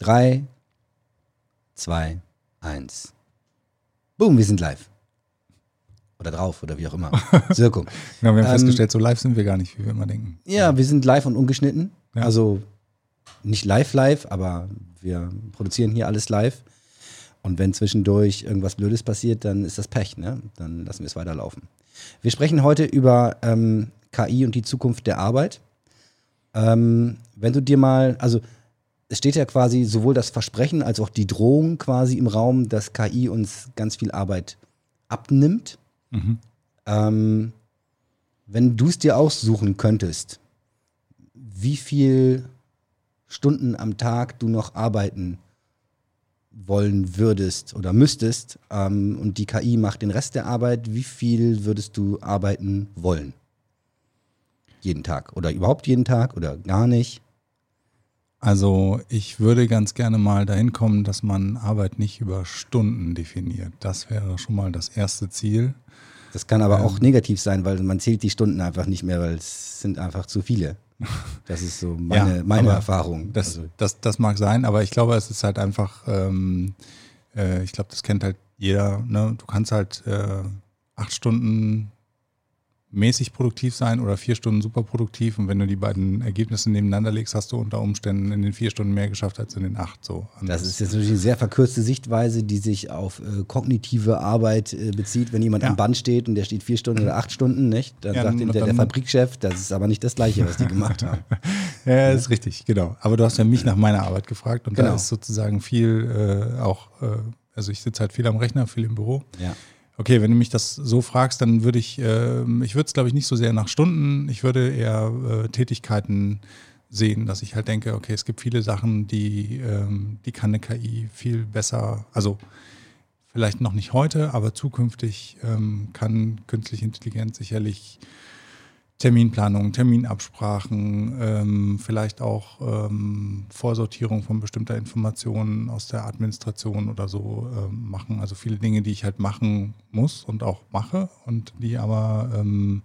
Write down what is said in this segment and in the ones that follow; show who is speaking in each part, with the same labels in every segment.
Speaker 1: 3, 2, 1. Boom, wir sind live. Oder drauf, oder wie auch immer. Sirko.
Speaker 2: Ja, wir haben festgestellt, so live sind wir gar nicht, wie wir immer denken.
Speaker 1: Ja, wir sind live und ungeschnitten.
Speaker 2: Ja.
Speaker 1: Also nicht live, aber wir produzieren hier alles live. Und wenn zwischendurch irgendwas Blödes passiert, dann ist das Pech, ne? Dann lassen wir es weiterlaufen. Wir sprechen heute über KI und die Zukunft der Arbeit. Wenn du dir mal, also es steht ja quasi sowohl das Versprechen als auch die Drohung quasi im Raum, dass KI uns ganz viel Arbeit abnimmt.
Speaker 2: Mhm.
Speaker 1: Wenn du es dir aussuchen könntest, wie viel Stunden am Tag du noch arbeiten wollen würdest oder müsstest, und die KI macht den Rest der Arbeit, wie viel würdest du arbeiten wollen? Jeden Tag oder überhaupt jeden Tag oder gar nicht?
Speaker 2: Also ich würde ganz gerne mal dahin kommen, dass man Arbeit nicht über Stunden definiert. Das wäre schon mal das erste Ziel.
Speaker 1: Das kann aber auch negativ sein, weil man zählt die Stunden einfach nicht mehr, weil es sind einfach zu viele. Das ist so meine Erfahrung.
Speaker 2: Das mag sein, aber ich glaube, es ist halt einfach, ich glaube, das kennt halt jeder, ne? Du kannst halt 8 Stunden mäßig produktiv sein oder 4 Stunden super produktiv, und wenn du die beiden Ergebnisse nebeneinander legst, hast du unter Umständen in den 4 Stunden mehr geschafft als in den 8. So.
Speaker 1: Das ist jetzt natürlich eine sehr verkürzte Sichtweise, die sich auf kognitive Arbeit bezieht. Wenn jemand am Band steht und der steht 4 Stunden oder 8 Stunden, nicht? Dann sagt ihm der Fabrikchef, das ist aber nicht das Gleiche, was die gemacht haben.
Speaker 2: Ja, das ist richtig, genau. Aber du hast ja mich nach meiner Arbeit gefragt, und da ist sozusagen viel also ich sitze halt viel am Rechner, viel im Büro.
Speaker 1: Ja.
Speaker 2: Okay, wenn du mich das so fragst, dann würde ich würde es, glaube ich, nicht so sehr nach Stunden, ich würde eher Tätigkeiten sehen, dass ich halt denke, okay, es gibt viele Sachen, die kann eine KI viel besser, also vielleicht noch nicht heute, aber zukünftig kann künstliche Intelligenz sicherlich Terminplanung, Terminabsprachen, vielleicht auch Vorsortierung von bestimmter Informationen aus der Administration oder so machen. Also viele Dinge, die ich halt machen muss und auch mache, und die aber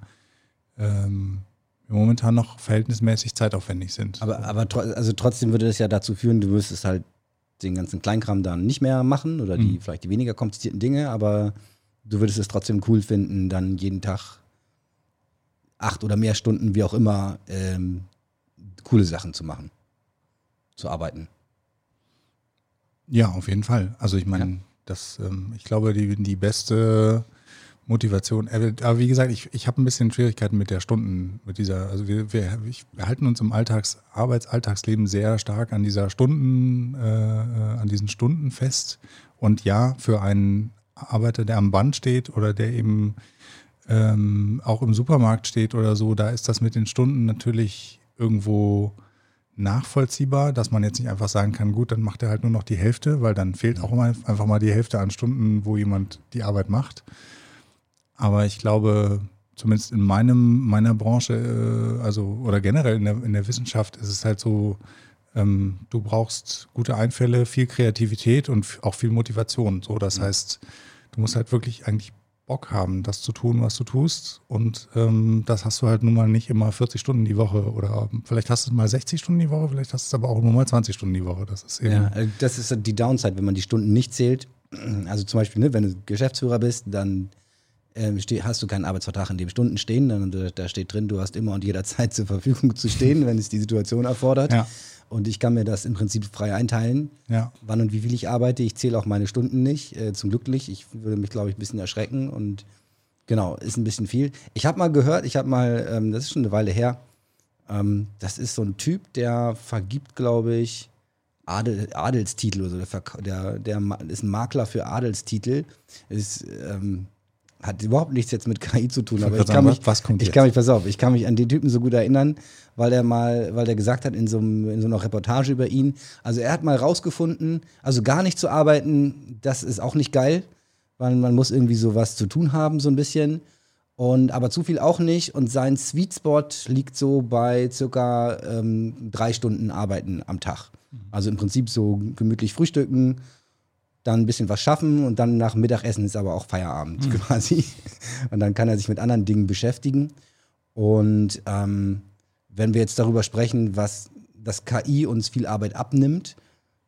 Speaker 2: momentan noch verhältnismäßig zeitaufwendig sind.
Speaker 1: Aber trotzdem würde das ja dazu führen, du müsstest halt den ganzen Kleinkram dann nicht mehr machen oder vielleicht die weniger komplizierten Dinge, aber du würdest es trotzdem cool finden, dann jeden Tag 8 oder mehr Stunden, wie auch immer, coole Sachen zu machen, zu arbeiten.
Speaker 2: Ja, auf jeden Fall. Also ich meine, ich glaube, die beste Motivation, aber wie gesagt, ich habe ein bisschen Schwierigkeiten mit der Stunden, also wir halten uns im Alltagsleben sehr stark an diesen Stunden fest. Und ja, für einen Arbeiter, der am Band steht oder der eben auch im Supermarkt steht oder so, da ist das mit den Stunden natürlich irgendwo nachvollziehbar, dass man jetzt nicht einfach sagen kann, gut, dann macht er halt nur noch die Hälfte, weil dann fehlt auch einfach mal die Hälfte an Stunden, wo jemand die Arbeit macht. Aber ich glaube, zumindest in meiner Branche, oder generell in der Wissenschaft, ist es halt so, du brauchst gute Einfälle, viel Kreativität und auch viel Motivation. So, das heißt, du musst halt wirklich eigentlich Bock haben, das zu tun, was du tust. Und das hast du halt nun mal nicht immer 40 Stunden die Woche, oder vielleicht hast du mal 60 Stunden die Woche, vielleicht hast du es aber auch nur mal 20 Stunden die Woche. Das ist eben
Speaker 1: das ist die Downside, wenn man die Stunden nicht zählt. Also zum Beispiel, ne, wenn du Geschäftsführer bist, dann hast du keinen Arbeitsvertrag, in dem Stunden stehen. Da steht drin, du hast immer und jederzeit zur Verfügung zu stehen, wenn es die Situation erfordert.
Speaker 2: Ja.
Speaker 1: Und ich kann mir das im Prinzip frei einteilen, wann und wie viel ich arbeite. Ich zähle auch meine Stunden nicht, zum Glück nicht. Ich würde mich, glaube ich, ein bisschen erschrecken, und genau, ist ein bisschen viel. Ich habe mal gehört, das ist schon eine Weile her, das ist so ein Typ, der vergibt, glaube ich, Adelstitel oder so. Der ist ein Makler für Adelstitel. Hat überhaupt nichts jetzt mit KI zu tun, aber ich kann mich an den Typen so gut erinnern, weil der gesagt hat in so einer Reportage über ihn, also er hat mal rausgefunden, also gar nicht zu arbeiten, das ist auch nicht geil, weil man muss irgendwie sowas zu tun haben, so ein bisschen, aber zu viel auch nicht, und sein Sweet Spot liegt so bei circa 3 Stunden Arbeiten am Tag. Also im Prinzip so gemütlich frühstücken, dann ein bisschen was schaffen, und dann nach dem Mittagessen ist aber auch Feierabend quasi. Und dann kann er sich mit anderen Dingen beschäftigen. Und wenn wir jetzt darüber sprechen, was das KI uns viel Arbeit abnimmt,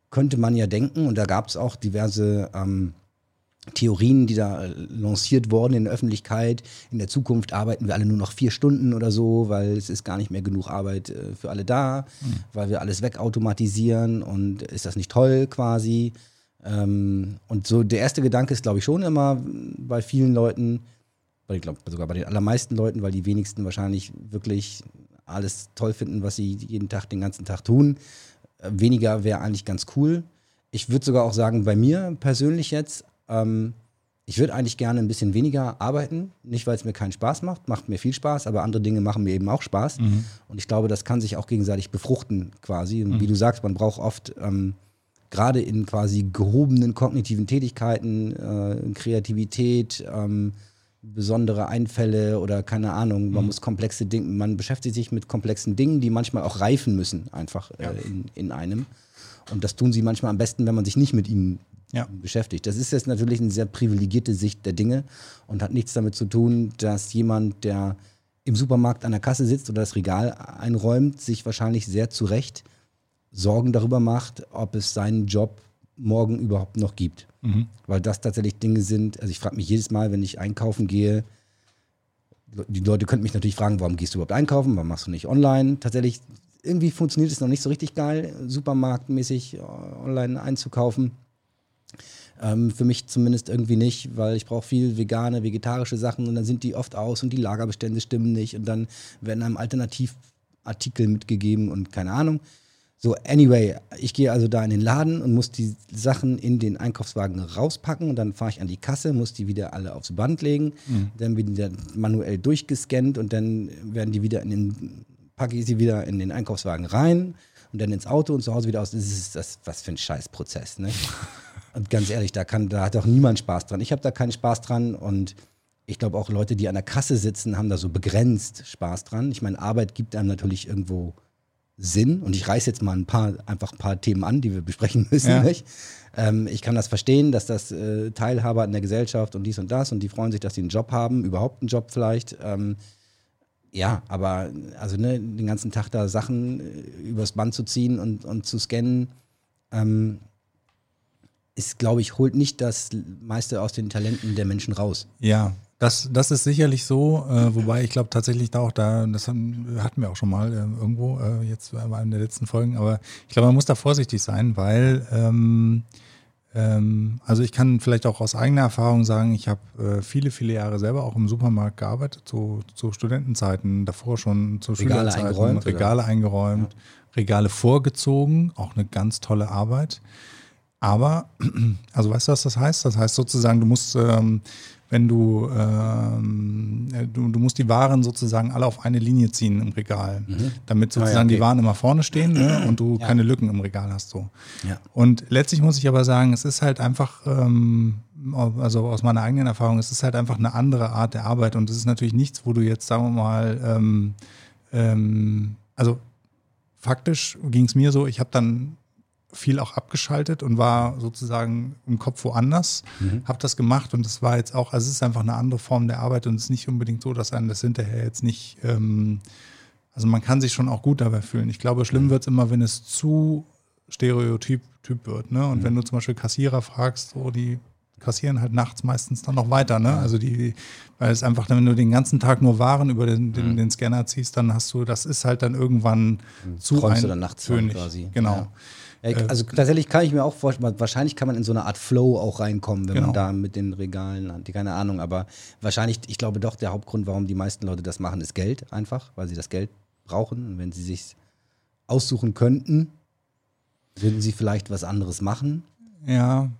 Speaker 1: könnte man ja denken, und da gab es auch diverse Theorien, die da lanciert wurden in der Öffentlichkeit. In der Zukunft arbeiten wir alle nur noch 4 Stunden oder so, weil es ist gar nicht mehr genug Arbeit für alle da, weil wir alles wegautomatisieren und ist das nicht toll quasi. Und so der erste Gedanke ist, glaube ich, schon immer bei vielen Leuten, ich glaube sogar bei den allermeisten Leuten, weil die wenigsten wahrscheinlich wirklich alles toll finden, was sie jeden Tag, den ganzen Tag tun. Weniger wäre eigentlich ganz cool. Ich würde sogar auch sagen, bei mir persönlich jetzt, ich würde eigentlich gerne ein bisschen weniger arbeiten. Nicht, weil es mir keinen Spaß macht mir viel Spaß, aber andere Dinge machen mir eben auch Spaß. Und ich glaube, das kann sich auch gegenseitig befruchten quasi. Und wie du sagst, man braucht oft gerade in quasi gehobenen kognitiven Tätigkeiten, Kreativität, besondere Einfälle oder keine Ahnung, man muss komplexe Dinge, man beschäftigt sich mit komplexen Dingen, die manchmal auch reifen müssen, einfach in einem. Und das tun sie manchmal am besten, wenn man sich nicht mit ihnen beschäftigt. Das ist jetzt natürlich eine sehr privilegierte Sicht der Dinge und hat nichts damit zu tun, dass jemand, der im Supermarkt an der Kasse sitzt oder das Regal einräumt, sich wahrscheinlich sehr zu Recht Sorgen darüber macht, ob es seinen Job morgen überhaupt noch gibt. Weil das tatsächlich Dinge sind, also ich frage mich jedes Mal, wenn ich einkaufen gehe, die Leute könnten mich natürlich fragen, warum gehst du überhaupt einkaufen, warum machst du nicht online? Tatsächlich, irgendwie funktioniert es noch nicht so richtig geil, supermarktmäßig online einzukaufen. Für mich zumindest irgendwie nicht, weil ich brauche viel vegane, vegetarische Sachen und dann sind die oft aus und die Lagerbestände stimmen nicht und dann werden einem Alternativartikel mitgegeben und keine Ahnung. So, anyway, ich gehe also da in den Laden und muss die Sachen in den Einkaufswagen rauspacken und dann fahre ich an die Kasse, muss die wieder alle aufs Band legen, dann werden die manuell durchgescannt und dann werden die wieder packe ich sie wieder in den Einkaufswagen rein und dann ins Auto und zu Hause wieder aus. Das ist was für ein Scheißprozess, ne? Und ganz ehrlich, da hat auch niemand Spaß dran. Ich habe da keinen Spaß dran und ich glaube auch Leute, die an der Kasse sitzen, haben da so begrenzt Spaß dran. Ich meine, Arbeit gibt einem natürlich irgendwo Sinn und ich reiße jetzt mal ein paar Themen an, die wir besprechen müssen. Ja. Nicht? Ich kann das verstehen, dass das Teilhaber in der Gesellschaft und dies und das und die freuen sich, dass sie einen Job haben, überhaupt einen Job vielleicht. Ja, aber also den ganzen Tag da Sachen übers Band zu ziehen und zu scannen, ist, glaube ich, holt nicht das meiste aus den Talenten der Menschen raus.
Speaker 2: Ja, das ist sicherlich so, wobei ich glaube tatsächlich das hatten wir auch schon mal irgendwo, jetzt bei einer der letzten Folgen, aber ich glaube, man muss da vorsichtig sein, weil also ich kann vielleicht auch aus eigener Erfahrung sagen, ich habe viele, viele Jahre selber auch im Supermarkt gearbeitet, zu Studentenzeiten, davor schon zu Schülerzeiten, Regale eingeräumt, Regale vorgezogen, auch eine ganz tolle Arbeit. Aber, also weißt du, was das heißt? Das heißt sozusagen, du musst, wenn du musst die Waren sozusagen alle auf eine Linie ziehen im Regal, damit sozusagen die Waren immer vorne stehen, ne, und du keine Lücken im Regal hast. So. Ja. Und letztlich muss ich aber sagen, es ist halt einfach, also aus meiner eigenen Erfahrung, es ist halt einfach eine andere Art der Arbeit und es ist natürlich nichts, wo du jetzt, sagen wir mal, also faktisch ging es mir so, ich habe dann viel auch abgeschaltet und war sozusagen im Kopf woanders, habe das gemacht und das war jetzt auch, also es ist einfach eine andere Form der Arbeit und es ist nicht unbedingt so, dass einem das hinterher jetzt nicht, also man kann sich schon auch gut dabei fühlen. Ich glaube, schlimm wird es immer, wenn es zu stereotyp wird, ne? Und wenn du zum Beispiel Kassierer fragst, so die kassieren halt nachts meistens dann noch weiter, ne? Also weil es einfach, wenn du den ganzen Tag nur Waren über den Scanner ziehst, dann hast du, das ist halt dann irgendwann zu
Speaker 1: eintönig. Quasi.
Speaker 2: Genau.
Speaker 1: Ja. Also tatsächlich kann ich mir auch vorstellen, wahrscheinlich kann man in so eine Art Flow auch reinkommen, wenn man da mit den Regalen, keine Ahnung, aber wahrscheinlich, ich glaube doch, der Hauptgrund, warum die meisten Leute das machen, ist Geld einfach, weil sie das Geld brauchen. Und wenn sie sich aussuchen könnten, würden sie vielleicht was anderes machen.
Speaker 2: Ja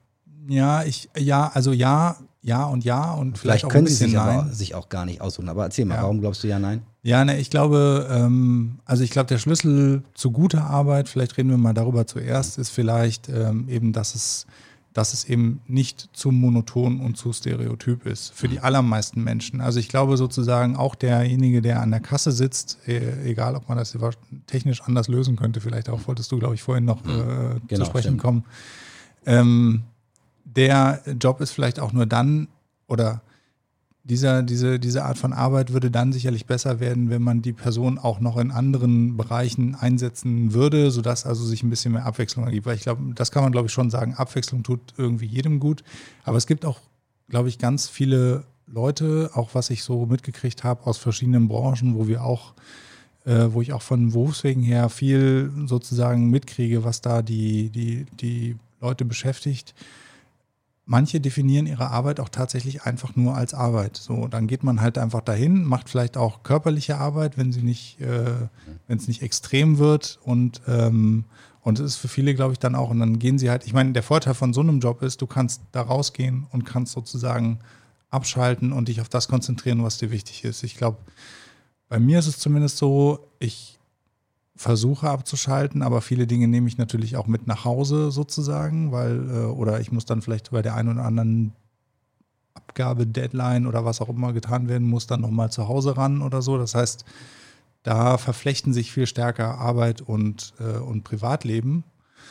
Speaker 2: und vielleicht auch
Speaker 1: können sie sich auch gar nicht aussuchen. Aber erzähl mal, warum glaubst du ja, nein?
Speaker 2: Ja, ne, ich glaube, der Schlüssel zu guter Arbeit, vielleicht reden wir mal darüber zuerst, ist vielleicht eben, dass es eben nicht zu monoton und zu stereotyp ist für die allermeisten Menschen. Also ich glaube sozusagen auch derjenige, der an der Kasse sitzt, egal ob man das technisch anders lösen könnte, vielleicht auch wolltest du, glaube ich, vorhin noch zu sprechen kommen. Der Job ist vielleicht auch nur dann, oder diese Art von Arbeit würde dann sicherlich besser werden, wenn man die Person auch noch in anderen Bereichen einsetzen würde, sodass also sich ein bisschen mehr Abwechslung ergibt. Weil ich glaube, das kann man, glaube ich, schon sagen, Abwechslung tut irgendwie jedem gut. Aber es gibt auch, glaube ich, ganz viele Leute, auch was ich so mitgekriegt habe aus verschiedenen Branchen, wo ich auch von Berufswegen her viel sozusagen mitkriege, was da die Leute beschäftigt. Manche definieren ihre Arbeit auch tatsächlich einfach nur als Arbeit. So, dann geht man halt einfach dahin, macht vielleicht auch körperliche Arbeit, wenn es nicht extrem wird und es ist für viele, glaube ich, dann auch, und dann gehen sie halt, ich meine, der Vorteil von so einem Job ist, du kannst da rausgehen und kannst sozusagen abschalten und dich auf das konzentrieren, was dir wichtig ist. Ich glaube, bei mir ist es zumindest so, ich versuche abzuschalten, aber viele Dinge nehme ich natürlich auch mit nach Hause sozusagen, oder ich muss dann vielleicht bei der einen oder anderen Abgabe, Deadline oder was auch immer getan werden muss, dann nochmal zu Hause ran oder so. Das heißt, da verflechten sich viel stärker Arbeit und Privatleben.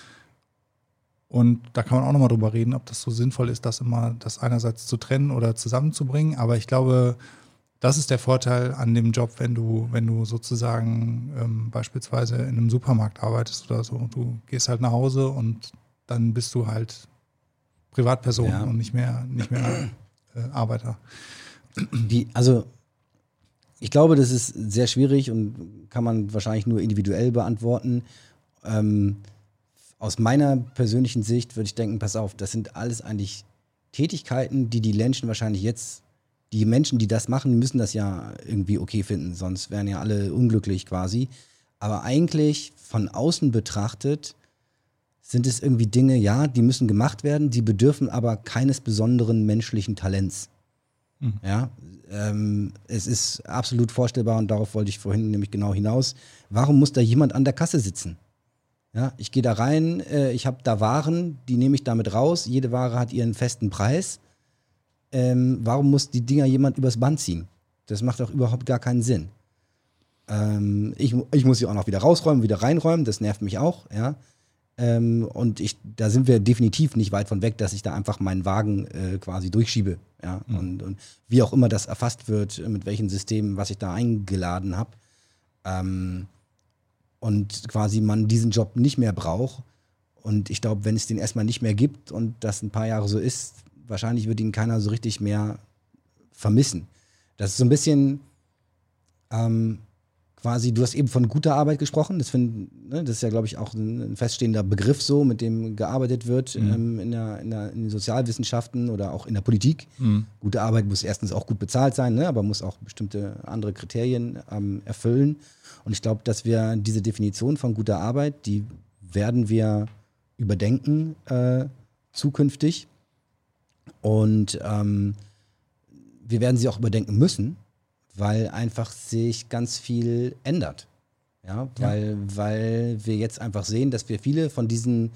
Speaker 2: Und da kann man auch nochmal drüber reden, ob das so sinnvoll ist, das einerseits zu trennen oder zusammenzubringen. Aber ich glaube, das ist der Vorteil an dem Job, wenn du sozusagen beispielsweise in einem Supermarkt arbeitest oder so. Du gehst halt nach Hause und dann bist du halt Privatperson und nicht mehr Arbeiter.
Speaker 1: Ich glaube, das ist sehr schwierig und kann man wahrscheinlich nur individuell beantworten. Aus meiner persönlichen Sicht würde ich denken, pass auf, das sind alles eigentlich Tätigkeiten, die Menschen wahrscheinlich jetzt, die Menschen, die das machen, müssen das ja irgendwie okay finden, sonst wären ja alle unglücklich quasi. Aber eigentlich von außen betrachtet sind es irgendwie Dinge, ja, die müssen gemacht werden, die bedürfen aber keines besonderen menschlichen Talents. Mhm. Ja, es ist absolut vorstellbar und darauf wollte ich vorhin nämlich genau hinaus. Warum muss da jemand an der Kasse sitzen? Ja, ich gehe da rein, ich habe da Waren, die nehme ich damit raus. Jede Ware hat ihren festen Preis. Warum muss die Dinger jemand übers Band ziehen? Das macht doch überhaupt gar keinen Sinn. Ich muss sie auch noch wieder rausräumen, wieder reinräumen, das nervt mich auch. Ja? Und da sind wir definitiv nicht weit von weg, dass ich da einfach meinen Wagen quasi durchschiebe. Ja? Mhm. Und wie auch immer das erfasst wird, mit welchen Systemen, was ich da eingeladen habe. Und quasi man diesen Job nicht mehr braucht. Und ich glaube, wenn es den erstmal nicht mehr gibt und das ein paar Jahre so ist, wahrscheinlich wird ihn keiner so richtig mehr vermissen. Das ist so ein bisschen quasi, du hast eben von guter Arbeit gesprochen. Das ist ja, glaube ich, auch ein feststehender Begriff so, mit dem gearbeitet wird in den Sozialwissenschaften oder auch in der Politik. Mhm. Gute Arbeit muss erstens auch gut bezahlt sein, ne, aber muss auch bestimmte andere Kriterien erfüllen. Und ich glaube, dass wir diese Definition von guter Arbeit, die werden wir überdenken zukünftig. Und wir werden sie auch überdenken müssen, weil einfach sich ganz viel ändert. Ja, weil wir jetzt einfach sehen, dass wir viele von diesen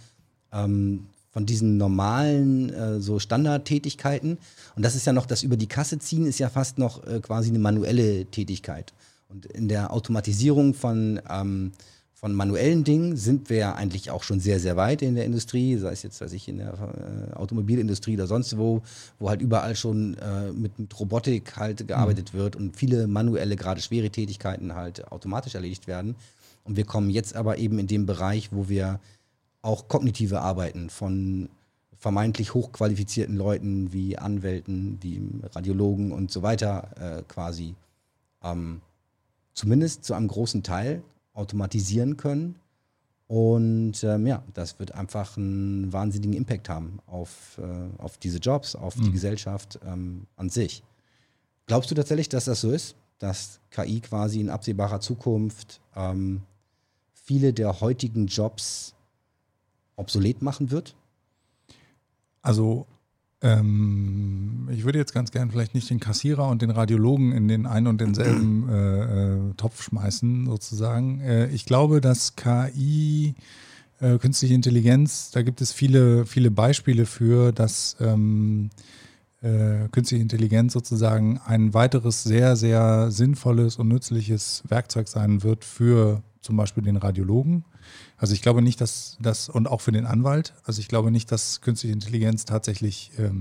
Speaker 1: normalen so Standardtätigkeiten, und das ist ja noch, das über die Kasse ziehen, ist ja fast noch quasi eine manuelle Tätigkeit. Und in der Automatisierung von manuellen Dingen sind wir ja eigentlich auch schon sehr, sehr weit in der Industrie, sei es jetzt, in der Automobilindustrie oder sonst wo halt überall schon mit Robotik halt gearbeitet wird und viele manuelle, gerade schwere Tätigkeiten halt automatisch erledigt werden. Und wir kommen jetzt aber eben in dem Bereich, wo wir auch kognitive Arbeiten von vermeintlich hochqualifizierten Leuten wie Anwälten, wie Radiologen und so weiter quasi zumindest zu einem großen Teil automatisieren können. Und das wird einfach einen wahnsinnigen Impact haben auf diese Jobs, auf die Gesellschaft an sich. Glaubst du tatsächlich, dass das so ist? Dass KI quasi in absehbarer Zukunft viele der heutigen Jobs obsolet machen wird?
Speaker 2: Also ich würde jetzt ganz gern vielleicht nicht den Kassierer und den Radiologen in den einen und denselben Topf schmeißen, sozusagen. Ich glaube, dass KI, künstliche Intelligenz, da gibt es viele, viele Beispiele für, dass künstliche Intelligenz sozusagen ein weiteres sehr, sehr sinnvolles und nützliches Werkzeug sein wird für zum Beispiel den Radiologen. Also ich glaube nicht, dass das, und auch für den Anwalt, also ich glaube nicht, dass künstliche Intelligenz tatsächlich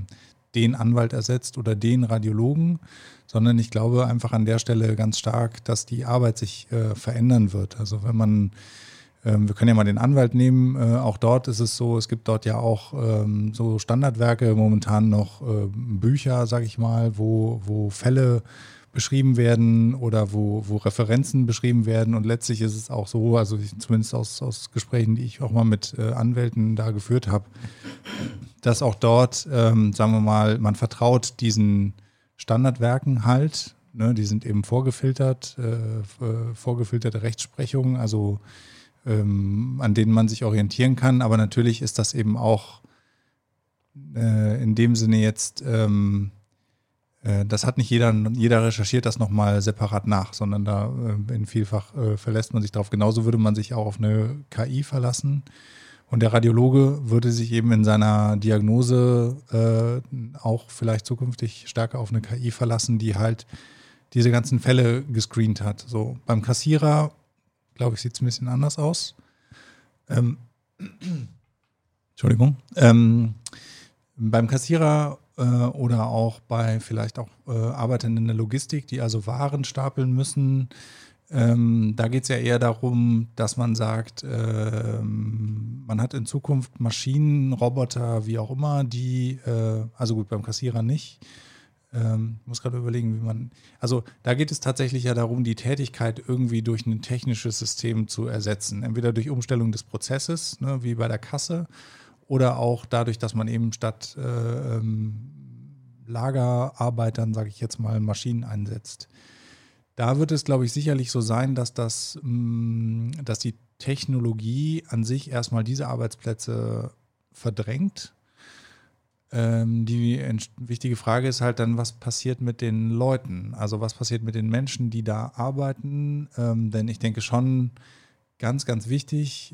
Speaker 2: den Anwalt ersetzt oder den Radiologen, sondern ich glaube einfach an der Stelle ganz stark, dass die Arbeit sich verändern wird. Also wenn man, wir können ja mal den Anwalt nehmen, auch dort ist es so, es gibt dort ja auch so Standardwerke, momentan noch Bücher, sage ich mal, wo Fälle beschrieben werden oder wo Referenzen beschrieben werden, und letztlich ist es auch so, also zumindest aus Gesprächen, die ich auch mal mit Anwälten da geführt habe, dass auch dort, sagen wir mal, man vertraut diesen Standardwerken halt, ne, die sind eben vorgefiltert, vorgefilterte Rechtsprechung, also an denen man sich orientieren kann, aber natürlich ist das eben auch in dem Sinne jetzt das hat nicht jeder recherchiert das nochmal separat nach, sondern da in vielfach verlässt man sich darauf. Genauso würde man sich auch auf eine KI verlassen. Und der Radiologe würde sich eben in seiner Diagnose auch vielleicht zukünftig stärker auf eine KI verlassen, die halt diese ganzen Fälle gescreent hat. So, beim Kassierer, glaube ich, sieht es ein bisschen anders aus. Entschuldigung. Beim Kassierer oder auch bei vielleicht auch Arbeitern in der Logistik, die also Waren stapeln müssen. Da geht es ja eher darum, dass man sagt, man hat in Zukunft Maschinen, Roboter, wie auch immer, die, also gut, beim Kassierer nicht. Ich muss gerade überlegen, wie man, also da geht es tatsächlich ja darum, die Tätigkeit irgendwie durch ein technisches System zu ersetzen. Entweder durch Umstellung des Prozesses, ne, wie bei der Kasse, oder auch dadurch, dass man eben statt Lagerarbeitern, sage ich jetzt mal, Maschinen einsetzt. Da wird es, glaube ich, sicherlich so sein, dass die Technologie an sich erstmal diese Arbeitsplätze verdrängt. Die wichtige Frage ist halt dann, was passiert mit den Leuten? Also was passiert mit den Menschen, die da arbeiten? Denn ich denke schon, ganz, ganz wichtig,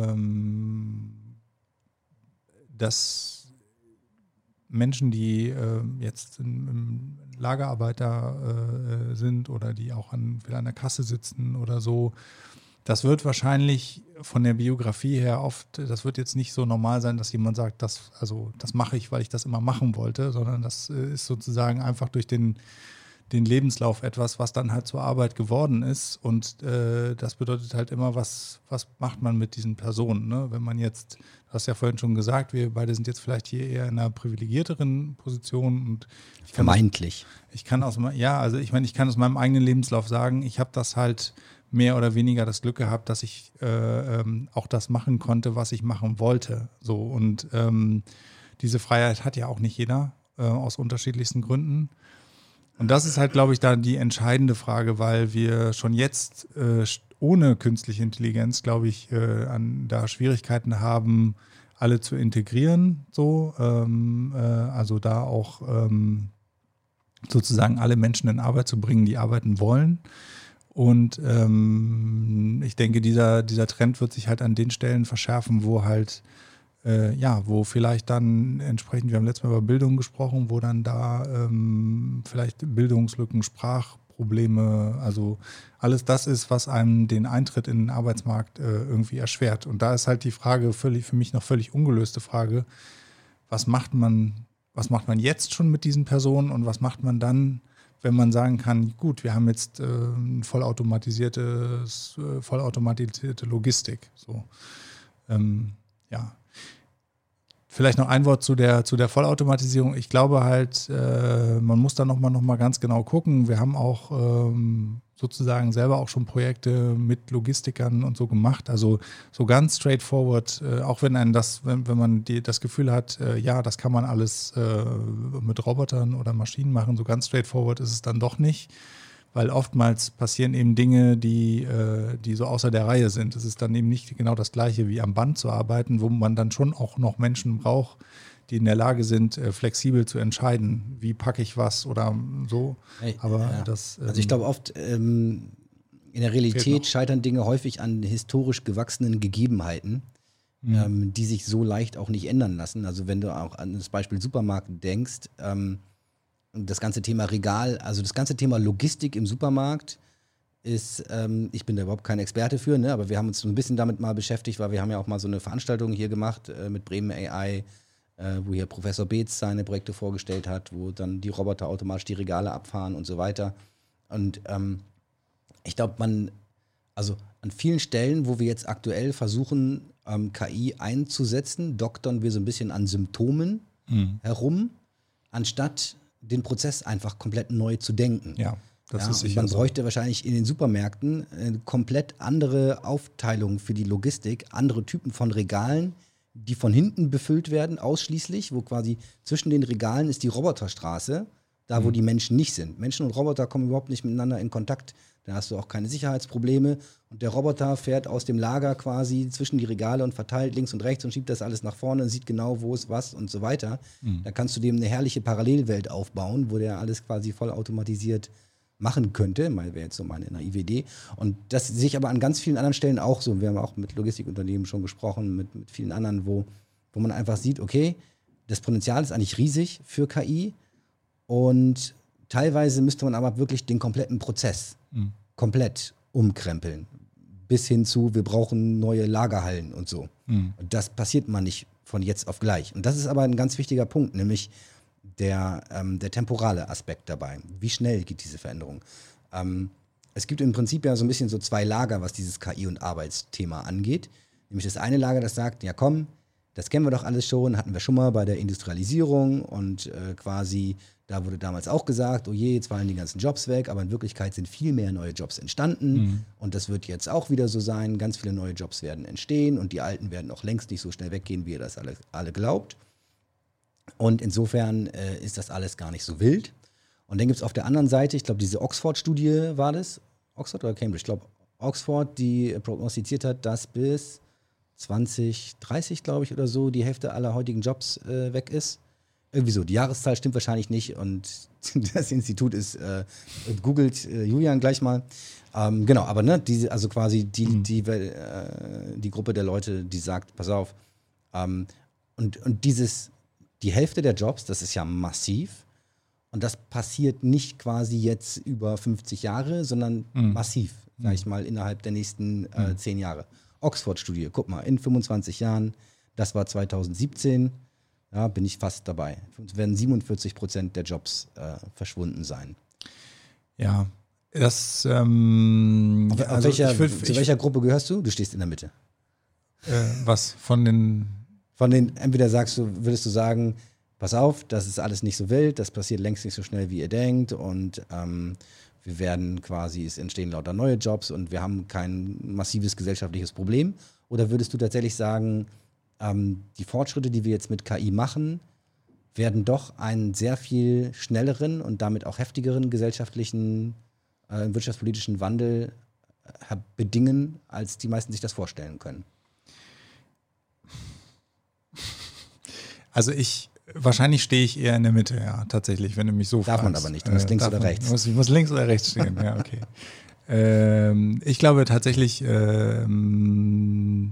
Speaker 2: dass Menschen, die jetzt im Lagerarbeiter sind oder die auch wieder an der Kasse sitzen oder so, das wird wahrscheinlich von der Biografie her oft, das wird jetzt nicht so normal sein, dass jemand sagt, das mache ich, weil ich das immer machen wollte, sondern das ist sozusagen einfach durch den Lebenslauf etwas, was dann halt zur Arbeit geworden ist, und das bedeutet halt immer, was macht man mit diesen Personen, ne? Wenn man jetzt, du hast ja vorhin schon gesagt, wir beide sind jetzt vielleicht hier eher in einer privilegierteren Position, und
Speaker 1: vermeintlich.
Speaker 2: Ich kann aus meinem eigenen Lebenslauf sagen, ich habe das halt mehr oder weniger das Glück gehabt, dass ich auch das machen konnte, was ich machen wollte. So, und diese Freiheit hat ja auch nicht jeder, aus unterschiedlichsten Gründen. Und das ist halt, glaube ich, da die entscheidende Frage, weil wir schon jetzt ohne künstliche Intelligenz, glaube ich, da Schwierigkeiten haben, alle zu integrieren. So, also da auch sozusagen alle Menschen in Arbeit zu bringen, die arbeiten wollen. Und ich denke, dieser Trend wird sich halt an den Stellen verschärfen, wo halt wo vielleicht dann entsprechend, wir haben letztes Mal über Bildung gesprochen, wo dann da vielleicht Bildungslücken, Sprachprobleme, also alles das ist, was einem den Eintritt in den Arbeitsmarkt irgendwie erschwert. Und da ist halt die Frage, für mich noch völlig ungelöste Frage, was macht man jetzt schon mit diesen Personen und was macht man dann, wenn man sagen kann, gut, wir haben jetzt vollautomatisierte Logistik. So, ja. Vielleicht noch ein Wort zu der Vollautomatisierung. Ich glaube halt, man muss da noch mal ganz genau gucken. Wir haben auch sozusagen selber auch schon Projekte mit Logistikern und so gemacht. Also so ganz straightforward, auch wenn man das Gefühl hat, ja, das kann man alles mit Robotern oder Maschinen machen, so ganz straightforward ist es dann doch nicht. Weil oftmals passieren eben Dinge, die so außer der Reihe sind. Es ist dann eben nicht genau das Gleiche wie am Band zu arbeiten, wo man dann schon auch noch Menschen braucht, die in der Lage sind, flexibel zu entscheiden, wie packe ich was oder so. Aber ja.
Speaker 1: Also ich glaube oft, in der Realität scheitern Dinge häufig an historisch gewachsenen Gegebenheiten, die sich so leicht auch nicht ändern lassen. Also wenn du auch an das Beispiel Supermarkt denkst, das ganze Thema Regal, also das ganze Thema Logistik im Supermarkt ist, ich bin da überhaupt kein Experte für, ne, aber wir haben uns so ein bisschen damit mal beschäftigt, weil wir haben ja auch mal so eine Veranstaltung hier gemacht mit Bremen AI, wo hier Professor Beetz seine Projekte vorgestellt hat, wo dann die Roboter automatisch die Regale abfahren und so weiter. Und ich glaube, also an vielen Stellen, wo wir jetzt aktuell versuchen, KI einzusetzen, doktern wir so ein bisschen an Symptomen herum, anstatt den Prozess einfach komplett neu zu denken.
Speaker 2: Ja, das ist sicher.
Speaker 1: Man bräuchte wahrscheinlich in den Supermärkten eine komplett andere Aufteilung für die Logistik, andere Typen von Regalen, die von hinten befüllt werden, ausschließlich, wo quasi zwischen den Regalen ist die Roboterstraße, da wo die Menschen nicht sind. Menschen und Roboter kommen überhaupt nicht miteinander in Kontakt. Da hast du auch keine Sicherheitsprobleme. Und der Roboter fährt aus dem Lager quasi zwischen die Regale und verteilt links und rechts und schiebt das alles nach vorne und sieht genau, wo ist was und so weiter. Da kannst du dem eine herrliche Parallelwelt aufbauen, wo der alles quasi vollautomatisiert machen könnte. Wäre jetzt so meine naive Idee. Und das sehe ich aber an ganz vielen anderen Stellen auch so. Wir haben auch mit Logistikunternehmen schon gesprochen, mit vielen anderen, wo man einfach sieht, okay, das Potenzial ist eigentlich riesig für KI und teilweise müsste man aber wirklich den kompletten Prozess komplett umkrempeln. Bis hin zu, wir brauchen neue Lagerhallen und so. Und das passiert mal nicht von jetzt auf gleich. Und das ist aber ein ganz wichtiger Punkt, nämlich der temporale Aspekt dabei. Wie schnell geht diese Veränderung? Es gibt im Prinzip ja so ein bisschen so zwei Lager, was dieses KI- und Arbeitsthema angeht. Nämlich das eine Lager, das sagt, ja komm, das kennen wir doch alles schon, hatten wir schon mal bei der Industrialisierung und quasi, da wurde damals auch gesagt, oh je, jetzt fallen die ganzen Jobs weg, aber in Wirklichkeit sind viel mehr neue Jobs entstanden und das wird jetzt auch wieder so sein, ganz viele neue Jobs werden entstehen und die alten werden auch längst nicht so schnell weggehen, wie ihr das alle glaubt. Und insofern ist das alles gar nicht so wild. Und dann gibt es auf der anderen Seite, ich glaube, diese Oxford-Studie war das, Oxford oder Cambridge? Ich glaube, Oxford, die prognostiziert hat, dass bis 2030, glaube ich, oder so, die Hälfte aller heutigen Jobs weg ist. Irgendwie so, die Jahreszahl stimmt wahrscheinlich nicht und das Institut ist, googelt Julian gleich mal. Genau, aber ne, also quasi die Gruppe der Leute, die sagt, pass auf, und die Hälfte der Jobs, das ist ja massiv und das passiert nicht quasi jetzt über 50 Jahre, sondern massiv, sage ich mal, innerhalb der nächsten 10 Jahre. Oxford-Studie, guck mal, in 25 Jahren, das war 2017, ja, bin ich fast dabei. Es werden 47% der Jobs verschwunden sein.
Speaker 2: Ja, das
Speaker 1: zu welcher Gruppe gehörst du? Du stehst in der Mitte.
Speaker 2: Was von den
Speaker 1: entweder würdest du sagen, pass auf, das ist alles nicht so wild, das passiert längst nicht so schnell, wie ihr denkt und wir werden quasi, es entstehen lauter neue Jobs und wir haben kein massives gesellschaftliches Problem. Oder würdest du tatsächlich sagen, die Fortschritte, die wir jetzt mit KI machen, werden doch einen sehr viel schnelleren und damit auch heftigeren gesellschaftlichen, wirtschaftspolitischen Wandel bedingen, als die meisten sich das vorstellen können?
Speaker 2: Also wahrscheinlich stehe ich eher in der Mitte, ja, tatsächlich, wenn du mich so fragst.
Speaker 1: Darf man aber nicht, du musst links oder rechts.
Speaker 2: Ich muss links oder rechts stehen, ja, okay. Ich glaube tatsächlich, werden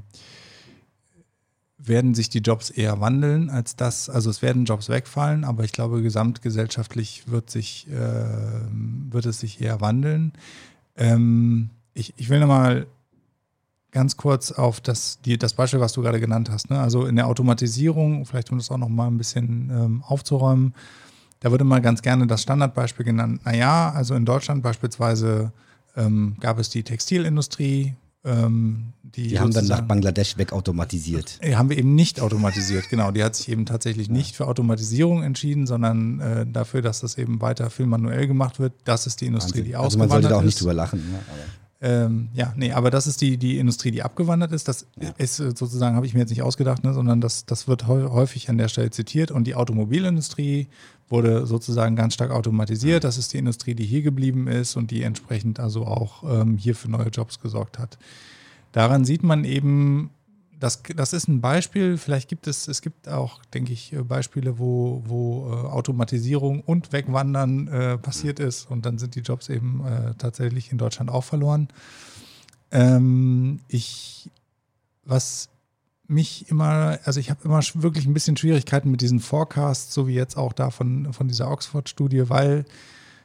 Speaker 2: sich die Jobs eher wandeln als das, also es werden Jobs wegfallen, aber ich glaube, gesamtgesellschaftlich wird es sich eher wandeln. Ich will nochmal ganz kurz auf das Beispiel, was du gerade genannt hast, ne? Also in der Automatisierung, vielleicht um das auch noch mal ein bisschen aufzuräumen, da würde mal ganz gerne das Standardbeispiel genannt. Naja, also in Deutschland beispielsweise gab es die Textilindustrie, die
Speaker 1: haben dann nach Bangladesch wegautomatisiert.
Speaker 2: Haben wir eben nicht automatisiert, genau. Die hat sich eben tatsächlich nicht für Automatisierung entschieden, sondern dafür, dass das eben weiter viel manuell gemacht wird. Das ist die Industrie, die ausgewandert ist.
Speaker 1: Also man sollte da auch nicht drüber lachen, ne?
Speaker 2: Aber das ist die Industrie, die abgewandert ist. Das ist sozusagen, habe ich mir jetzt nicht ausgedacht, ne, sondern das wird häufig an der Stelle zitiert. Und die Automobilindustrie wurde sozusagen ganz stark automatisiert. Das ist die Industrie, die hier geblieben ist und die entsprechend also auch hier für neue Jobs gesorgt hat. Daran sieht man eben, das ist ein Beispiel. Vielleicht gibt es gibt auch, denke ich, Beispiele, wo Automatisierung und Wegwandern passiert ist und dann sind die Jobs eben tatsächlich in Deutschland auch verloren. Ich habe immer wirklich ein bisschen Schwierigkeiten mit diesen Forecasts, so wie jetzt auch da von dieser Oxford-Studie, weil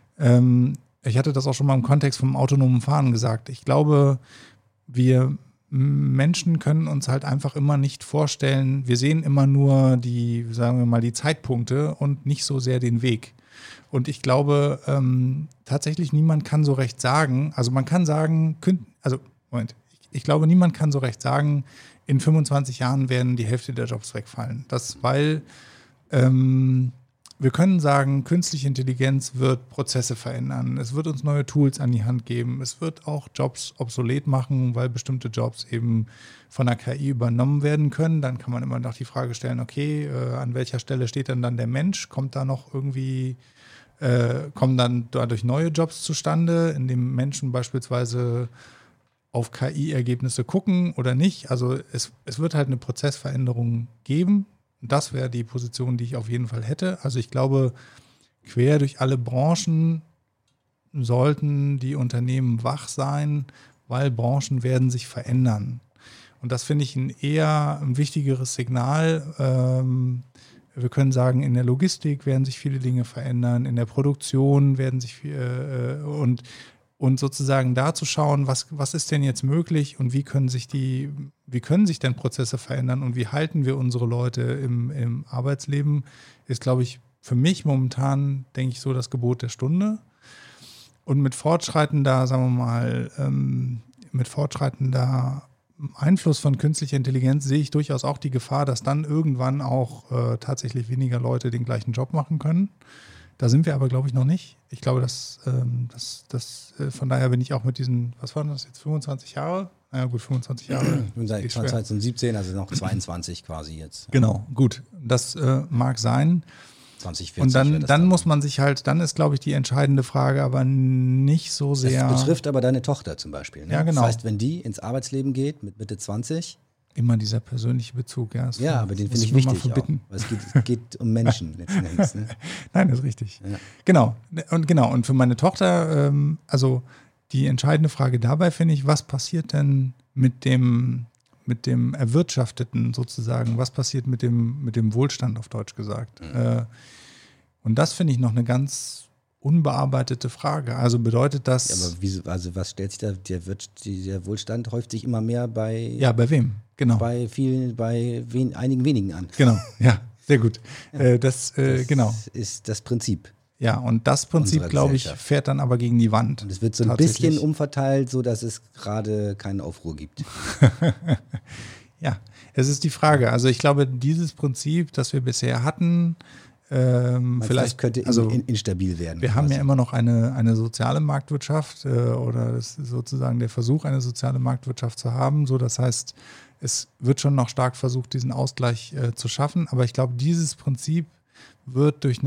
Speaker 2: ich hatte das auch schon mal im Kontext vom autonomen Fahren gesagt. Ich glaube, wir Menschen können uns halt einfach immer nicht vorstellen, wir sehen immer nur die, sagen wir mal, die Zeitpunkte und nicht so sehr den Weg. Und ich glaube, tatsächlich niemand kann so recht sagen, also man kann sagen, ich glaube, niemand kann so recht sagen, in 25 Jahren werden die Hälfte der Jobs wegfallen. Weil wir können sagen, künstliche Intelligenz wird Prozesse verändern. Es wird uns neue Tools an die Hand geben. Es wird auch Jobs obsolet machen, weil bestimmte Jobs eben von der KI übernommen werden können. Dann kann man immer noch die Frage stellen, okay, an welcher Stelle steht denn dann der Mensch? Kommt da noch irgendwie, kommen dann dadurch neue Jobs zustande, in dem Menschen beispielsweise auf KI-Ergebnisse gucken oder nicht? Also es wird halt eine Prozessveränderung geben. Das wäre die Position, die ich auf jeden Fall hätte. Also ich glaube, quer durch alle Branchen sollten die Unternehmen wach sein, weil Branchen werden sich verändern. Und das finde ich ein wichtigeres Signal. Wir können sagen, in der Logistik werden sich viele Dinge verändern, in der Produktion werden sich und sozusagen da zu schauen, was ist denn jetzt möglich und wie können sich denn Prozesse verändern und wie halten wir unsere Leute im Arbeitsleben, ist, glaube ich, für mich momentan, denke ich, so das Gebot der Stunde. Und mit fortschreitender, sagen wir mal, Einfluss von künstlicher Intelligenz sehe ich durchaus auch die Gefahr, dass dann irgendwann auch tatsächlich weniger Leute den gleichen Job machen können. Da sind wir aber, glaube ich, noch nicht. Ich glaube, von daher bin ich auch mit diesen, was waren das jetzt, 25 Jahre? Ja gut, 25 Jahre.
Speaker 1: Seit 2017, also noch 22 quasi jetzt.
Speaker 2: Genau, gut. Das mag sein.
Speaker 1: 2040.
Speaker 2: Und dann muss man sich halt, dann ist, glaube ich, die entscheidende Frage, aber nicht so sehr.
Speaker 1: Das betrifft aber deine Tochter zum Beispiel. Ne?
Speaker 2: Ja, genau.
Speaker 1: Das heißt, wenn die ins Arbeitsleben geht mit Mitte 20.
Speaker 2: Immer dieser persönliche Bezug, ja.
Speaker 1: Ja, aber den finde ich wichtig auch, weil es geht um Menschen letzten Endes. Ne?
Speaker 2: Nein, das ist richtig.
Speaker 1: Ja.
Speaker 2: Genau. Und für meine Tochter, also die entscheidende Frage dabei finde ich, was passiert denn mit dem Erwirtschafteten sozusagen? Was passiert mit dem Wohlstand, auf Deutsch gesagt? Mhm. Und das finde ich noch eine ganz unbearbeitete Frage. Also bedeutet das...
Speaker 1: Ja, aber was stellt sich da? Der Wohlstand häuft sich immer mehr bei...
Speaker 2: Ja, bei wem? Genau.
Speaker 1: Bei einigen wenigen an.
Speaker 2: Genau, ja, sehr gut.
Speaker 1: Ja.
Speaker 2: Das
Speaker 1: ist das Prinzip.
Speaker 2: Ja, und das Prinzip, glaube ich, fährt dann aber gegen die Wand.
Speaker 1: Und es wird so ein bisschen umverteilt, sodass es gerade keinen Aufruhr gibt.
Speaker 2: Ja, es ist die Frage. Also ich glaube, dieses Prinzip, das wir bisher hatten, vielleicht
Speaker 1: könnte instabil werden.
Speaker 2: Wir haben ja immer noch eine soziale Marktwirtschaft oder das ist sozusagen der Versuch, eine soziale Marktwirtschaft zu haben. So, das heißt, es wird schon noch stark versucht, diesen Ausgleich zu schaffen. Aber ich glaube, dieses Prinzip wird durch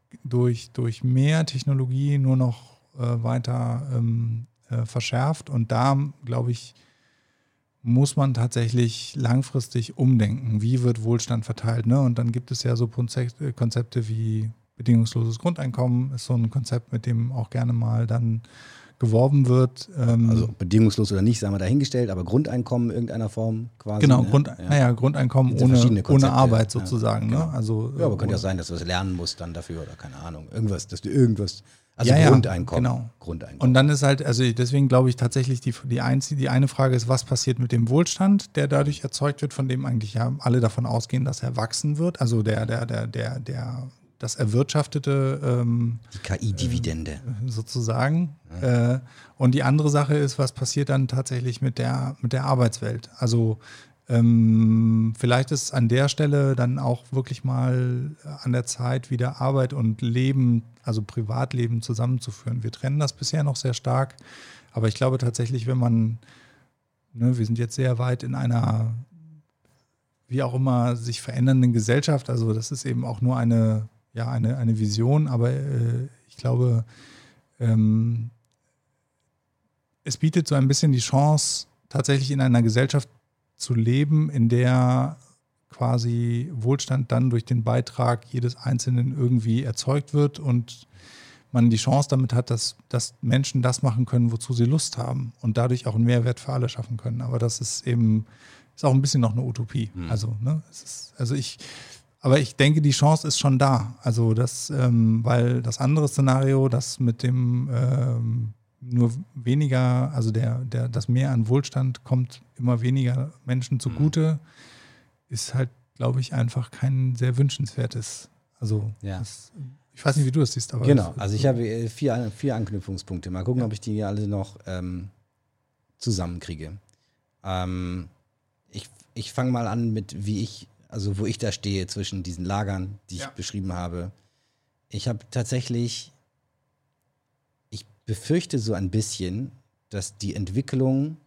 Speaker 2: mehr Technologie nur noch weiter verschärft. Und da, glaube ich, muss man tatsächlich langfristig umdenken. Wie wird Wohlstand verteilt? Ne? Und dann gibt es ja so Konzepte wie bedingungsloses Grundeinkommen, ist so ein Konzept, mit dem auch gerne mal dann geworben wird.
Speaker 1: Also bedingungslos oder nicht, sagen wir dahingestellt, aber Grundeinkommen in irgendeiner Form quasi.
Speaker 2: Genau, Grundeinkommen ohne Arbeit sozusagen.
Speaker 1: Ja, genau.
Speaker 2: Ne? Also,
Speaker 1: ja, aber könnte ja sein, dass du was lernen musst dann dafür oder keine Ahnung. Dass du irgendwas. Also Grundeinkommen.
Speaker 2: Genau.
Speaker 1: Grundeinkommen.
Speaker 2: Und dann ist halt, also deswegen glaube ich tatsächlich, die eine Frage ist, was passiert mit dem Wohlstand, der dadurch erzeugt wird, von dem eigentlich ja alle davon ausgehen, dass er wachsen wird. Also das erwirtschaftete
Speaker 1: die KI-Dividende
Speaker 2: sozusagen.
Speaker 1: Ja.
Speaker 2: Und die andere Sache ist, was passiert dann tatsächlich mit der Arbeitswelt? Also vielleicht ist an der Stelle dann auch wirklich mal an der Zeit, wieder Arbeit und Leben, also Privatleben zusammenzuführen. Wir trennen das bisher noch sehr stark, aber ich glaube tatsächlich, wenn man, wir sind jetzt sehr weit in einer, wie auch immer, sich verändernden Gesellschaft, also das ist eben auch nur eine Vision, aber ich glaube, es bietet so ein bisschen die Chance, tatsächlich in einer Gesellschaft zu leben, in der quasi Wohlstand dann durch den Beitrag jedes Einzelnen irgendwie erzeugt wird und man die Chance damit hat, dass Menschen das machen können, wozu sie Lust haben und dadurch auch einen Mehrwert für alle schaffen können. Aber das ist auch ein bisschen noch eine Utopie. Mhm. Aber ich denke, die Chance ist schon da. Also weil das andere Szenario, das mit dem nur weniger, also das Mehr an Wohlstand kommt immer weniger Menschen zugute, ist halt, glaube ich, einfach kein sehr wünschenswertes. Also ich weiß nicht, wie du das siehst. Aber
Speaker 1: genau, also ich habe vier Anknüpfungspunkte. Mal gucken, ob ich die alle noch zusammenkriege. Ich fange mal an mit, wo ich da stehe zwischen diesen Lagern, die ich beschrieben habe. Ich habe tatsächlich, ich befürchte so ein bisschen, dass die Entwicklung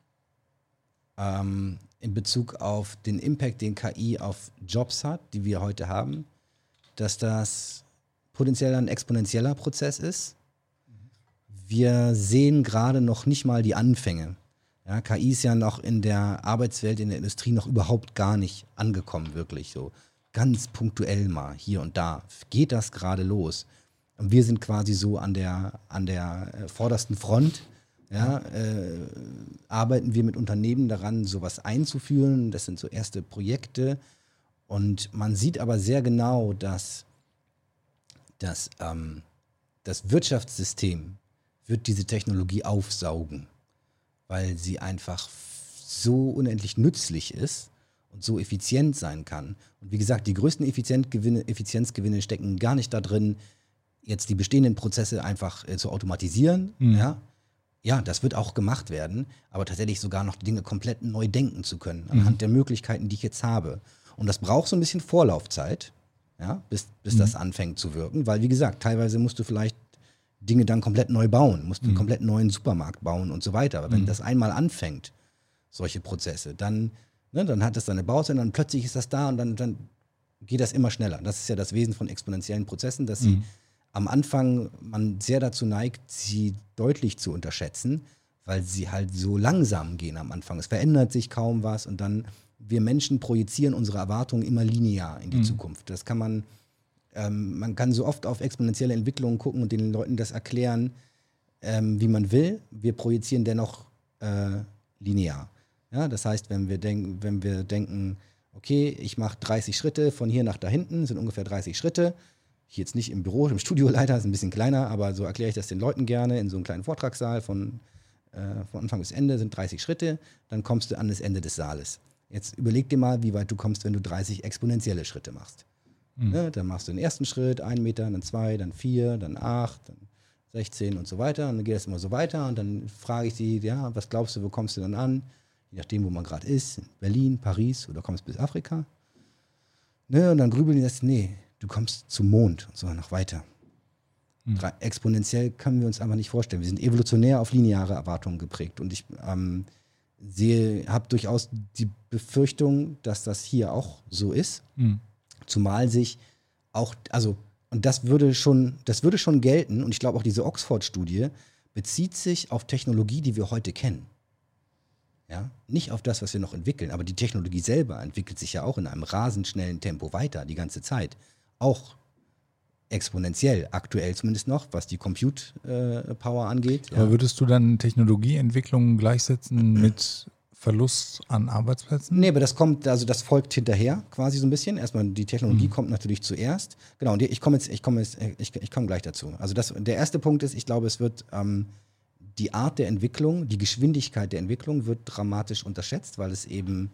Speaker 1: in Bezug auf den Impact, den KI auf Jobs hat, die wir heute haben, dass das potenziell ein exponentieller Prozess ist. Wir sehen gerade noch nicht mal die Anfänge. Ja, KI ist ja noch in der Arbeitswelt, in der Industrie noch überhaupt gar nicht angekommen, wirklich so. Ganz punktuell mal, hier und da, geht das gerade los. Und wir sind quasi so an der vordersten Front, arbeiten wir mit Unternehmen daran, sowas einzuführen. Das sind so erste Projekte. Und man sieht aber sehr genau, dass das Wirtschaftssystem wird diese Technologie aufsaugen, weil sie einfach so unendlich nützlich ist und so effizient sein kann. Und wie gesagt, die größten Effizienzgewinne stecken gar nicht da drin, jetzt die bestehenden Prozesse einfach zu automatisieren. Ja, das wird auch gemacht werden, aber tatsächlich sogar noch Dinge komplett neu denken zu können, anhand der Möglichkeiten, die ich jetzt habe. Und das braucht so ein bisschen Vorlaufzeit, bis das anfängt zu wirken, weil wie gesagt, teilweise musst du vielleicht Dinge dann komplett neu bauen, musst einen komplett neuen Supermarkt bauen und so weiter. Aber wenn das einmal anfängt, solche Prozesse, dann hat das seine Bauzeit und dann plötzlich ist das da und dann geht das immer schneller. Das ist ja das Wesen von exponentiellen Prozessen, dass sie am Anfang man sehr dazu neigt, sie deutlich zu unterschätzen, weil sie halt so langsam gehen am Anfang. Es verändert sich kaum was und dann wir Menschen projizieren unsere Erwartungen immer linear in die Zukunft. Das kann man kann so oft auf exponentielle Entwicklungen gucken und den Leuten das erklären, wie man will. Wir projizieren dennoch linear. Ja, das heißt, wenn wir denken, okay, ich mache 30 Schritte von hier nach da hinten, sind ungefähr 30 Schritte. Hier jetzt nicht im Büro, im Studio leider, ist ein bisschen kleiner, aber so erkläre ich das den Leuten gerne in so einem kleinen Vortragssaal von Anfang bis Ende sind 30 Schritte, dann kommst du an das Ende des Saales. Jetzt überleg dir mal, wie weit du kommst, wenn du 30 exponentielle Schritte machst. Dann machst du den ersten Schritt, 1 Meter, dann 2, dann 4, dann 8, dann 16 und so weiter. Und dann geht das immer so weiter. Und dann frage ich sie, was glaubst du, wo kommst du dann an? Je nachdem, wo man gerade ist, in Berlin, Paris oder kommst bis Afrika. Und dann grübeln die das, du kommst zum Mond und so noch weiter. Exponentiell können wir uns einfach nicht vorstellen. Wir sind evolutionär auf lineare Erwartungen geprägt. Und ich habe durchaus die Befürchtung, dass das hier auch so ist. Zumal sich auch, und das würde schon gelten, und ich glaube auch diese Oxford-Studie bezieht sich auf Technologie, die wir heute kennen. Ja? Nicht auf das, was wir noch entwickeln, aber die Technologie selber entwickelt sich ja auch in einem rasend schnellen Tempo weiter, die ganze Zeit. Auch exponentiell, aktuell zumindest noch, was die Compute-Power angeht.
Speaker 2: Aber würdest du dann Technologieentwicklung gleichsetzen mit Verlust an Arbeitsplätzen?
Speaker 1: Nee, aber das folgt hinterher quasi so ein bisschen. Erstmal, die Technologie kommt natürlich zuerst. Genau, und ich komme gleich dazu. Also der erste Punkt ist, ich glaube, es wird die Art der Entwicklung, die Geschwindigkeit der Entwicklung wird dramatisch unterschätzt, weil es eben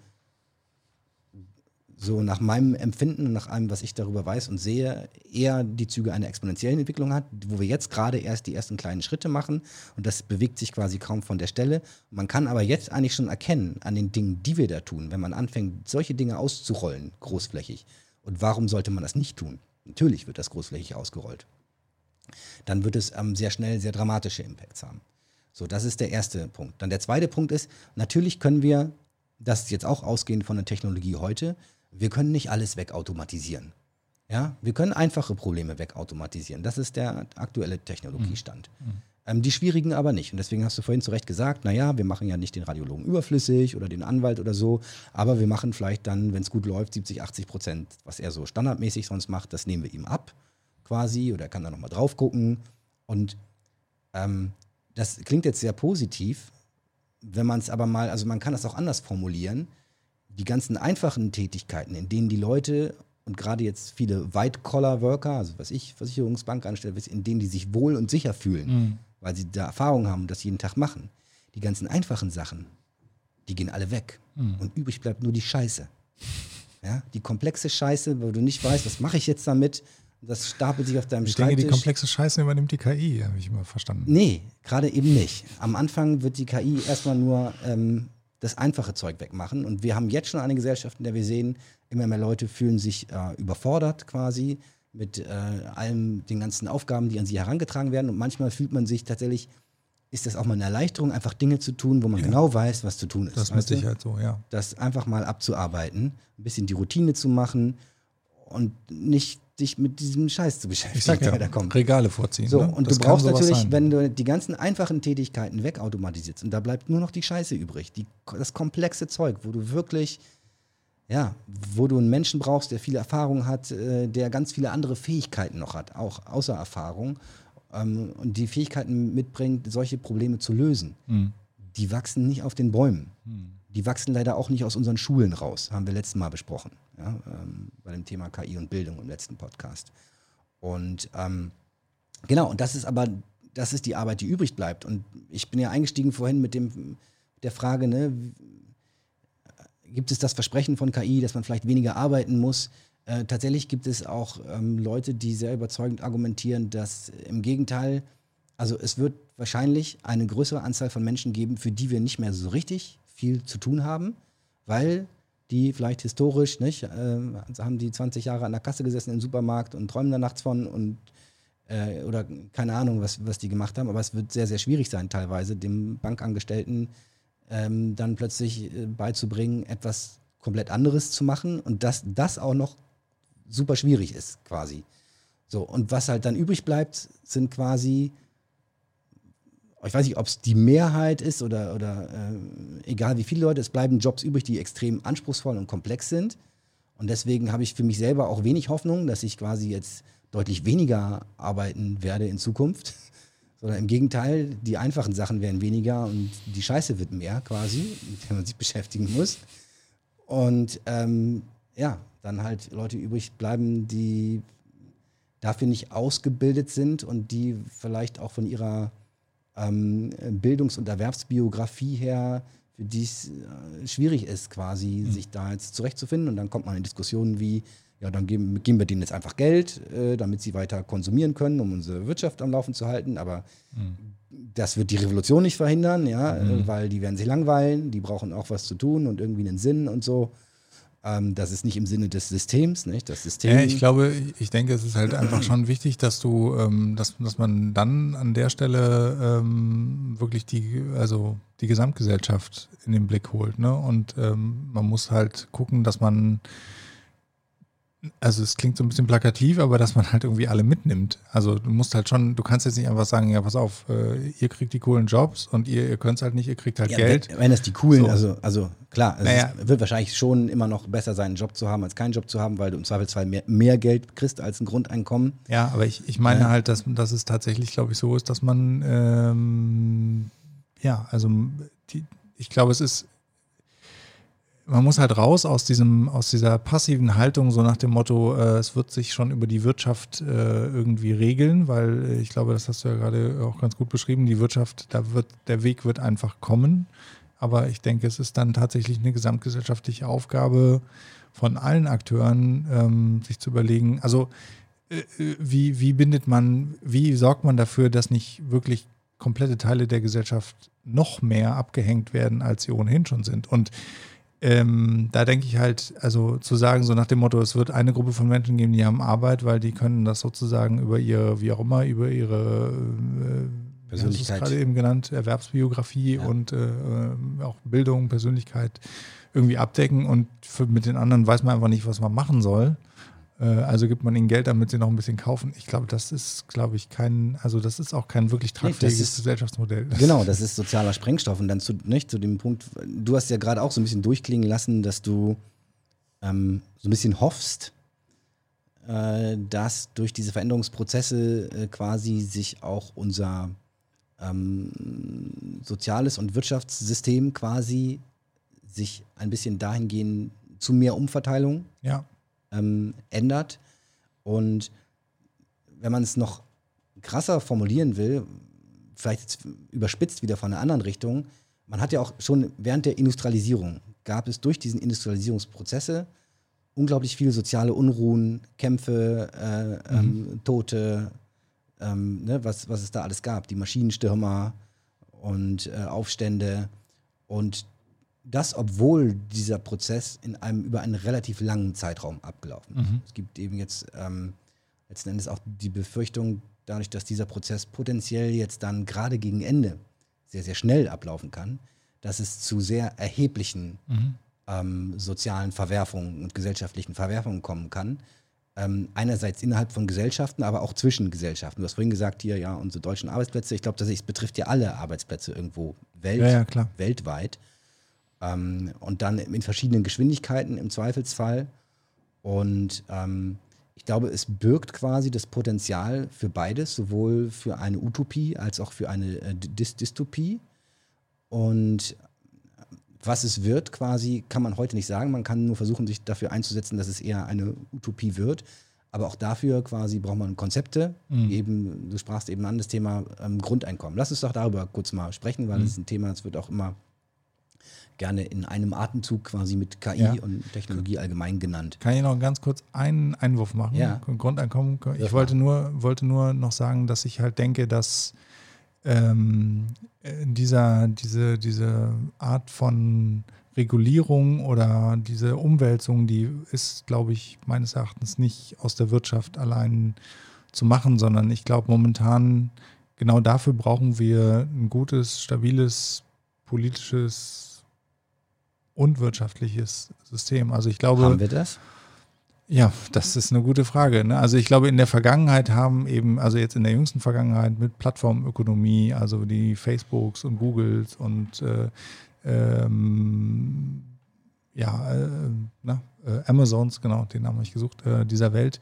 Speaker 1: so nach meinem Empfinden und nach allem, was ich darüber weiß und sehe, eher die Züge einer exponentiellen Entwicklung hat, wo wir jetzt gerade erst die ersten kleinen Schritte machen und das bewegt sich quasi kaum von der Stelle. Man kann aber jetzt eigentlich schon erkennen an den Dingen, die wir da tun, wenn man anfängt, solche Dinge auszurollen, großflächig. Und warum sollte man das nicht tun? Natürlich wird das großflächig ausgerollt. Dann wird es sehr schnell sehr dramatische Impacts haben. So, das ist der erste Punkt. Dann der zweite Punkt ist, natürlich können wir, das ist jetzt auch ausgehend von der Technologie heute, wir können nicht alles wegautomatisieren. Ja? Wir können einfache Probleme wegautomatisieren. Das ist der aktuelle Technologiestand. Die schwierigen aber nicht. Und deswegen hast du vorhin zu Recht gesagt, wir machen ja nicht den Radiologen überflüssig oder den Anwalt oder so, aber wir machen vielleicht dann, wenn es gut läuft, 70-80%, was er so standardmäßig sonst macht, das nehmen wir ihm ab quasi oder er kann da nochmal drauf gucken. Und das klingt jetzt sehr positiv, wenn man es aber mal, also man kann das auch anders formulieren, die ganzen einfachen Tätigkeiten, in denen die Leute und gerade jetzt viele White-Collar-Worker, also Versicherungsbankangestellte, in denen die sich wohl und sicher fühlen, weil sie da Erfahrung haben und das jeden Tag machen. Die ganzen einfachen Sachen, die gehen alle weg. Und übrig bleibt nur die Scheiße. Ja? Die komplexe Scheiße, wo du nicht weißt, was mache ich jetzt damit? Das stapelt sich auf deinem Schreibtisch.
Speaker 2: Ich denke, die komplexe Scheiße übernimmt die KI, habe ich immer verstanden.
Speaker 1: Nee, gerade eben nicht. Am Anfang wird die KI erstmal nur das einfache Zeug wegmachen. Und wir haben jetzt schon eine Gesellschaft, in der wir sehen, immer mehr Leute fühlen sich überfordert quasi mit allem, den ganzen Aufgaben, die an sie herangetragen werden. Und manchmal fühlt man sich tatsächlich, ist das auch mal eine Erleichterung, einfach Dinge zu tun, wo man genau weiß, was zu tun ist.
Speaker 2: Das ist mit Sicherheit so, ja.
Speaker 1: Das einfach mal abzuarbeiten, ein bisschen die Routine zu machen und nicht dich mit diesem Scheiß zu beschäftigen,
Speaker 2: ich sag ja, da kommt. Regale vorziehen.
Speaker 1: So,
Speaker 2: ne?
Speaker 1: Und das du brauchst natürlich, wenn du die ganzen einfachen Tätigkeiten wegautomatisierst und da bleibt nur noch die Scheiße übrig, das komplexe Zeug, wo du wirklich, wo du einen Menschen brauchst, der viele Erfahrung hat, der ganz viele andere Fähigkeiten noch hat, auch außer Erfahrung, und die Fähigkeiten mitbringt, solche Probleme zu lösen. Die wachsen nicht auf den Bäumen. Die wachsen leider auch nicht aus unseren Schulen raus, haben wir letztes Mal besprochen, bei dem Thema KI und Bildung im letzten Podcast. Und genau, und das ist die Arbeit, die übrig bleibt. Und ich bin ja eingestiegen vorhin mit der Frage, ne, gibt es das Versprechen von KI, dass man vielleicht weniger arbeiten muss? Tatsächlich gibt es auch Leute, die sehr überzeugend argumentieren, dass im Gegenteil, also es wird wahrscheinlich eine größere Anzahl von Menschen geben, für die wir nicht mehr so richtig viel zu tun haben, weil die vielleicht historisch, nicht, haben die 20 Jahre an der Kasse gesessen im Supermarkt und träumen da nachts von und oder keine Ahnung, was die gemacht haben, aber es wird sehr, sehr schwierig sein teilweise, dem Bankangestellten dann plötzlich beizubringen, etwas komplett anderes zu machen und das auch noch super schwierig ist quasi. So, und was halt dann übrig bleibt, sind quasi, ich weiß nicht, ob es die Mehrheit ist oder egal wie viele Leute, es bleiben Jobs übrig, die extrem anspruchsvoll und komplex sind. Und deswegen habe ich für mich selber auch wenig Hoffnung, dass ich quasi jetzt deutlich weniger arbeiten werde in Zukunft. Sondern im Gegenteil, die einfachen Sachen werden weniger und die Scheiße wird mehr quasi, mit der man sich beschäftigen muss. Und dann halt Leute übrig bleiben, die dafür nicht ausgebildet sind und die vielleicht auch von ihrer Bildungs- und Erwerbsbiografie her, für die es schwierig ist, quasi sich da jetzt zurechtzufinden. Und dann kommt man in Diskussionen wie, ja, dann geben wir denen jetzt einfach Geld, damit sie weiter konsumieren können, um unsere Wirtschaft am Laufen zu halten. Aber das wird die Revolution nicht verhindern, weil die werden sich langweilen, die brauchen auch was zu tun und irgendwie einen Sinn und so. Das ist nicht im Sinne des Systems, nicht? Das System.
Speaker 2: Ja, ich denke, es ist halt einfach schon wichtig, dass du, dass man dann an der Stelle wirklich die Gesamtgesellschaft in den Blick holt, ne? Und man muss halt gucken, dass man, also es klingt so ein bisschen plakativ, aber dass man halt irgendwie alle mitnimmt. Also du musst halt schon, du kannst jetzt nicht einfach sagen, ja pass auf, ihr kriegt die coolen Jobs und ihr könnt es halt nicht, ihr kriegt halt Geld.
Speaker 1: Wenn es die coolen, so. also klar, es wird wahrscheinlich schon immer noch besser sein, einen Job zu haben, als keinen Job zu haben, weil du im Zweifelsfall mehr Geld kriegst als ein Grundeinkommen.
Speaker 2: Ja, aber ich meine halt, dass es tatsächlich, glaube ich, so ist, dass man, ich glaube, es ist, man muss halt raus aus dieser passiven Haltung, so nach dem Motto, es wird sich schon über die Wirtschaft irgendwie regeln, weil ich glaube, das hast du ja gerade auch ganz gut beschrieben, die Wirtschaft, der Weg wird einfach kommen, aber ich denke, es ist dann tatsächlich eine gesamtgesellschaftliche Aufgabe von allen Akteuren, sich zu überlegen, also wie sorgt man dafür, dass nicht wirklich komplette Teile der Gesellschaft noch mehr abgehängt werden, als sie ohnehin schon sind. Und da denke ich halt, also zu sagen, so nach dem Motto, es wird eine Gruppe von Menschen geben, die haben Arbeit, weil die können das sozusagen über ihre, wie auch immer, über ihre
Speaker 1: Persönlichkeit,
Speaker 2: gerade eben genannt, Erwerbsbiografie und auch Bildung, Persönlichkeit irgendwie abdecken und mit den anderen weiß man einfach nicht, was man machen soll. Also gibt man ihnen Geld, damit sie noch ein bisschen kaufen. Ich glaube, das ist, das ist auch kein wirklich tragfähiges Gesellschaftsmodell.
Speaker 1: Genau, das ist sozialer Sprengstoff. Und dann zu dem Punkt, du hast ja gerade auch so ein bisschen durchklingen lassen, dass du so ein bisschen hoffst, dass durch diese Veränderungsprozesse quasi sich auch unser soziales und Wirtschaftssystem quasi sich ein bisschen dahingehend zu mehr Umverteilung ändert. Und wenn man es noch krasser formulieren will, vielleicht jetzt überspitzt wieder von einer anderen Richtung, man hat ja auch schon während der Industrialisierung, gab es durch diesen Industrialisierungsprozesse unglaublich viele soziale Unruhen, Kämpfe, Tote, was es da alles gab, die Maschinenstürmer und Aufstände. Und das, obwohl dieser Prozess über einen relativ langen Zeitraum abgelaufen ist. Es gibt eben jetzt letzten Endes auch die Befürchtung, dadurch, dass dieser Prozess potenziell jetzt dann gerade gegen Ende sehr, sehr schnell ablaufen kann, dass es zu sehr erheblichen sozialen Verwerfungen und gesellschaftlichen Verwerfungen kommen kann. Einerseits innerhalb von Gesellschaften, aber auch zwischen Gesellschaften. Du hast vorhin gesagt, hier, ja, unsere deutschen Arbeitsplätze, ich glaube, es betrifft ja alle Arbeitsplätze irgendwo weltweit. Und dann in verschiedenen Geschwindigkeiten im Zweifelsfall. Und ich glaube, es birgt quasi das Potenzial für beides, sowohl für eine Utopie als auch für eine Dystopie. Und was es wird quasi, kann man heute nicht sagen. Man kann nur versuchen, sich dafür einzusetzen, dass es eher eine Utopie wird. Aber auch dafür quasi braucht man Konzepte. Eben, du sprachst eben an das Thema Grundeinkommen. Lass uns doch darüber kurz mal sprechen, weil das ist ein Thema, das wird auch immer gerne in einem Atemzug quasi mit KI und Technologie allgemein genannt.
Speaker 2: Kann ich noch ganz kurz einen Einwurf machen?
Speaker 1: Ja.
Speaker 2: Grundeinkommen. Ich wollte nur noch sagen, dass ich halt denke, dass diese Art von Regulierung oder diese Umwälzung, die ist, glaube ich, meines Erachtens nicht aus der Wirtschaft allein zu machen, sondern ich glaube momentan, genau dafür brauchen wir ein gutes, stabiles, politisches und wirtschaftliches System. Also ich glaube,
Speaker 1: haben wir das?
Speaker 2: Ja, das ist eine gute Frage. Ne? Also ich glaube, in der Vergangenheit also jetzt in der jüngsten Vergangenheit mit Plattformökonomie, also die Facebooks und Googles und Amazons, genau, den Namen habe ich gesucht, dieser Welt.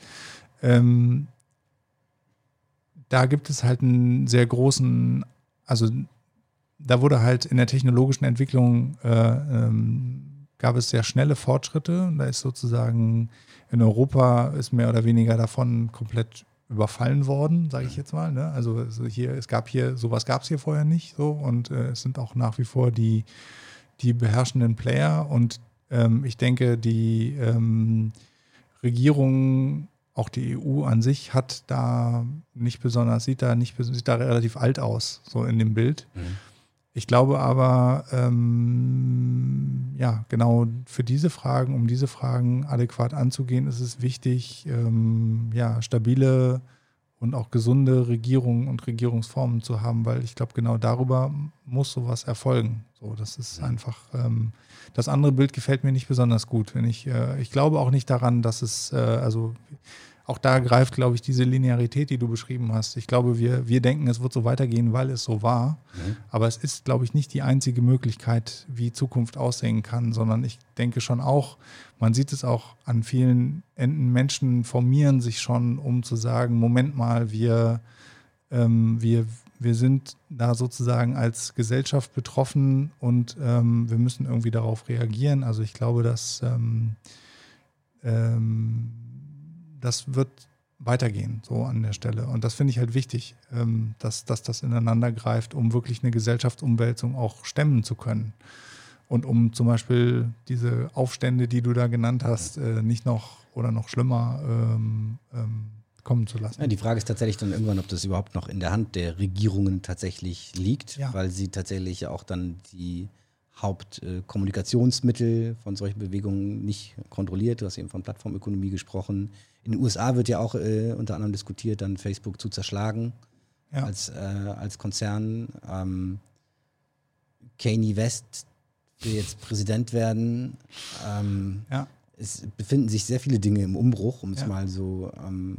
Speaker 2: Da gibt es halt einen sehr großen, also da wurde halt in der technologischen Entwicklung gab es sehr schnelle Fortschritte. Da ist sozusagen in Europa ist mehr oder weniger davon komplett überfallen worden, sage ich jetzt mal. Ne? Also sowas gab es hier vorher nicht so und es sind auch nach wie vor die beherrschenden Player und ich denke, die Regierung, auch die EU an sich, sieht da relativ alt aus, so in dem Bild. Ich glaube aber, genau für diese Fragen, um diese Fragen adäquat anzugehen, ist es wichtig, stabile und auch gesunde Regierungen und Regierungsformen zu haben, weil ich glaube, genau darüber muss sowas erfolgen. So, das ist einfach, das andere Bild gefällt mir nicht besonders gut. Ich glaube auch nicht daran, dass es, auch da greift, glaube ich, diese Linearität, die du beschrieben hast. Ich glaube, wir denken, es wird so weitergehen, weil es so war. Aber es ist, glaube ich, nicht die einzige Möglichkeit, wie Zukunft aussehen kann, sondern ich denke schon auch, man sieht es auch an vielen Enden, Menschen formieren sich schon, um zu sagen, Moment mal, wir sind da sozusagen als Gesellschaft betroffen und wir müssen irgendwie darauf reagieren. Also ich glaube, dass das wird weitergehen, so an der Stelle. Und das finde ich halt wichtig, dass das ineinander greift, um wirklich eine Gesellschaftsumwälzung auch stemmen zu können. Und um zum Beispiel diese Aufstände, die du da genannt hast, nicht noch oder noch schlimmer kommen zu lassen.
Speaker 1: Ja, die Frage ist tatsächlich dann irgendwann, ob das überhaupt noch in der Hand der Regierungen tatsächlich liegt, weil sie tatsächlich auch dann die Hauptkommunikationsmittel von solchen Bewegungen nicht kontrolliert. Du hast eben von Plattformökonomie gesprochen. In den USA wird ja auch unter anderem diskutiert, dann Facebook zu zerschlagen als Konzern. Kanye West will jetzt Präsident werden. Es befinden sich sehr viele Dinge im Umbruch, um es mal so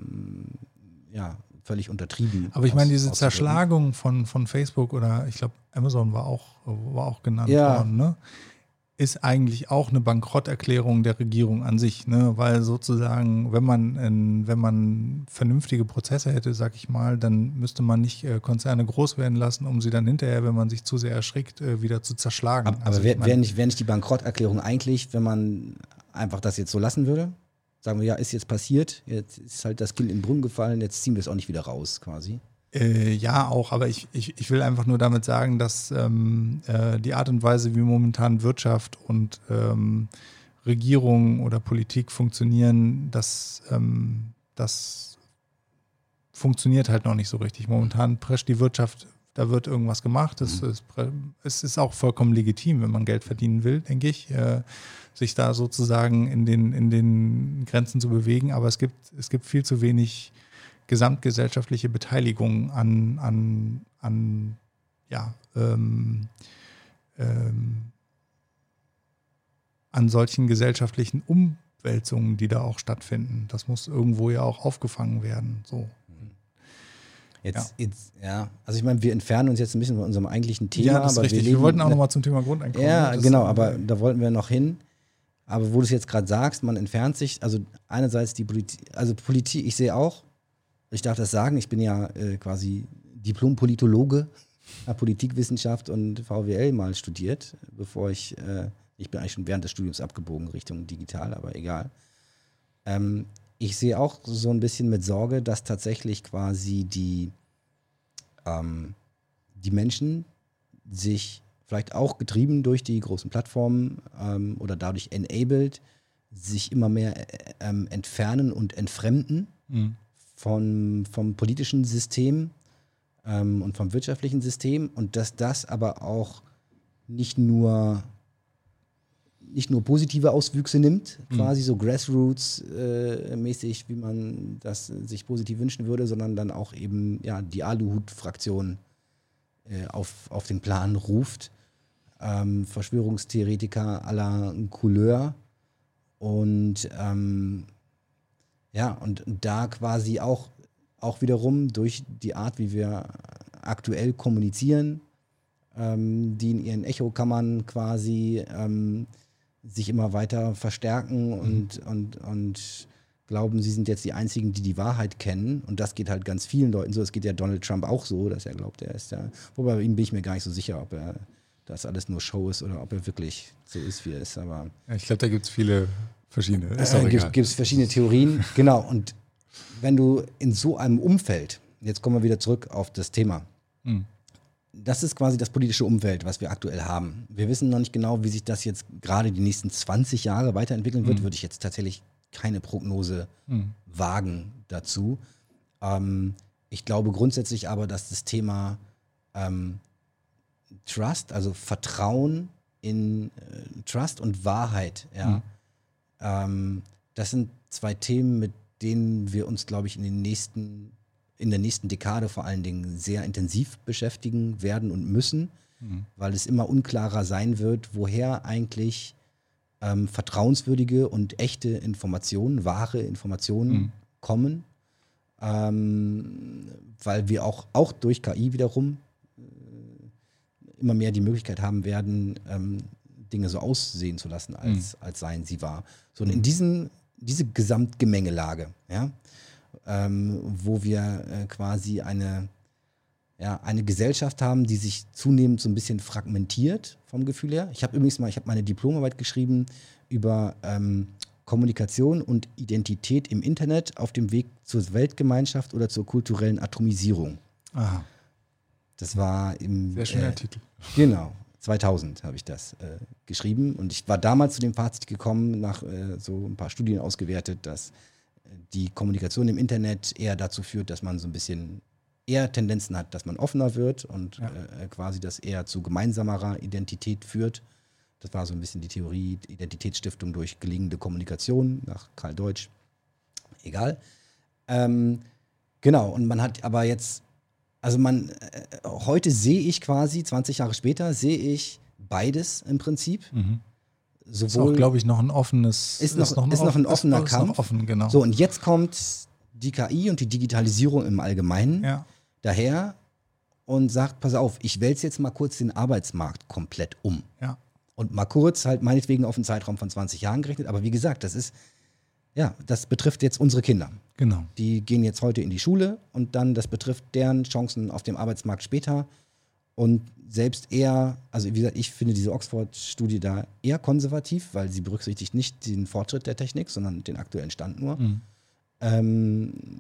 Speaker 1: völlig untertrieben.
Speaker 2: Aber ich meine, diese Zerschlagung von Facebook oder ich glaube Amazon war auch genannt worden, ne? Ist eigentlich auch eine Bankrotterklärung der Regierung an sich, ne? Weil sozusagen, wenn man vernünftige Prozesse hätte, sag ich mal, dann müsste man nicht Konzerne groß werden lassen, um sie dann hinterher, wenn man sich zu sehr erschrickt, wieder zu zerschlagen.
Speaker 1: Aber wäre nicht die Bankrotterklärung eigentlich, wenn man einfach das jetzt so lassen würde? Sagen wir, ja, ist jetzt passiert, jetzt ist halt das Kind in den Brunnen gefallen, jetzt ziehen wir es auch nicht wieder raus, quasi.
Speaker 2: Ja, auch, aber ich will einfach nur damit sagen, dass die Art und Weise, wie momentan Wirtschaft und Regierung oder Politik funktionieren, das funktioniert halt noch nicht so richtig. Momentan prescht die Wirtschaft, da wird irgendwas gemacht. Es ist auch vollkommen legitim, wenn man Geld verdienen will, denke ich, sich da sozusagen in den Grenzen zu bewegen. Aber es gibt viel zu wenig gesamtgesellschaftliche Beteiligung an solchen gesellschaftlichen Umwälzungen, die da auch stattfinden. Das muss irgendwo ja auch aufgefangen werden. So.
Speaker 1: Jetzt, also ich meine, wir entfernen uns jetzt ein bisschen von unserem eigentlichen Thema.
Speaker 2: Ja, das ist richtig. Wir wollten auch nochmal zum Thema Grundeinkommen.
Speaker 1: Ja, genau, aber da wollten wir noch hin. Aber wo du es jetzt gerade sagst, man entfernt sich, also einerseits die Politik, ich sehe auch, ich darf das sagen, ich bin ja quasi Diplom-Politologe, habe Politikwissenschaft und VWL mal studiert, bevor ich bin eigentlich schon während des Studiums abgebogen Richtung digital, aber egal. Ich sehe auch so ein bisschen mit Sorge, dass tatsächlich quasi die Menschen sich vielleicht auch getrieben durch die großen Plattformen oder dadurch enabled, sich immer mehr entfernen und entfremden vom politischen System und vom wirtschaftlichen System und dass das aber auch nicht nur positive Auswüchse nimmt, quasi so Grassroots-mäßig, wie man das sich positiv wünschen würde, sondern dann auch eben die Aluhut-Fraktion auf den Plan ruft. Verschwörungstheoretiker aller Couleur und und da quasi auch wiederum durch die Art, wie wir aktuell kommunizieren, die in ihren Echokammern quasi sich immer weiter verstärken und glauben, sie sind jetzt die Einzigen, die die Wahrheit kennen. Und das geht halt ganz vielen Leuten so. Es geht ja Donald Trump auch so, dass er glaubt, er ist ja. Wobei bei ihm bin ich mir gar nicht so sicher, ob er das alles nur Show ist oder ob er wirklich so ist, wie er ist. Aber
Speaker 2: ja, ich glaube, da gibt es viele verschiedene.
Speaker 1: Gibt es verschiedene Theorien. Genau. Und wenn du in so einem Umfeld, jetzt kommen wir wieder zurück auf das Thema, das ist quasi das politische Umfeld, was wir aktuell haben. Wir wissen noch nicht genau, wie sich das jetzt gerade die nächsten 20 Jahre weiterentwickeln wird. Würde ich jetzt tatsächlich keine Prognose wagen dazu. Ich glaube grundsätzlich aber, dass das Thema Trust, also Vertrauen in Trust und Wahrheit, das sind zwei Themen, mit denen wir uns, glaube ich, in der nächsten Dekade vor allen Dingen sehr intensiv beschäftigen werden und müssen, weil es immer unklarer sein wird, woher eigentlich vertrauenswürdige und echte Informationen, wahre Informationen kommen, weil wir auch durch KI wiederum immer mehr die Möglichkeit haben werden, Dinge so aussehen zu lassen, als seien sie wahr. So, und in diese Gesamtgemengelage, wo wir quasi eine Gesellschaft haben, die sich zunehmend so ein bisschen fragmentiert vom Gefühl her. Ich habe meine Diplomarbeit geschrieben über Kommunikation und Identität im Internet auf dem Weg zur Weltgemeinschaft oder zur kulturellen Atomisierung.
Speaker 2: Aha.
Speaker 1: Das war im
Speaker 2: sehr schöner Titel.
Speaker 1: Genau, 2000 habe ich das geschrieben und ich war damals zu dem Fazit gekommen, nach so ein paar Studien ausgewertet, dass die Kommunikation im Internet eher dazu führt, dass man so ein bisschen eher Tendenzen hat, dass man offener wird und quasi das eher zu gemeinsamerer Identität führt. Das war so ein bisschen die Theorie Identitätsstiftung durch gelingende Kommunikation nach Karl Deutsch. Egal. Genau, und man hat aber jetzt, heute sehe ich quasi, 20 Jahre später, sehe ich beides im Prinzip.
Speaker 2: Sowohl, ist auch, glaube ich, noch ein offenes...
Speaker 1: Ist noch ein offener Kampf.
Speaker 2: Noch offen, genau.
Speaker 1: So, und jetzt kommt die KI und die Digitalisierung im Allgemeinen daher und sagt, pass auf, ich wälze jetzt mal kurz den Arbeitsmarkt komplett um.
Speaker 2: Ja.
Speaker 1: Und mal kurz halt meinetwegen auf einen Zeitraum von 20 Jahren gerechnet. Aber wie gesagt, das betrifft jetzt unsere Kinder.
Speaker 2: Genau.
Speaker 1: Die gehen jetzt heute in die Schule und dann, das betrifft deren Chancen auf dem Arbeitsmarkt später. Und selbst eher, also wie gesagt, ich finde diese Oxford-Studie da eher konservativ, weil sie berücksichtigt nicht den Fortschritt der Technik, sondern den aktuellen Stand nur.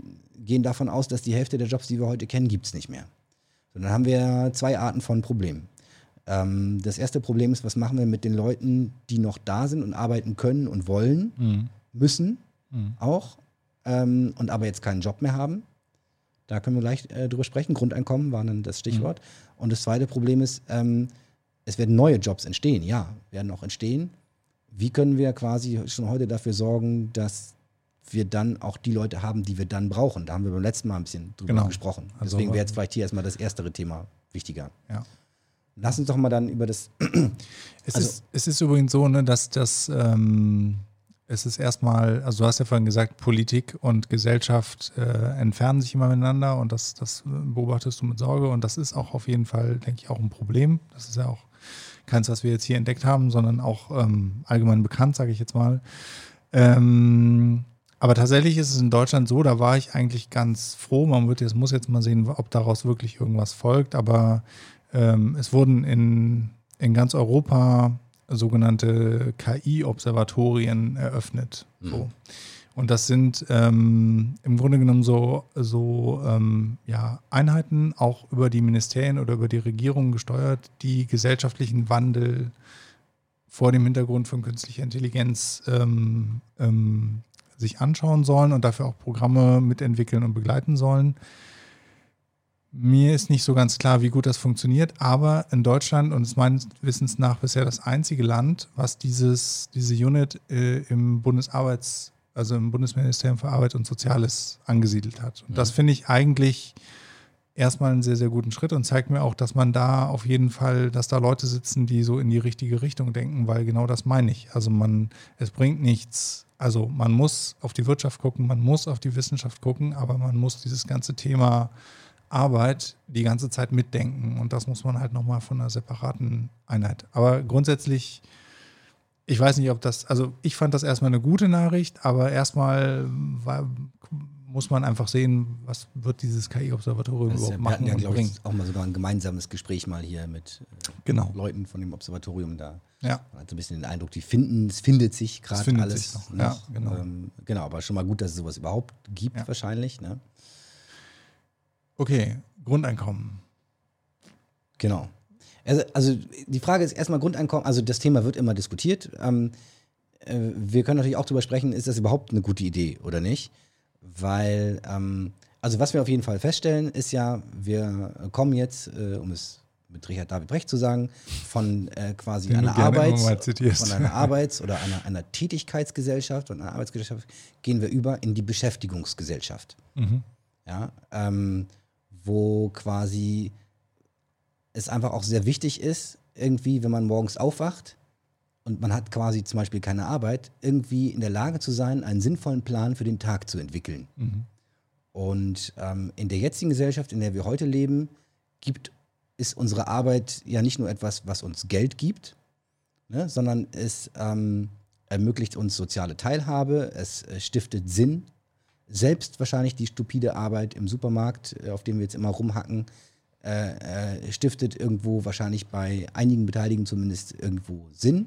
Speaker 1: gehen davon aus, dass die Hälfte der Jobs, die wir heute kennen, gibt es nicht mehr. So, dann haben wir 2 Arten von Problemen. Das erste Problem ist, was machen wir mit den Leuten, die noch da sind und arbeiten können und wollen, müssen auch, und aber jetzt keinen Job mehr haben. Da können wir gleich drüber sprechen. Grundeinkommen war dann das Stichwort. Und das zweite Problem ist, es werden neue Jobs entstehen. Ja, werden auch entstehen. Wie können wir quasi schon heute dafür sorgen, dass wir dann auch die Leute haben, die wir dann brauchen? Da haben wir beim letzten Mal ein bisschen drüber gesprochen. Deswegen wäre jetzt vielleicht hier erstmal das erstere Thema wichtiger.
Speaker 2: Ja.
Speaker 1: Lass uns doch mal dann über das...
Speaker 2: Es ist übrigens so, ne, dass das... es ist erstmal, also du hast ja vorhin gesagt, Politik und Gesellschaft entfernen sich immer miteinander und das beobachtest du mit Sorge und das ist auch auf jeden Fall, denke ich, auch ein Problem. Das ist ja auch keins, was wir jetzt hier entdeckt haben, sondern auch allgemein bekannt, sage ich jetzt mal. Aber tatsächlich ist es in Deutschland so, da war ich eigentlich ganz froh. Muss jetzt mal sehen, ob daraus wirklich irgendwas folgt, aber es wurden in ganz Europa sogenannte KI-Observatorien eröffnet. So. Und das sind im Grunde genommen so Einheiten, auch über die Ministerien oder über die Regierung gesteuert, die gesellschaftlichen Wandel vor dem Hintergrund von künstlicher Intelligenz sich anschauen sollen und dafür auch Programme mitentwickeln und begleiten sollen. Mir ist nicht so ganz klar, wie gut das funktioniert, aber in Deutschland und ist meines Wissens nach bisher das einzige Land, was diese Unit im Bundesministerium für Arbeit und Soziales angesiedelt hat. Und das finde ich eigentlich erstmal einen sehr, sehr guten Schritt und zeigt mir auch, dass man da auf jeden Fall, dass da Leute sitzen, die so in die richtige Richtung denken, weil genau das meine ich. Also es bringt nichts, also man muss auf die Wirtschaft gucken, man muss auf die Wissenschaft gucken, aber man muss dieses ganze Thema Arbeit die ganze Zeit mitdenken und das muss man halt nochmal von einer separaten Einheit. Aber grundsätzlich, ich weiß nicht, ob das, also ich fand das erstmal eine gute Nachricht, aber erstmal muss man einfach sehen, was wird dieses KI-Observatorium überhaupt machen und bringen.
Speaker 1: Auch mal sogar ein gemeinsames Gespräch mal hier mit Leuten von dem Observatorium da.
Speaker 2: Ja.
Speaker 1: Man hat so ein bisschen den Eindruck, es findet sich gerade alles.
Speaker 2: Sich noch. Ja, genau.
Speaker 1: Genau, aber schon mal gut, dass es sowas überhaupt gibt wahrscheinlich, ne?
Speaker 2: Okay, Grundeinkommen.
Speaker 1: Genau. Also die Frage ist erstmal Grundeinkommen, also das Thema wird immer diskutiert. Wir können natürlich auch darüber sprechen, ist das überhaupt eine gute Idee oder nicht? Weil, also was wir auf jeden Fall feststellen, ist ja, wir kommen jetzt, um es mit Richard David Brecht zu sagen, von quasi einer Arbeits- oder einer Tätigkeitsgesellschaft und einer Arbeitsgesellschaft gehen wir über in die Beschäftigungsgesellschaft. Ja, wo quasi es einfach auch sehr wichtig ist, irgendwie, wenn man morgens aufwacht und man hat quasi zum Beispiel keine Arbeit, irgendwie in der Lage zu sein, einen sinnvollen Plan für den Tag zu entwickeln. Und in der jetzigen Gesellschaft, in der wir heute leben, ist unsere Arbeit ja nicht nur etwas, was uns Geld gibt, ne, sondern es ermöglicht uns soziale Teilhabe, es stiftet Sinn. Selbst wahrscheinlich die stupide Arbeit im Supermarkt, auf dem wir jetzt immer rumhacken, stiftet irgendwo wahrscheinlich bei einigen Beteiligten zumindest irgendwo Sinn.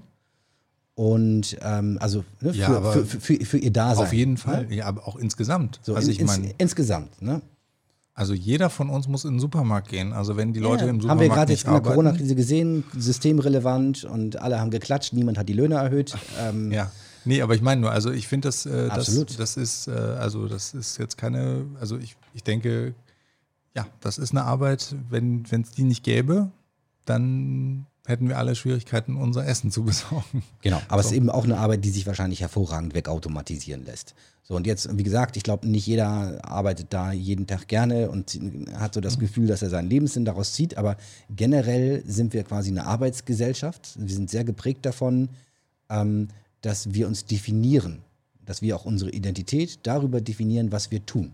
Speaker 1: Und also ne, für ihr Dasein.
Speaker 2: Auf jeden Fall,
Speaker 1: ne?
Speaker 2: Ja, aber auch insgesamt.
Speaker 1: So, also insgesamt, ne?
Speaker 2: Also jeder von uns muss in den Supermarkt gehen. Also wenn die Leute im Supermarkt
Speaker 1: haben wir gerade jetzt in der
Speaker 2: arbeiten,
Speaker 1: Corona-Krise gesehen, systemrelevant und alle haben geklatscht, niemand hat die Löhne erhöht.
Speaker 2: Ja. Nee, aber ich meine nur, also ich finde, das ist jetzt keine, also ich denke, ja, das ist eine Arbeit, wenn es die nicht gäbe, dann hätten wir alle Schwierigkeiten, unser Essen zu besorgen.
Speaker 1: Genau, aber es ist eben auch eine Arbeit, die sich wahrscheinlich hervorragend wegautomatisieren lässt. So, und jetzt, wie gesagt, ich glaube, nicht jeder arbeitet da jeden Tag gerne und hat so das Gefühl, dass er seinen Lebenssinn daraus zieht, aber generell sind wir quasi eine Arbeitsgesellschaft. Wir sind sehr geprägt davon, dass wir uns definieren, dass wir auch unsere Identität darüber definieren, was wir tun.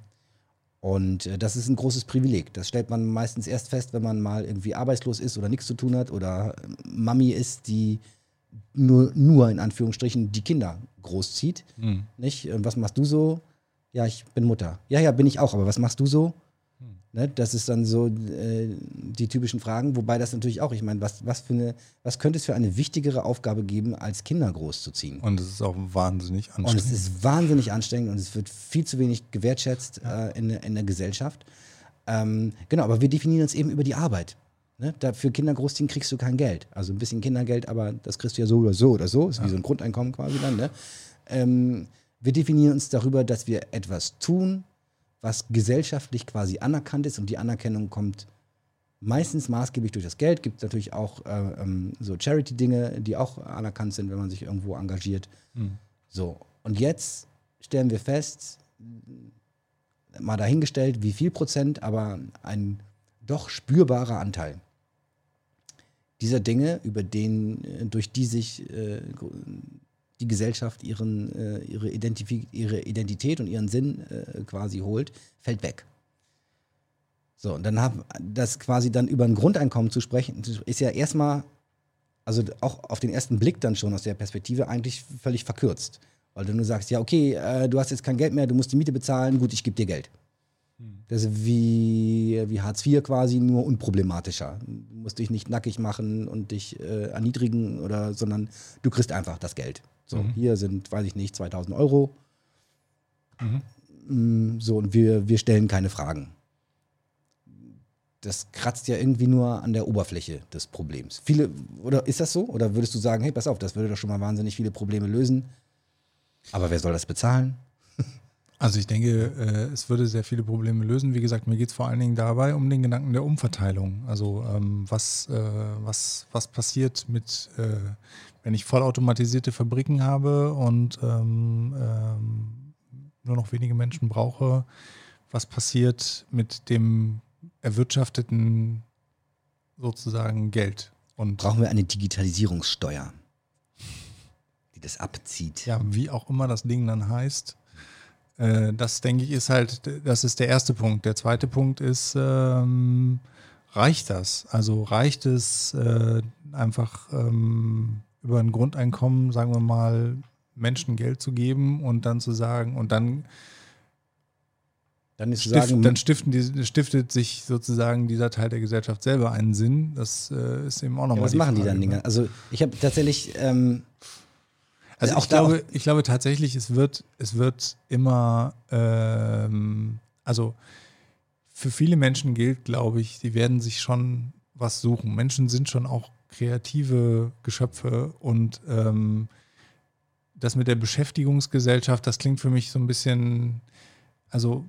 Speaker 1: Und das ist ein großes Privileg. Das stellt man meistens erst fest, wenn man mal irgendwie arbeitslos ist oder nichts zu tun hat oder Mami ist, die nur in Anführungsstrichen die Kinder großzieht. Nicht? Und was machst du so? Ja, ich bin Mutter. Ja, bin ich auch, aber was machst du so? Ne? Das ist dann so die typischen Fragen, wobei das natürlich auch, ich meine, was könnte es für eine wichtigere Aufgabe geben, als Kinder großzuziehen?
Speaker 2: Und es ist auch wahnsinnig anstrengend.
Speaker 1: Und es ist wahnsinnig anstrengend und es wird viel zu wenig gewertschätzt in der Gesellschaft. Genau, aber wir definieren uns eben über die Arbeit. Ne? Für Kinder großziehen kriegst du kein Geld. Also ein bisschen Kindergeld, aber das kriegst du ja so oder so oder so. Ist wie so ein Grundeinkommen quasi dann. Ne? Wir definieren uns darüber, dass wir etwas tun, was gesellschaftlich quasi anerkannt ist, und die Anerkennung kommt meistens maßgeblich durch das Geld. Gibt natürlich auch so Charity-Dinge, die auch anerkannt sind, wenn man sich irgendwo engagiert. So, und jetzt stellen wir fest, mal dahingestellt, wie viel Prozent, aber ein doch spürbarer Anteil dieser Dinge, durch die sich die Gesellschaft ihre Identität und ihren Sinn quasi holt, fällt weg. So, und dann das quasi dann über ein Grundeinkommen zu sprechen, ist ja erstmal, also auch auf den ersten Blick dann schon aus der Perspektive eigentlich völlig verkürzt. Weil du nur sagst, ja okay, du hast jetzt kein Geld mehr, du musst die Miete bezahlen, gut, ich gebe dir Geld. Das ist wie Hartz IV quasi, nur unproblematischer. Du musst dich nicht nackig machen und dich erniedrigen, sondern du kriegst einfach das Geld. So, hier sind, weiß ich nicht, 2.000 €. So, und wir stellen keine Fragen. Das kratzt ja irgendwie nur an der Oberfläche des Problems. Oder ist das so? Oder würdest du sagen, hey, pass auf, das würde doch schon mal wahnsinnig viele Probleme lösen. Aber wer soll das bezahlen?
Speaker 2: Also ich denke, es würde sehr viele Probleme lösen. Wie gesagt, mir geht es vor allen Dingen dabei um den Gedanken der Umverteilung. Also was passiert mit, wenn ich vollautomatisierte Fabriken habe und nur noch wenige Menschen brauche, was passiert mit dem erwirtschafteten sozusagen Geld? Und
Speaker 1: brauchen wir eine Digitalisierungssteuer, die das abzieht?
Speaker 2: Ja, wie auch immer das Ding dann heißt. Das, denke ich, das ist der erste Punkt. Der zweite Punkt ist, reicht das? Also reicht es einfach über ein Grundeinkommen, sagen wir mal, Menschen Geld zu geben und dann zu sagen, und dann stiftet sich sozusagen dieser Teil der Gesellschaft selber einen Sinn. Das ist eben auch nochmal
Speaker 1: was machen die dann, Dinger? Also ich habe tatsächlich
Speaker 2: also ich glaube tatsächlich, es wird immer, also für viele Menschen gilt, glaube ich, sie werden sich schon was suchen. Menschen sind schon auch kreative Geschöpfe, und das mit der Beschäftigungsgesellschaft, das klingt für mich so ein bisschen, also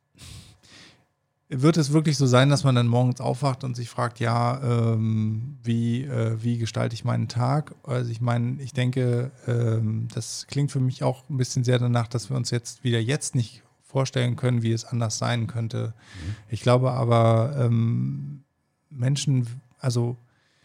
Speaker 2: wird es wirklich so sein, dass man dann morgens aufwacht und sich fragt, ja, wie gestalte ich meinen Tag? Also ich meine, ich denke, das klingt für mich auch ein bisschen sehr danach, dass wir uns jetzt nicht vorstellen können, wie es anders sein könnte. Ich glaube aber, Menschen, also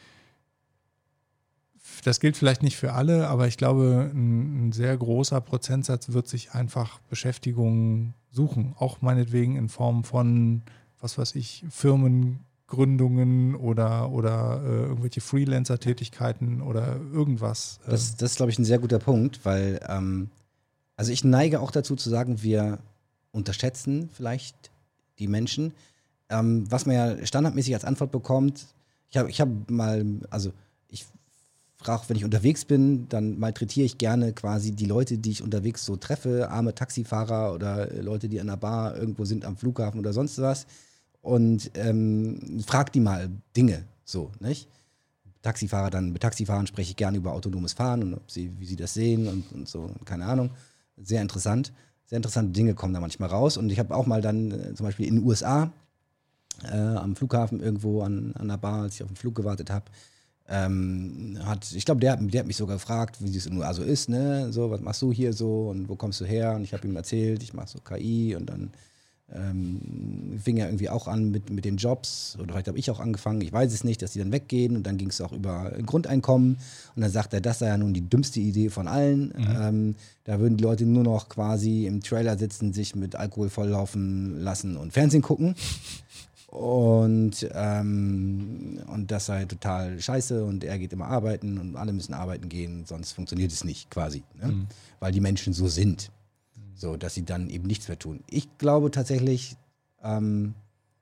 Speaker 2: das gilt vielleicht nicht für alle, aber ich glaube, ein sehr großer Prozentsatz wird sich einfach Beschäftigung suchen. Auch meinetwegen in Form von, was weiß ich, Firmengründungen oder irgendwelche Freelancer-Tätigkeiten oder irgendwas.
Speaker 1: Das ist, glaube ich, ein sehr guter Punkt, weil also ich neige auch dazu zu sagen, wir unterschätzen vielleicht die Menschen. Was man ja standardmäßig als Antwort bekommt, ich habe mal, also ich frage, wenn ich unterwegs bin, dann malträtiere ich gerne quasi die Leute, die ich unterwegs so treffe, arme Taxifahrer oder Leute, die an der Bar irgendwo sind am Flughafen oder sonst was, und frag die mal Dinge, so, nicht? Mit Taxifahrern spreche ich gerne über autonomes Fahren und wie sie das sehen und so, keine Ahnung. Sehr interessant. Sehr interessante Dinge kommen da manchmal raus, und ich habe auch mal dann zum Beispiel in den USA am Flughafen irgendwo an der Bar, als ich auf den Flug gewartet habe, ich glaube, der hat mich sogar gefragt, wie es in den USA so ist, ne? So, was machst du hier so und wo kommst du her? Und ich habe ihm erzählt, ich mache so KI, und dann fing er irgendwie auch an mit den Jobs, oder vielleicht habe ich auch angefangen, ich weiß es nicht, dass die dann weggehen, und dann ging es auch über ein Grundeinkommen, und dann sagt er, das sei ja nun die dümmste Idee von allen. Da würden die Leute nur noch quasi im Trailer sitzen, sich mit Alkohol volllaufen lassen und Fernsehen gucken. Und das sei total scheiße, und er geht immer arbeiten und alle müssen arbeiten gehen, sonst funktioniert es nicht quasi, ne? Weil die Menschen so sind, so dass sie dann eben nichts mehr tun. Ich glaube tatsächlich,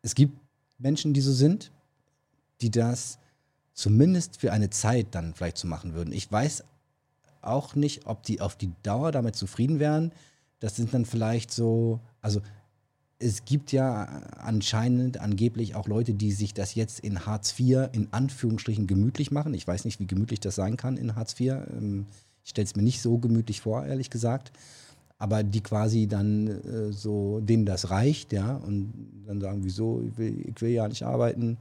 Speaker 1: es gibt Menschen, die so sind, die das zumindest für eine Zeit dann vielleicht so machen würden. Ich weiß auch nicht, ob die auf die Dauer damit zufrieden wären. Das sind dann vielleicht so, also es gibt ja angeblich auch Leute, die sich das jetzt in Hartz IV in Anführungsstrichen gemütlich machen. Ich weiß nicht, wie gemütlich das sein kann in Hartz IV. Ich stelle es mir nicht so gemütlich vor, ehrlich gesagt. Aber die quasi dann denen das reicht, ja, und dann sagen, wieso, ich will ja nicht arbeiten.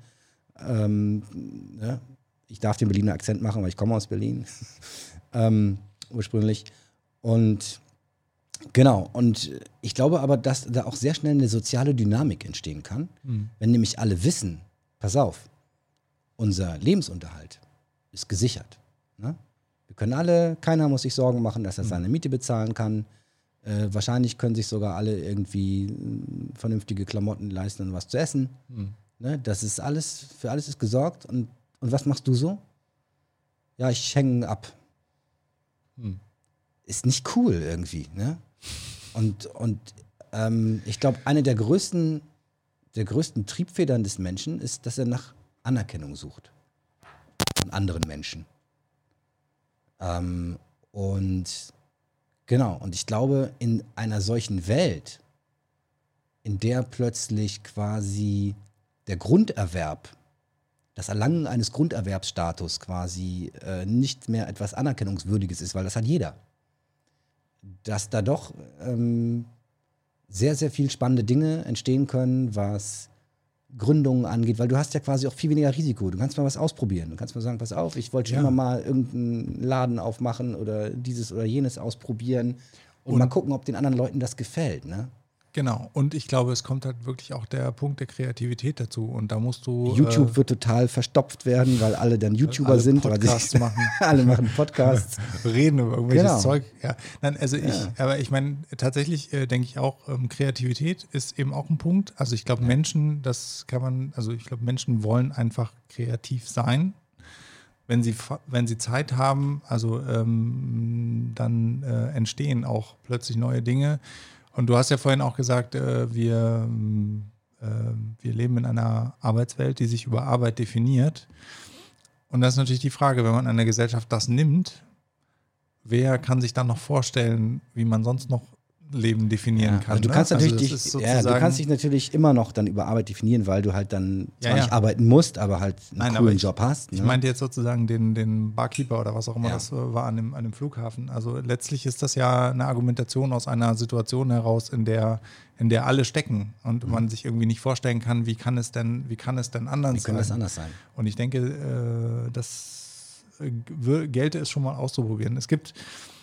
Speaker 1: Ich darf den Berliner Akzent machen, weil ich komme aus Berlin. Ursprünglich. Und genau, und ich glaube aber, dass da auch sehr schnell eine soziale Dynamik entstehen kann, wenn nämlich alle wissen, pass auf, unser Lebensunterhalt ist gesichert. Ne? Wir können alle, keiner muss sich Sorgen machen, dass er seine Miete bezahlen kann. Wahrscheinlich können sich sogar alle irgendwie vernünftige Klamotten leisten und was zu essen. Ne? Das ist alles, für alles ist gesorgt. Und was machst du so? Ja, ich hänge ab. Ist nicht cool irgendwie, ne? Und ich glaube, eine der größten Triebfedern des Menschen ist, dass er nach Anerkennung sucht von anderen Menschen. Und genau, und ich glaube, in einer solchen Welt, in der plötzlich quasi der Grunderwerb, das Erlangen eines Grunderwerbsstatus quasi nicht mehr etwas Anerkennungswürdiges ist, weil das hat jeder. Dass da doch sehr, sehr viel spannende Dinge entstehen können, was Gründungen angeht, weil du hast ja quasi auch viel weniger Risiko. Du kannst mal was ausprobieren. Du kannst mal sagen, pass auf, ich wollte schon immer mal irgendeinen Laden aufmachen oder dieses oder jenes ausprobieren und mal gucken, ob den anderen Leuten das gefällt, ne?
Speaker 2: Genau, und ich glaube, es kommt halt wirklich auch der Punkt der Kreativität dazu und da musst du...
Speaker 1: YouTube wird total verstopft werden, weil alle dann YouTuber
Speaker 2: alle
Speaker 1: sind.
Speaker 2: Podcasts machen.
Speaker 1: Alle machen Podcasts.
Speaker 2: Reden über irgendwelches Zeug. Ja. Nein, also aber ich meine, tatsächlich denke ich auch, Kreativität ist eben auch ein Punkt. Also ich glaube, Menschen, Menschen wollen einfach kreativ sein. Wenn sie Zeit haben, also dann entstehen auch plötzlich neue Dinge. Und du hast ja vorhin auch gesagt, wir leben in einer Arbeitswelt, die sich über Arbeit definiert. Und das ist natürlich die Frage, wenn man in einer Gesellschaft das nimmt, wer kann sich dann noch vorstellen, wie man sonst noch Leben definieren kann?
Speaker 1: Also du kannst natürlich du kannst dich natürlich immer noch dann über Arbeit definieren, weil du halt dann zwar nicht arbeiten musst, aber halt einen coolen Job hast. Ne?
Speaker 2: Ich meinte jetzt sozusagen den Barkeeper oder was auch immer das war an dem Flughafen. Also letztlich ist das ja eine Argumentation aus einer Situation heraus, in der alle stecken und man sich irgendwie nicht vorstellen kann, wie kann es denn anders sein?
Speaker 1: Wie könnte das anders sein?
Speaker 2: Und ich denke, das gelte es schon mal auszuprobieren. Es gibt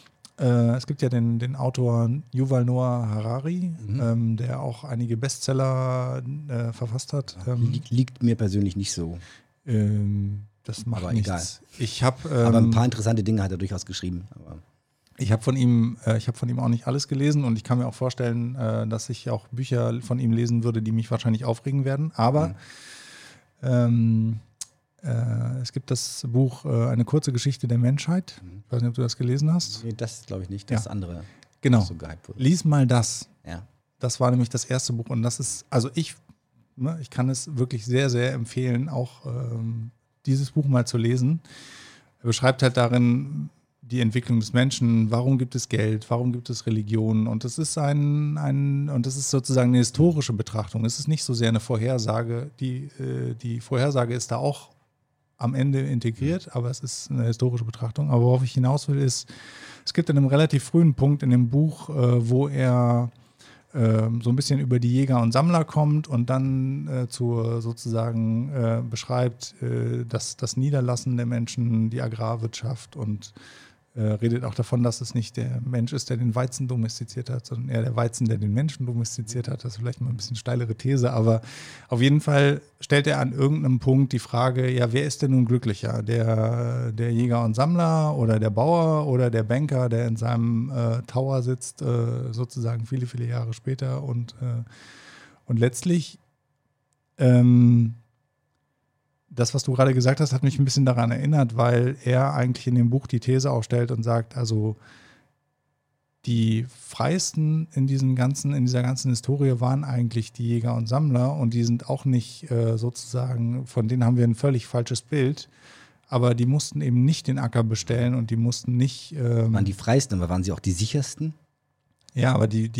Speaker 2: ja den Autor Yuval Noah Harari, der auch einige Bestseller verfasst hat.
Speaker 1: Liegt mir persönlich nicht so.
Speaker 2: Das macht
Speaker 1: aber
Speaker 2: nichts.
Speaker 1: Egal. Aber ein paar interessante Dinge hat er durchaus geschrieben. Aber
Speaker 2: ich habe von ihm auch nicht alles gelesen und ich kann mir auch vorstellen, dass ich auch Bücher von ihm lesen würde, die mich wahrscheinlich aufregen werden. Aber es gibt das Buch Eine kurze Geschichte der Menschheit. Ich weiß nicht, ob du das gelesen hast.
Speaker 1: Nee, das glaube ich nicht. Das andere.
Speaker 2: Genau.
Speaker 1: So gehypt wurde.
Speaker 2: Lies mal das.
Speaker 1: Ja.
Speaker 2: Das war nämlich das erste Buch. Und das ist, also ich kann es wirklich sehr, sehr empfehlen, auch dieses Buch mal zu lesen. Er beschreibt halt darin die Entwicklung des Menschen. Warum gibt es Geld? Warum gibt es Religion? Und das ist und das ist sozusagen eine historische Betrachtung. Es ist nicht so sehr eine Vorhersage. Die Vorhersage ist da auch am Ende integriert, aber es ist eine historische Betrachtung. Aber worauf ich hinaus will, ist, es gibt an einem relativ frühen Punkt in dem Buch, wo er so ein bisschen über die Jäger und Sammler kommt und dann beschreibt, das Niederlassen der Menschen, die Agrarwirtschaft und redet auch davon, dass es nicht der Mensch ist, der den Weizen domestiziert hat, sondern eher der Weizen, der den Menschen domestiziert hat. Das ist vielleicht mal ein bisschen steilere These, aber auf jeden Fall stellt er an irgendeinem Punkt die Frage, ja, wer ist denn nun glücklicher? Der Jäger und Sammler oder der Bauer oder der Banker, der in seinem Tower sitzt, sozusagen viele, viele Jahre später und letztlich das, was du gerade gesagt hast, hat mich ein bisschen daran erinnert, weil er eigentlich in dem Buch die These aufstellt und sagt, also die freiesten in dieser ganzen Historie waren eigentlich die Jäger und Sammler und die sind auch nicht sozusagen, von denen haben wir ein völlig falsches Bild, aber die mussten eben nicht den Acker bestellen und die mussten nicht…
Speaker 1: waren die freiesten, aber waren sie auch die sichersten?
Speaker 2: Ja, aber der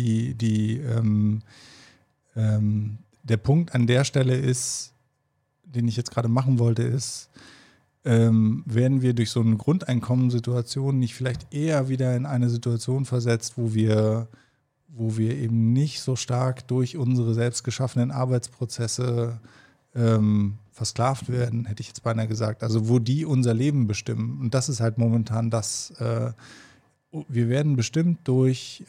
Speaker 2: Punkt an der Stelle ist, den ich jetzt gerade machen wollte, ist, werden wir durch so eine Grundeinkommenssituation nicht vielleicht eher wieder in eine Situation versetzt, wo wir eben nicht so stark durch unsere selbst geschaffenen Arbeitsprozesse versklavt werden, hätte ich jetzt beinahe gesagt. Also wo die unser Leben bestimmen. Und das ist halt momentan das, wir werden bestimmt durch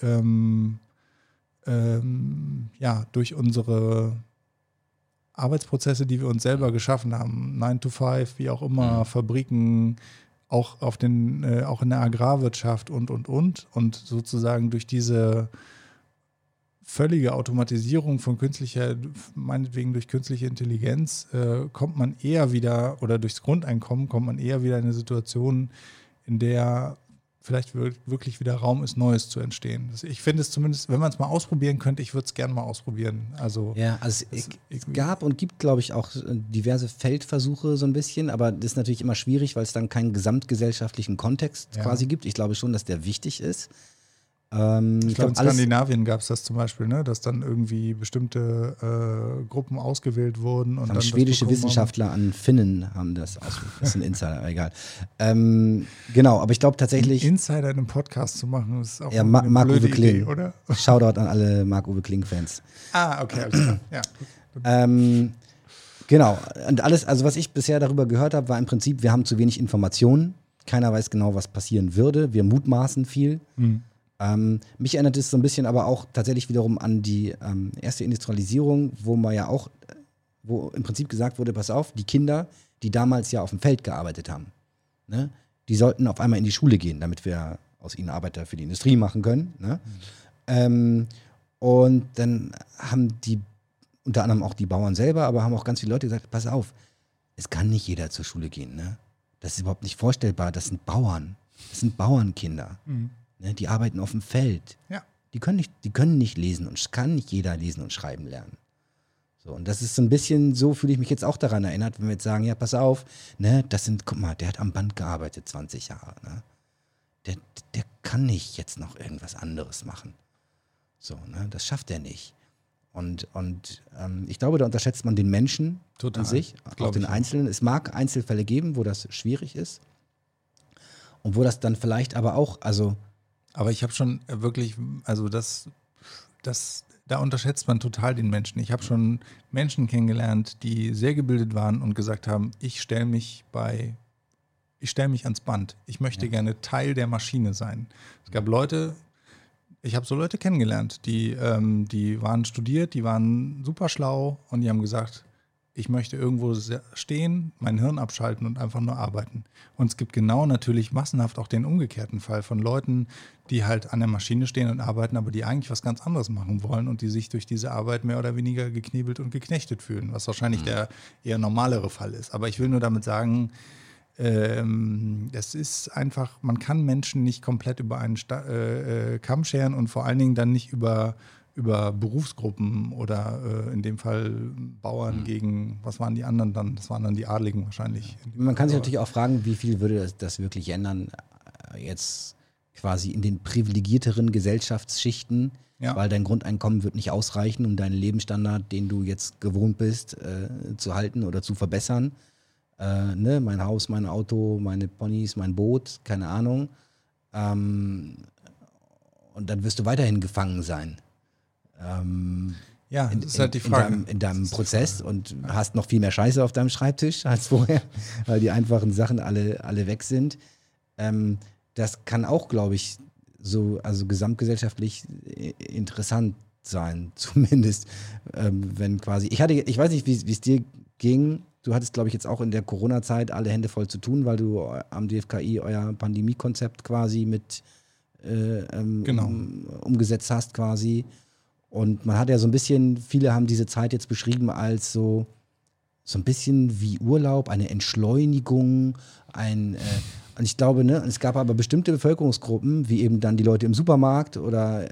Speaker 2: unsere Arbeitsprozesse, die wir uns selber geschaffen haben, 9 to 5, wie auch immer, Fabriken, auch auch in der Agrarwirtschaft und sozusagen durch diese völlige Automatisierung von meinetwegen durch künstliche Intelligenz, kommt man eher wieder, oder durchs Grundeinkommen kommt man eher wieder in eine Situation, in der vielleicht wirklich wieder Raum ist, Neues zu entstehen. Ich finde es zumindest, wenn man es mal ausprobieren könnte, ich würde es gerne mal ausprobieren. Also
Speaker 1: es gab und gibt, glaube ich, auch diverse Feldversuche so ein bisschen, aber das ist natürlich immer schwierig, weil es dann keinen gesamtgesellschaftlichen Kontext quasi gibt. Ich glaube schon, dass der wichtig ist.
Speaker 2: Ich glaube, in Skandinavien gab es das zum Beispiel, ne? Dass dann irgendwie bestimmte Gruppen ausgewählt wurden. Und dann
Speaker 1: schwedische Wissenschaftler an Finnen haben das ausgewählt. Das ist ein Insider, egal. Genau, aber ich glaube tatsächlich…
Speaker 2: Insider in einem Podcast zu machen, ist auch
Speaker 1: Marc-Uwe Kling,
Speaker 2: Idee, oder?
Speaker 1: Shoutout an alle Marc-Uwe Kling-Fans.
Speaker 2: Okay, alles klar. Ja.
Speaker 1: Genau, und alles, also was ich bisher darüber gehört habe, war im Prinzip, wir haben zu wenig Informationen. Keiner weiß genau, was passieren würde. Wir mutmaßen viel. Mich erinnert es so ein bisschen aber auch tatsächlich wiederum an die erste Industrialisierung, wo im Prinzip gesagt wurde, pass auf, die Kinder, die damals ja auf dem Feld gearbeitet haben, ne, die sollten auf einmal in die Schule gehen, damit wir aus ihnen Arbeiter für die Industrie machen können. Ne? Und dann haben die, unter anderem auch die Bauern selber, aber haben auch ganz viele Leute gesagt, pass auf, es kann nicht jeder zur Schule gehen. Ne? Das ist überhaupt nicht vorstellbar, das sind Bauern, das sind Bauernkinder. Ne, die arbeiten auf dem Feld.
Speaker 2: Ja.
Speaker 1: Die können nicht lesen und es kann nicht jeder lesen und schreiben lernen. So, und das ist so ein bisschen, so fühle ich mich jetzt auch daran erinnert, wenn wir jetzt sagen, ja, pass auf, ne, guck mal, der hat am Band gearbeitet 20 Jahre. Ne? Der kann nicht jetzt noch irgendwas anderes machen. So, ne, das schafft er nicht. Und ich glaube, da unterschätzt man den Menschen an sich, auch den Einzelnen. Es mag Einzelfälle geben, wo das schwierig ist. Und wo das dann vielleicht aber auch,
Speaker 2: aber ich habe schon wirklich, also da unterschätzt man total den Menschen. Ich habe schon Menschen kennengelernt, die sehr gebildet waren und gesagt haben, ich stelle mich ans Band. Ich möchte gerne Teil der Maschine sein. Es gab Leute, ich habe so Leute kennengelernt, die waren studiert, die waren super schlau und die haben gesagt, ich möchte irgendwo stehen, mein Hirn abschalten und einfach nur arbeiten. Und es gibt genau natürlich massenhaft auch den umgekehrten Fall von Leuten, die halt an der Maschine stehen und arbeiten, aber die eigentlich was ganz anderes machen wollen und die sich durch diese Arbeit mehr oder weniger geknebelt und geknechtet fühlen, was wahrscheinlich der eher normalere Fall ist. Aber ich will nur damit sagen, es ist einfach, man kann Menschen nicht komplett über einen Kamm scheren und vor allen Dingen dann nicht über Berufsgruppen oder in dem Fall Bauern gegen, was waren die anderen dann? Das waren dann die Adligen wahrscheinlich.
Speaker 1: Man kann sich natürlich auch fragen, wie viel würde das wirklich ändern, jetzt quasi in den privilegierteren Gesellschaftsschichten, weil dein Grundeinkommen wird nicht ausreichen, um deinen Lebensstandard, den du jetzt gewohnt bist, zu halten oder zu verbessern. Ne? Mein Haus, mein Auto, meine Ponys, mein Boot, keine Ahnung. Und dann wirst du weiterhin gefangen sein.
Speaker 2: Das ist halt die Frage.
Speaker 1: In deinem Prozess und hast noch viel mehr Scheiße auf deinem Schreibtisch als vorher, weil die einfachen Sachen alle weg sind. Das kann auch, glaube ich, also gesamtgesellschaftlich interessant sein, zumindest. Wenn quasi, ich weiß nicht, wie es dir ging. Du hattest, glaube ich, jetzt auch in der Corona-Zeit alle Hände voll zu tun, weil du am DFKI euer Pandemiekonzept quasi mit umgesetzt hast quasi. Und man hat ja so ein bisschen, viele haben diese Zeit jetzt beschrieben als so so ein bisschen wie Urlaub, eine Entschleunigung, und ich glaube, ne, es gab aber bestimmte Bevölkerungsgruppen, wie eben dann die Leute im Supermarkt oder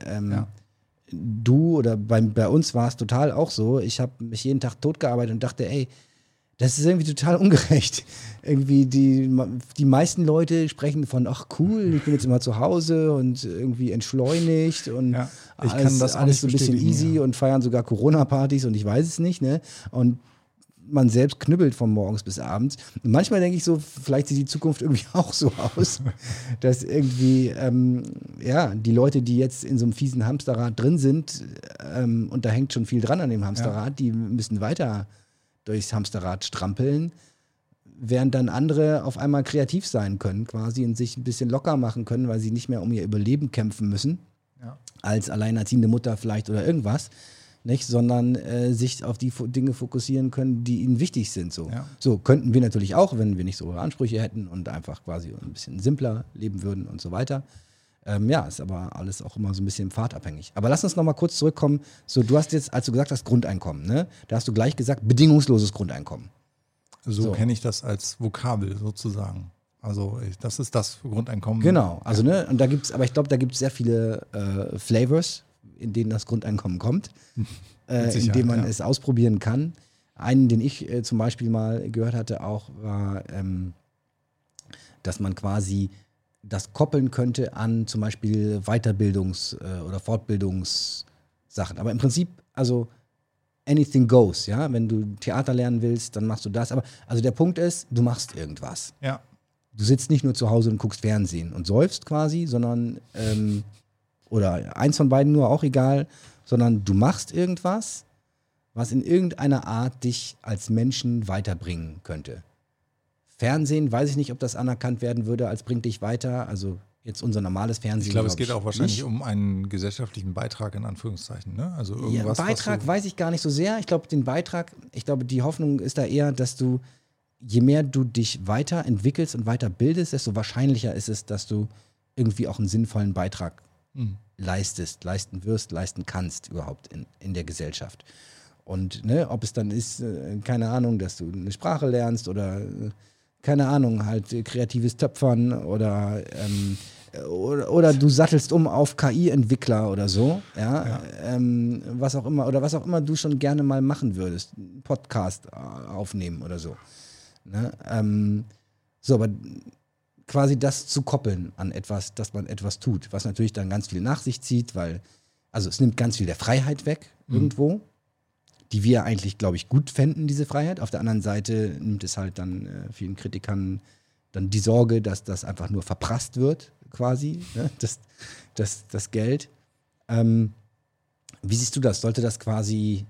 Speaker 1: du oder bei uns war es total auch so. Ich habe mich jeden Tag totgearbeitet und dachte, ey, das ist irgendwie total ungerecht. Irgendwie die meisten Leute sprechen von, ach cool, ich bin jetzt immer zu Hause und irgendwie entschleunigt und alles so ein bisschen easy und feiern sogar Corona-Partys und ich weiß es nicht, ne? Und man selbst knüppelt von morgens bis abends. Und manchmal denke ich so, vielleicht sieht die Zukunft irgendwie auch so aus, dass irgendwie, die Leute, die jetzt in so einem fiesen Hamsterrad drin sind, und da hängt schon viel dran an dem Hamsterrad, die müssen weiter durchs Hamsterrad strampeln, während dann andere auf einmal kreativ sein können quasi und sich ein bisschen locker machen können, weil sie nicht mehr um ihr Überleben kämpfen müssen, als alleinerziehende Mutter vielleicht oder irgendwas, nicht, sondern sich auf die Dinge fokussieren können, die ihnen wichtig sind. So. Ja. So könnten wir natürlich auch, wenn wir nicht so hohe Ansprüche hätten und einfach quasi ein bisschen simpler leben würden und so weiter. Ist aber alles auch immer so ein bisschen pfadabhängig. Aber lass uns noch mal kurz zurückkommen. So, du hast jetzt, als du gesagt hast, Grundeinkommen, ne? Da hast du gleich gesagt, bedingungsloses Grundeinkommen.
Speaker 2: So kenne ich das als Vokabel sozusagen. Also das ist das Grundeinkommen.
Speaker 1: Genau, also ne, und ich glaube, da gibt es sehr viele Flavors, in denen das Grundeinkommen kommt, in denen man es ausprobieren kann. Einen, den ich zum Beispiel mal gehört hatte, auch war, dass man quasi das koppeln könnte an zum Beispiel Weiterbildungs- oder Fortbildungssachen. Aber im Prinzip, also anything goes, ja. Wenn du Theater lernen willst, dann machst du das. Aber also der Punkt ist, du machst irgendwas.
Speaker 2: Ja.
Speaker 1: Du sitzt nicht nur zu Hause und guckst Fernsehen und säufst quasi, sondern oder eins von beiden nur, auch egal, sondern du machst irgendwas, was in irgendeiner Art dich als Menschen weiterbringen könnte. Fernsehen, weiß ich nicht, ob das anerkannt werden würde, als bringt dich weiter, also jetzt unser normales Fernsehen.
Speaker 2: Ich glaube, es geht auch wahrscheinlich um einen gesellschaftlichen Beitrag, in Anführungszeichen, ne? Also irgendwas,
Speaker 1: Beitrag weiß ich gar nicht so sehr. Ich glaube, die Hoffnung ist da eher, dass du, je mehr du dich weiterentwickelst und weiterbildest, desto wahrscheinlicher ist es, dass du irgendwie auch einen sinnvollen Beitrag leisten wirst, leisten kannst überhaupt in der Gesellschaft. Und ne, ob es dann ist, keine Ahnung, dass du eine Sprache lernst oder keine Ahnung, halt kreatives Töpfern oder du sattelst um auf KI-Entwickler oder so, was auch immer du schon gerne mal machen würdest, einen Podcast aufnehmen oder so. Ne? Aber quasi das zu koppeln an etwas, dass man etwas tut, was natürlich dann ganz viel nach sich zieht, also es nimmt ganz viel der Freiheit weg irgendwo, die wir eigentlich, glaube ich, gut fänden, diese Freiheit. Auf der anderen Seite nimmt es halt dann vielen Kritikern dann die Sorge, dass das einfach nur verprasst wird, quasi, ne? das Geld. Wie siehst du das? Sollte das quasi,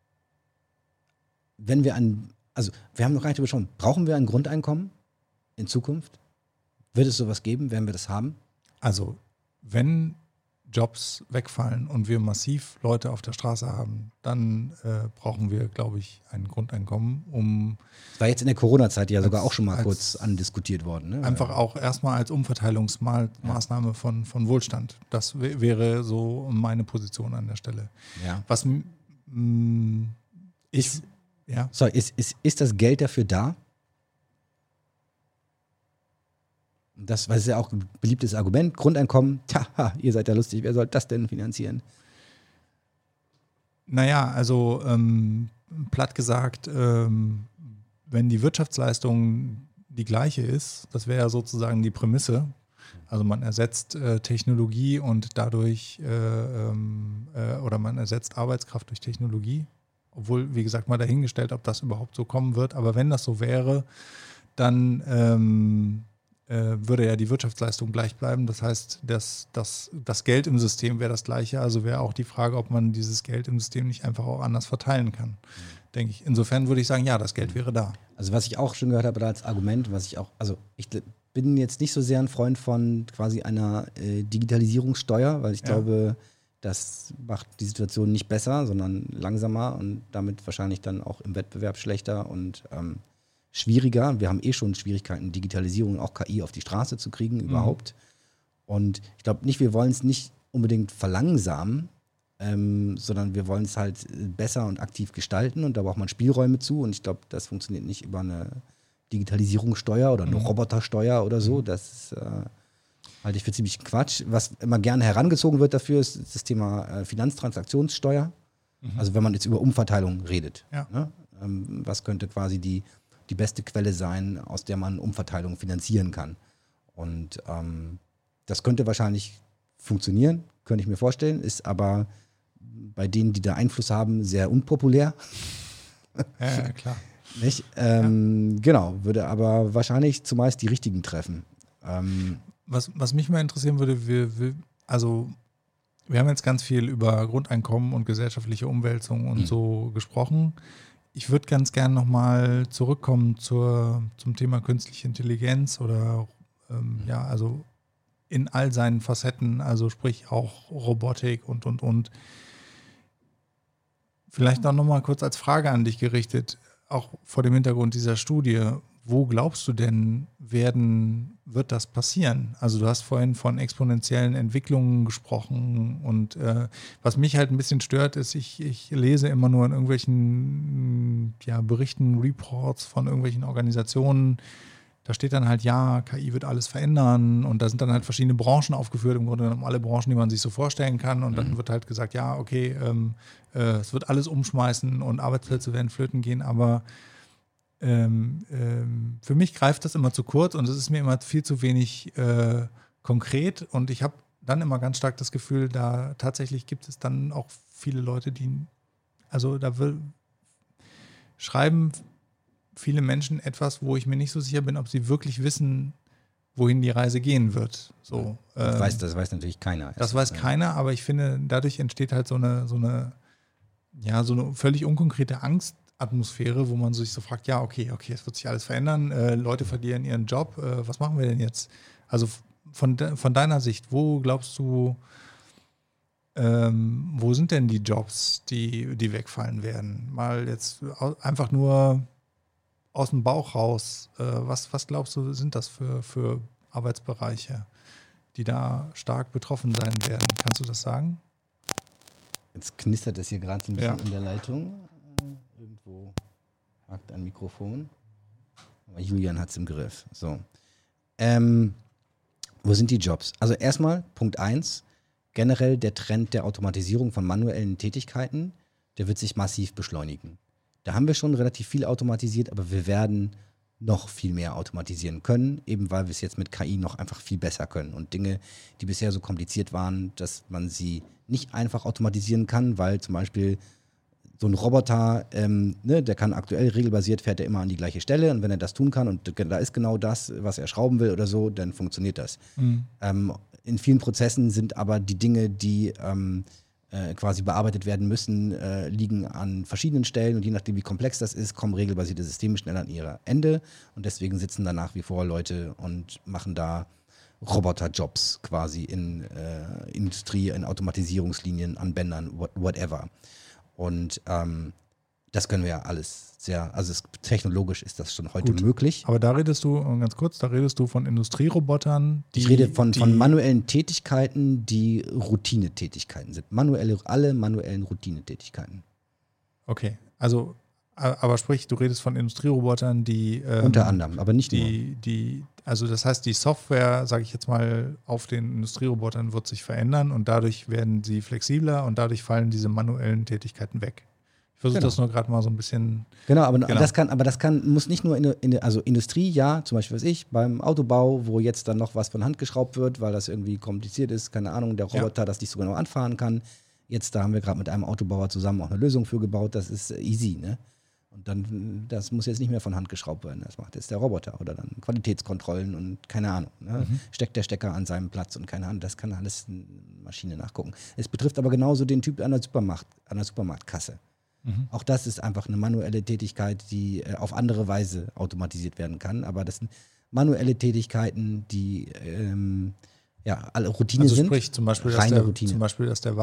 Speaker 1: wir haben noch gar nicht besprochen, brauchen wir ein Grundeinkommen in Zukunft? Wird es sowas geben? Werden wir das haben?
Speaker 2: Also, wenn Jobs wegfallen und wir massiv Leute auf der Straße haben, dann brauchen wir, glaube ich, ein Grundeinkommen,
Speaker 1: Das war jetzt in der Corona-Zeit ja sogar auch schon mal kurz andiskutiert worden. Ne?
Speaker 2: Einfach auch erstmal als Umverteilungsmaßnahme von Wohlstand. Das wäre so meine Position an der Stelle.
Speaker 1: Ja.
Speaker 2: Was
Speaker 1: ist das Geld dafür da? Das ist ja auch ein beliebtes Argument. Grundeinkommen, ihr seid ja lustig, wer soll das denn finanzieren?
Speaker 2: Naja, also platt gesagt, wenn die Wirtschaftsleistung die gleiche ist, das wäre ja sozusagen die Prämisse. Also man ersetzt Technologie und dadurch oder man ersetzt Arbeitskraft durch Technologie. Obwohl, wie gesagt, mal dahingestellt, ob das überhaupt so kommen wird. Aber wenn das so wäre, dann würde ja die Wirtschaftsleistung gleich bleiben. Das heißt, das Geld im System wäre das gleiche. Also wäre auch die Frage, ob man dieses Geld im System nicht einfach auch anders verteilen kann, denke ich. Insofern würde ich sagen, ja, das Geld wäre da.
Speaker 1: Also was ich auch schon gehört habe als Argument, ich bin jetzt nicht so sehr ein Freund von quasi einer Digitalisierungssteuer, weil ich glaube, das macht die Situation nicht besser, sondern langsamer und damit wahrscheinlich dann auch im Wettbewerb schlechter und schwieriger. Wir haben schon Schwierigkeiten, Digitalisierung und auch KI auf die Straße zu kriegen überhaupt. Und ich glaube nicht, wir wollen es nicht unbedingt verlangsamen, sondern wir wollen es halt besser und aktiv gestalten und da braucht man Spielräume zu und ich glaube, das funktioniert nicht über eine Digitalisierungssteuer oder eine Robotersteuer oder so. Das halte ich für ziemlich Quatsch. Was immer gerne herangezogen wird dafür, ist das Thema Finanztransaktionssteuer. Also wenn man jetzt über Umverteilung redet.
Speaker 2: Ja.
Speaker 1: Ne? Was könnte quasi die beste Quelle sein, aus der man Umverteilung finanzieren kann. Und das könnte wahrscheinlich funktionieren, könnte ich mir vorstellen, ist aber bei denen, die da Einfluss haben, sehr unpopulär.
Speaker 2: Ja, klar.
Speaker 1: Nicht? Genau, würde aber wahrscheinlich zumeist die richtigen treffen.
Speaker 2: Was mich mal interessieren würde, wir haben jetzt ganz viel über Grundeinkommen und gesellschaftliche Umwälzung und so gesprochen. Ich würde ganz gern nochmal zurückkommen zum Thema künstliche Intelligenz oder also in all seinen Facetten, also sprich auch Robotik und. Vielleicht auch nochmal kurz als Frage an dich gerichtet, auch vor dem Hintergrund dieser Studie, wo glaubst du denn, wird das passieren? Also du hast vorhin von exponentiellen Entwicklungen gesprochen und was mich halt ein bisschen stört, ist, ich lese immer nur in irgendwelchen Berichten, Reports von irgendwelchen Organisationen, da steht dann halt, ja, KI wird alles verändern und da sind dann halt verschiedene Branchen aufgeführt, im Grunde genommen alle Branchen, die man sich so vorstellen kann und dann wird halt gesagt, ja, okay, es wird alles umschmeißen und Arbeitsplätze werden flöten gehen, aber für mich greift das immer zu kurz und es ist mir immer viel zu wenig konkret und ich habe dann immer ganz stark das Gefühl, da tatsächlich gibt es dann auch viele Leute, schreiben viele Menschen etwas, wo ich mir nicht so sicher bin, ob sie wirklich wissen, wohin die Reise gehen wird. So,
Speaker 1: das weiß natürlich keiner.
Speaker 2: Das weiß keiner, aber ich finde, dadurch entsteht halt so eine völlig unkonkrete Angstatmosphäre, wo man sich so fragt, ja, okay, es wird sich alles verändern, Leute verlieren ihren Job, was machen wir denn jetzt? Also von deiner Sicht, wo glaubst du, wo sind denn die Jobs, die wegfallen werden? Mal jetzt einfach nur aus dem Bauch raus, was glaubst du, sind das für Arbeitsbereiche, die da stark betroffen sein werden? Kannst du das sagen?
Speaker 1: Jetzt knistert es hier gerade so ein bisschen in der Leitung. Irgendwo hakt ein Mikrofon. Aber Julian hat es im Griff. So. Wo sind die Jobs? Also erstmal, Punkt 1, generell der Trend der Automatisierung von manuellen Tätigkeiten, der wird sich massiv beschleunigen. Da haben wir schon relativ viel automatisiert, aber wir werden noch viel mehr automatisieren können, eben weil wir es jetzt mit KI noch einfach viel besser können. Und Dinge, die bisher so kompliziert waren, dass man sie nicht einfach automatisieren kann, weil zum Beispiel so ein Roboter, der kann aktuell regelbasiert, fährt er immer an die gleiche Stelle und wenn er das tun kann und da ist genau das, was er schrauben will oder so, dann funktioniert das. In vielen Prozessen sind aber die Dinge, die quasi bearbeitet werden müssen, liegen an verschiedenen Stellen und je nachdem, wie komplex das ist, kommen regelbasierte Systeme schnell an ihr Ende und deswegen sitzen da nach wie vor Leute und machen da Roboterjobs quasi in Industrie, in Automatisierungslinien, an Bändern, whatever. Und das können wir ja alles technologisch ist das schon heute möglich.
Speaker 2: Aber da redest du, ganz kurz, von Industrierobotern,
Speaker 1: ich rede von manuellen Tätigkeiten, die Routinetätigkeiten sind. Alle manuellen Routinetätigkeiten.
Speaker 2: Okay, also, aber sprich, du redest von Industrierobotern, die
Speaker 1: unter anderem, aber nicht nur.
Speaker 2: Also das heißt, die Software, sage ich jetzt mal, auf den Industrierobotern wird sich verändern und dadurch werden sie flexibler und dadurch fallen diese manuellen Tätigkeiten weg. Ich versuche das nur gerade mal so ein bisschen.
Speaker 1: Genau, aber das muss nicht nur also Industrie, ja, zum Beispiel beim Autobau, wo jetzt dann noch was von Hand geschraubt wird, weil das irgendwie kompliziert ist, keine Ahnung, der Roboter das nicht so genau anfahren kann. Jetzt, da haben wir gerade mit einem Autobauer zusammen auch eine Lösung für gebaut, das ist easy, ne? Und dann, das muss jetzt nicht mehr von Hand geschraubt werden, das macht jetzt der Roboter oder dann Qualitätskontrollen und keine Ahnung, ne? Steckt der Stecker an seinem Platz und keine Ahnung, das kann alles eine Maschine nachgucken. Es betrifft aber genauso den Typ an der Supermarktkasse. Auch das ist einfach eine manuelle Tätigkeit, die auf andere Weise automatisiert werden kann. Aber das sind manuelle Tätigkeiten, die alle Routine sind.
Speaker 2: Also sprich zum Beispiel, dass der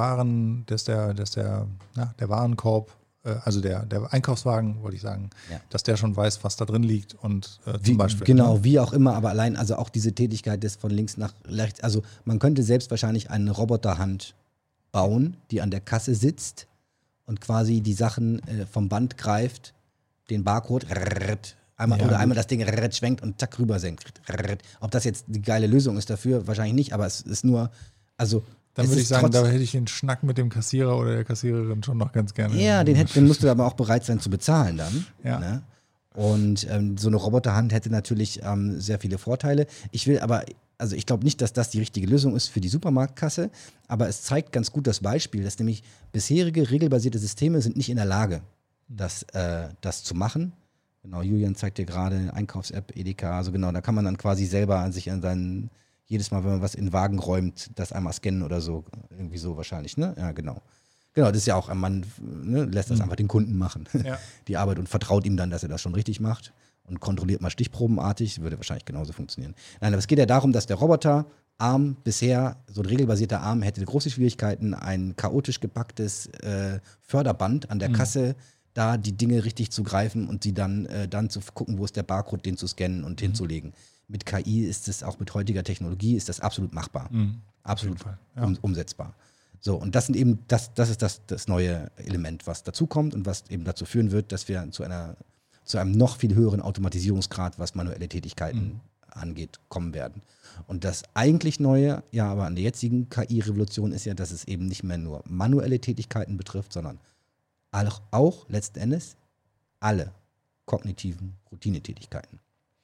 Speaker 2: Warenkorb, also der Einkaufswagen, wollte ich sagen, dass der schon weiß, was da drin liegt und zum Beispiel.
Speaker 1: Genau, wie auch immer, aber allein, also auch diese Tätigkeit des von links nach rechts, also man könnte selbst wahrscheinlich eine Roboterhand bauen, die an der Kasse sitzt und quasi die Sachen vom Band greift, den Barcode einmal das Ding schwenkt und zack rüber senkt. Ob das jetzt die geile Lösung ist dafür, wahrscheinlich nicht, aber es ist nur, also
Speaker 2: dann würde ich sagen, da hätte ich den Schnack mit dem Kassierer oder der Kassiererin schon noch ganz gerne.
Speaker 1: Ja, den musst du aber auch bereit sein zu bezahlen dann.
Speaker 2: Ja.
Speaker 1: Ne? Und so eine Roboterhand hätte natürlich sehr viele Vorteile. Ich glaube nicht, dass das die richtige Lösung ist für die Supermarktkasse, aber es zeigt ganz gut das Beispiel, dass nämlich bisherige regelbasierte Systeme sind nicht in der Lage, das zu machen. Genau, Julian zeigt dir gerade Einkaufs-App, Edeka, also genau, da kann man dann quasi selber sich an seinen, jedes Mal, wenn man was in den Wagen räumt, das einmal scannen oder so, irgendwie so wahrscheinlich, ne? Ja, genau. Genau, das ist ja auch, man lässt das einfach den Kunden machen, die Arbeit, und vertraut ihm dann, dass er das schon richtig macht und kontrolliert mal stichprobenartig, würde wahrscheinlich genauso funktionieren. Nein, aber es geht ja darum, dass der Roboterarm bisher, so ein regelbasierter Arm, hätte große Schwierigkeiten, ein chaotisch gepacktes Förderband an der Kasse, da die Dinge richtig zu greifen und sie dann zu gucken, wo ist der Barcode, den zu scannen und hinzulegen. Mit KI ist es, auch mit heutiger Technologie, ist das absolut machbar. Absolut umsetzbar. So, und das sind eben, das ist das neue Element, was dazukommt und was eben dazu führen wird, dass wir zu einem noch viel höheren Automatisierungsgrad, was manuelle Tätigkeiten angeht, kommen werden. Und das eigentlich Neue, ja, aber an der jetzigen KI-Revolution ist ja, dass es eben nicht mehr nur manuelle Tätigkeiten betrifft, sondern auch letzten Endes alle kognitiven Routinetätigkeiten.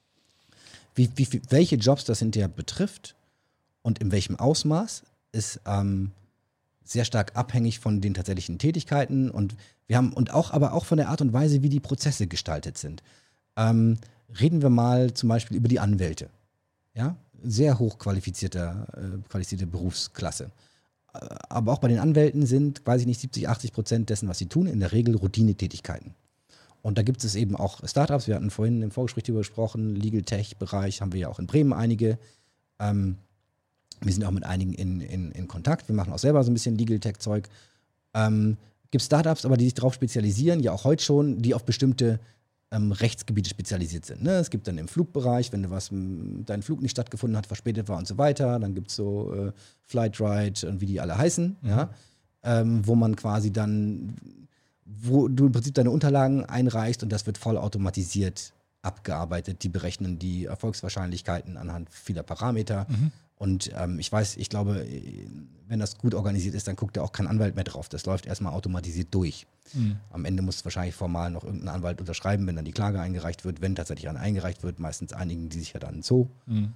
Speaker 1: Welche Jobs das hinterher betrifft und in welchem Ausmaß, ist sehr stark abhängig von den tatsächlichen Tätigkeiten und aber auch von der Art und Weise, wie die Prozesse gestaltet sind. Reden wir mal zum Beispiel über die Anwälte. Ja? Sehr hochqualifizierte Berufsklasse. Aber auch bei den Anwälten sind, weiß ich nicht, 70-80% dessen, was sie tun, in der Regel Routinetätigkeiten. Und da gibt es eben auch Startups, wir hatten vorhin im Vorgespräch darüber gesprochen, Legal Tech-Bereich haben wir ja auch in Bremen einige. Wir sind auch mit einigen in Kontakt, wir machen auch selber so ein bisschen Legal Tech-Zeug. Gibt Startups, aber die sich darauf spezialisieren, ja auch heute schon, die auf bestimmte Rechtsgebiete spezialisiert sind. Ne? Es gibt dann im Flugbereich, wenn dein Flug nicht stattgefunden hat, verspätet war und so weiter, dann gibt es so Flightride und wie die alle heißen, wo man quasi dann, wo du im Prinzip deine Unterlagen einreichst und das wird voll automatisiert abgearbeitet. Die berechnen die Erfolgswahrscheinlichkeiten anhand vieler Parameter. Und ich glaube, wenn das gut organisiert ist, dann guckt da auch kein Anwalt mehr drauf. Das läuft erstmal automatisiert durch. Am Ende muss wahrscheinlich formal noch irgendein Anwalt unterschreiben, wenn dann die Klage eingereicht wird. Wenn tatsächlich eine eingereicht wird, meistens einigen die sich ja dann so.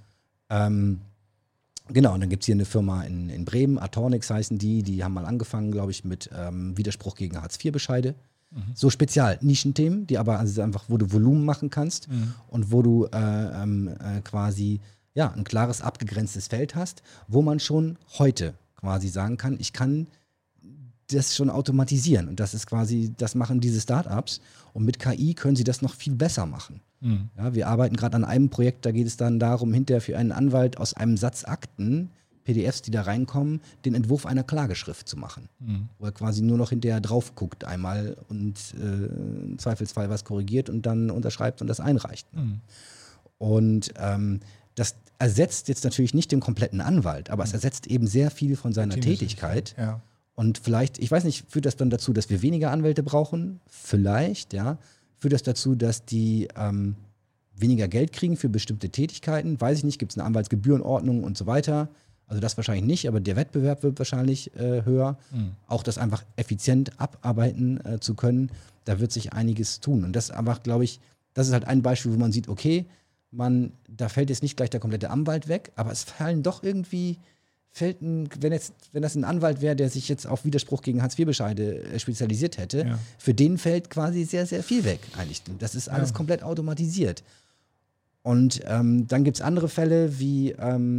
Speaker 1: Genau, und dann gibt es hier eine Firma in Bremen, Atornix heißen die haben mal angefangen, glaube ich, mit Widerspruch gegen Hartz-IV-Bescheide. So Spezial-Nischenthemen, die aber also einfach, wo du Volumen machen kannst und wo du quasi ein klares, abgegrenztes Feld hast, wo man schon heute quasi sagen kann, ich kann das schon automatisieren. Und das ist quasi, das machen diese Startups. Und mit KI können sie das noch viel besser machen. Ja, wir arbeiten gerade an einem Projekt, da geht es dann darum, hinterher für einen Anwalt aus einem Satz Akten, PDFs, die da reinkommen, den Entwurf einer Klageschrift zu machen. Wo er quasi nur noch hinterher drauf guckt einmal und im Zweifelsfall was korrigiert und dann unterschreibt und das einreicht. Und das ersetzt jetzt natürlich nicht den kompletten Anwalt, aber es ersetzt eben sehr viel von seiner Tätigkeit.
Speaker 2: Ja.
Speaker 1: Und vielleicht, ich weiß nicht, führt das dann dazu, dass wir weniger Anwälte brauchen? Vielleicht, ja. Führt das dazu, dass die weniger Geld kriegen für bestimmte Tätigkeiten? Weiß ich nicht, gibt es eine Anwaltsgebührenordnung und so weiter? Also das wahrscheinlich nicht, aber der Wettbewerb wird wahrscheinlich höher. Auch das einfach effizient abarbeiten zu können, da wird sich einiges tun. Und das einfach, glaube ich, das ist halt ein Beispiel, wo man sieht, okay, da fällt jetzt nicht gleich der komplette Anwalt weg, aber es fallen doch irgendwie, wenn das ein Anwalt wäre, der sich jetzt auf Widerspruch gegen Hartz-IV-Bescheide spezialisiert hätte, für den fällt quasi sehr, sehr viel weg eigentlich. Das ist alles komplett automatisiert. Und dann gibt es andere Fälle, wie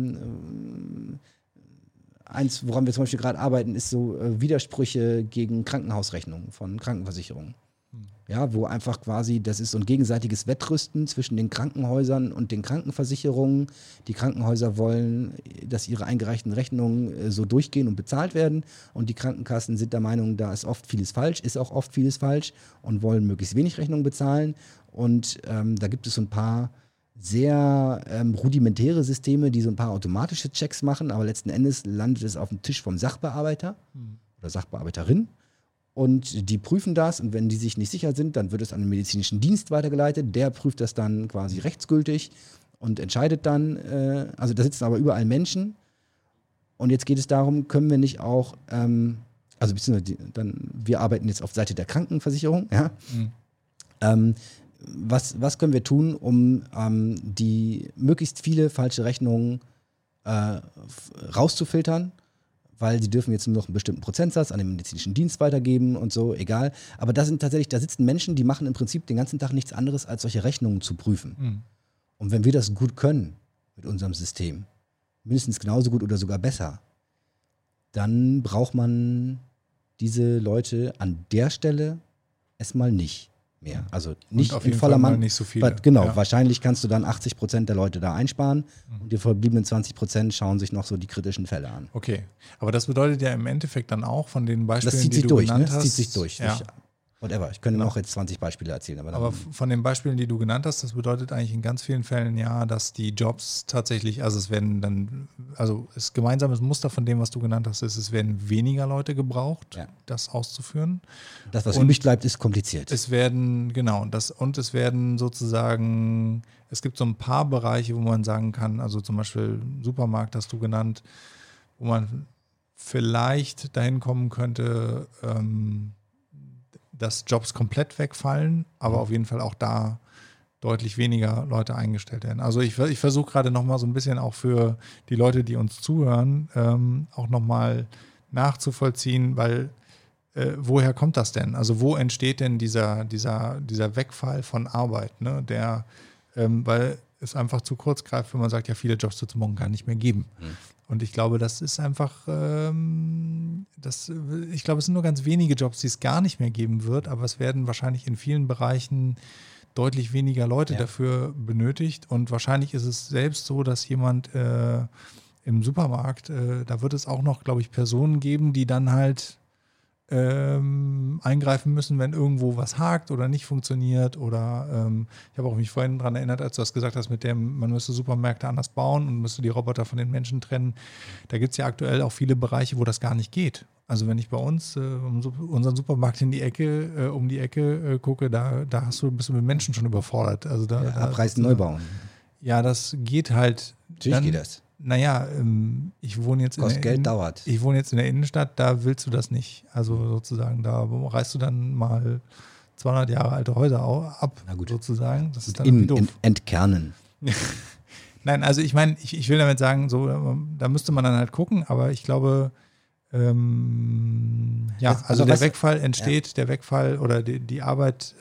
Speaker 1: eins, woran wir zum Beispiel gerade arbeiten, ist so Widersprüche gegen Krankenhausrechnungen von Krankenversicherungen. Ja, wo einfach quasi, das ist so ein gegenseitiges Wettrüsten zwischen den Krankenhäusern und den Krankenversicherungen. Die Krankenhäuser wollen, dass ihre eingereichten Rechnungen so durchgehen und bezahlt werden. Und die Krankenkassen sind der Meinung, da ist oft vieles falsch, ist auch oft vieles falsch und wollen möglichst wenig Rechnungen bezahlen. Und da gibt es so ein paar sehr rudimentäre Systeme, die so ein paar automatische Checks machen, aber letzten Endes landet es auf dem Tisch vom Sachbearbeiter. oder Sachbearbeiterin. Und die prüfen das und wenn die sich nicht sicher sind, dann wird es an den medizinischen Dienst weitergeleitet. Der prüft das dann quasi rechtsgültig und entscheidet dann, also da sitzen aber überall Menschen. Und jetzt geht es darum, können wir nicht auch, also beziehungsweise wir arbeiten jetzt auf Seite der Krankenversicherung, ja. Was können wir tun, um die möglichst viele falsche Rechnungen rauszufiltern? Weil sie dürfen jetzt nur noch einen bestimmten Prozentsatz an den medizinischen Dienst weitergeben und so, egal. Aber da sitzen Menschen, die machen im Prinzip den ganzen Tag nichts anderes, als solche Rechnungen zu prüfen. Und wenn wir das gut können mit unserem System, mindestens genauso gut oder sogar besser, dann braucht man diese Leute an der Stelle erstmal nicht mehr. Also nicht
Speaker 2: auf
Speaker 1: in
Speaker 2: jeden
Speaker 1: voller
Speaker 2: Fall mal
Speaker 1: Mann.
Speaker 2: nicht so viele.
Speaker 1: Genau,
Speaker 2: Ja.
Speaker 1: wahrscheinlich kannst du dann 80% der Leute da einsparen und die verbliebenen 20% schauen sich noch so die kritischen Fälle an.
Speaker 2: Okay, aber das bedeutet ja im Endeffekt dann auch von den Beispielen,
Speaker 1: Das zieht
Speaker 2: die
Speaker 1: sich
Speaker 2: du
Speaker 1: durch,
Speaker 2: genannt
Speaker 1: ne? Das
Speaker 2: hast.
Speaker 1: zieht sich durch.
Speaker 2: Ja.
Speaker 1: Whatever. Ich könnte auch jetzt 20 Beispiele erzählen.
Speaker 2: Aber von den Beispielen, die du genannt hast, das bedeutet eigentlich in ganz vielen Fällen ja, dass die Jobs tatsächlich, also es werden dann, also das gemeinsames Muster von dem, was du genannt hast, ist, es werden weniger Leute gebraucht, das auszuführen.
Speaker 1: Das, was übrig bleibt, ist kompliziert.
Speaker 2: Es werden, genau, es werden sozusagen, es gibt so ein paar Bereiche, wo man sagen kann, also zum Beispiel Supermarkt hast du genannt, wo man vielleicht dahin kommen könnte, dass Jobs komplett wegfallen, aber auf jeden Fall auch da deutlich weniger Leute eingestellt werden. Also ich versuche gerade nochmal so ein bisschen auch für die Leute, die uns zuhören, auch nochmal nachzuvollziehen, weil woher kommt das denn? Also wo entsteht denn dieser Wegfall von Arbeit, ne? Weil es einfach zu kurz greift, wenn man sagt, ja, viele Jobs wird es morgen gar nicht mehr geben. Und ich glaube, das ist einfach, ich glaube, es sind nur ganz wenige Jobs, die es gar nicht mehr geben wird, aber es werden wahrscheinlich in vielen Bereichen deutlich weniger Leute dafür benötigt. Und wahrscheinlich ist es selbst so, dass jemand im Supermarkt, da wird es auch noch, glaube ich, Personen geben, die dann halt eingreifen müssen, wenn irgendwo was hakt oder nicht funktioniert. Oder ich habe auch mich vorhin daran erinnert, als du das gesagt hast, man müsste Supermärkte anders bauen und müsste die Roboter von den Menschen trennen. Da gibt es ja aktuell auch viele Bereiche, wo das gar nicht geht. Also wenn ich bei uns unseren Supermarkt um die Ecke gucke, da bist du mit Menschen schon überfordert. Also
Speaker 1: abreißen, neu bauen.
Speaker 2: Ja, das geht halt.
Speaker 1: Natürlich geht das.
Speaker 2: Naja, ich wohne jetzt Ich wohne jetzt in der Innenstadt, da willst du das nicht. Also sozusagen, da reißt du dann mal 200 Jahre alte Häuser ab, sozusagen. Das ist dann doof.
Speaker 1: Entkernen.
Speaker 2: Nein, also ich meine, ich will damit sagen, so, da müsste man dann halt gucken, aber ich glaube, der Wegfall entsteht, der Wegfall oder die Arbeit,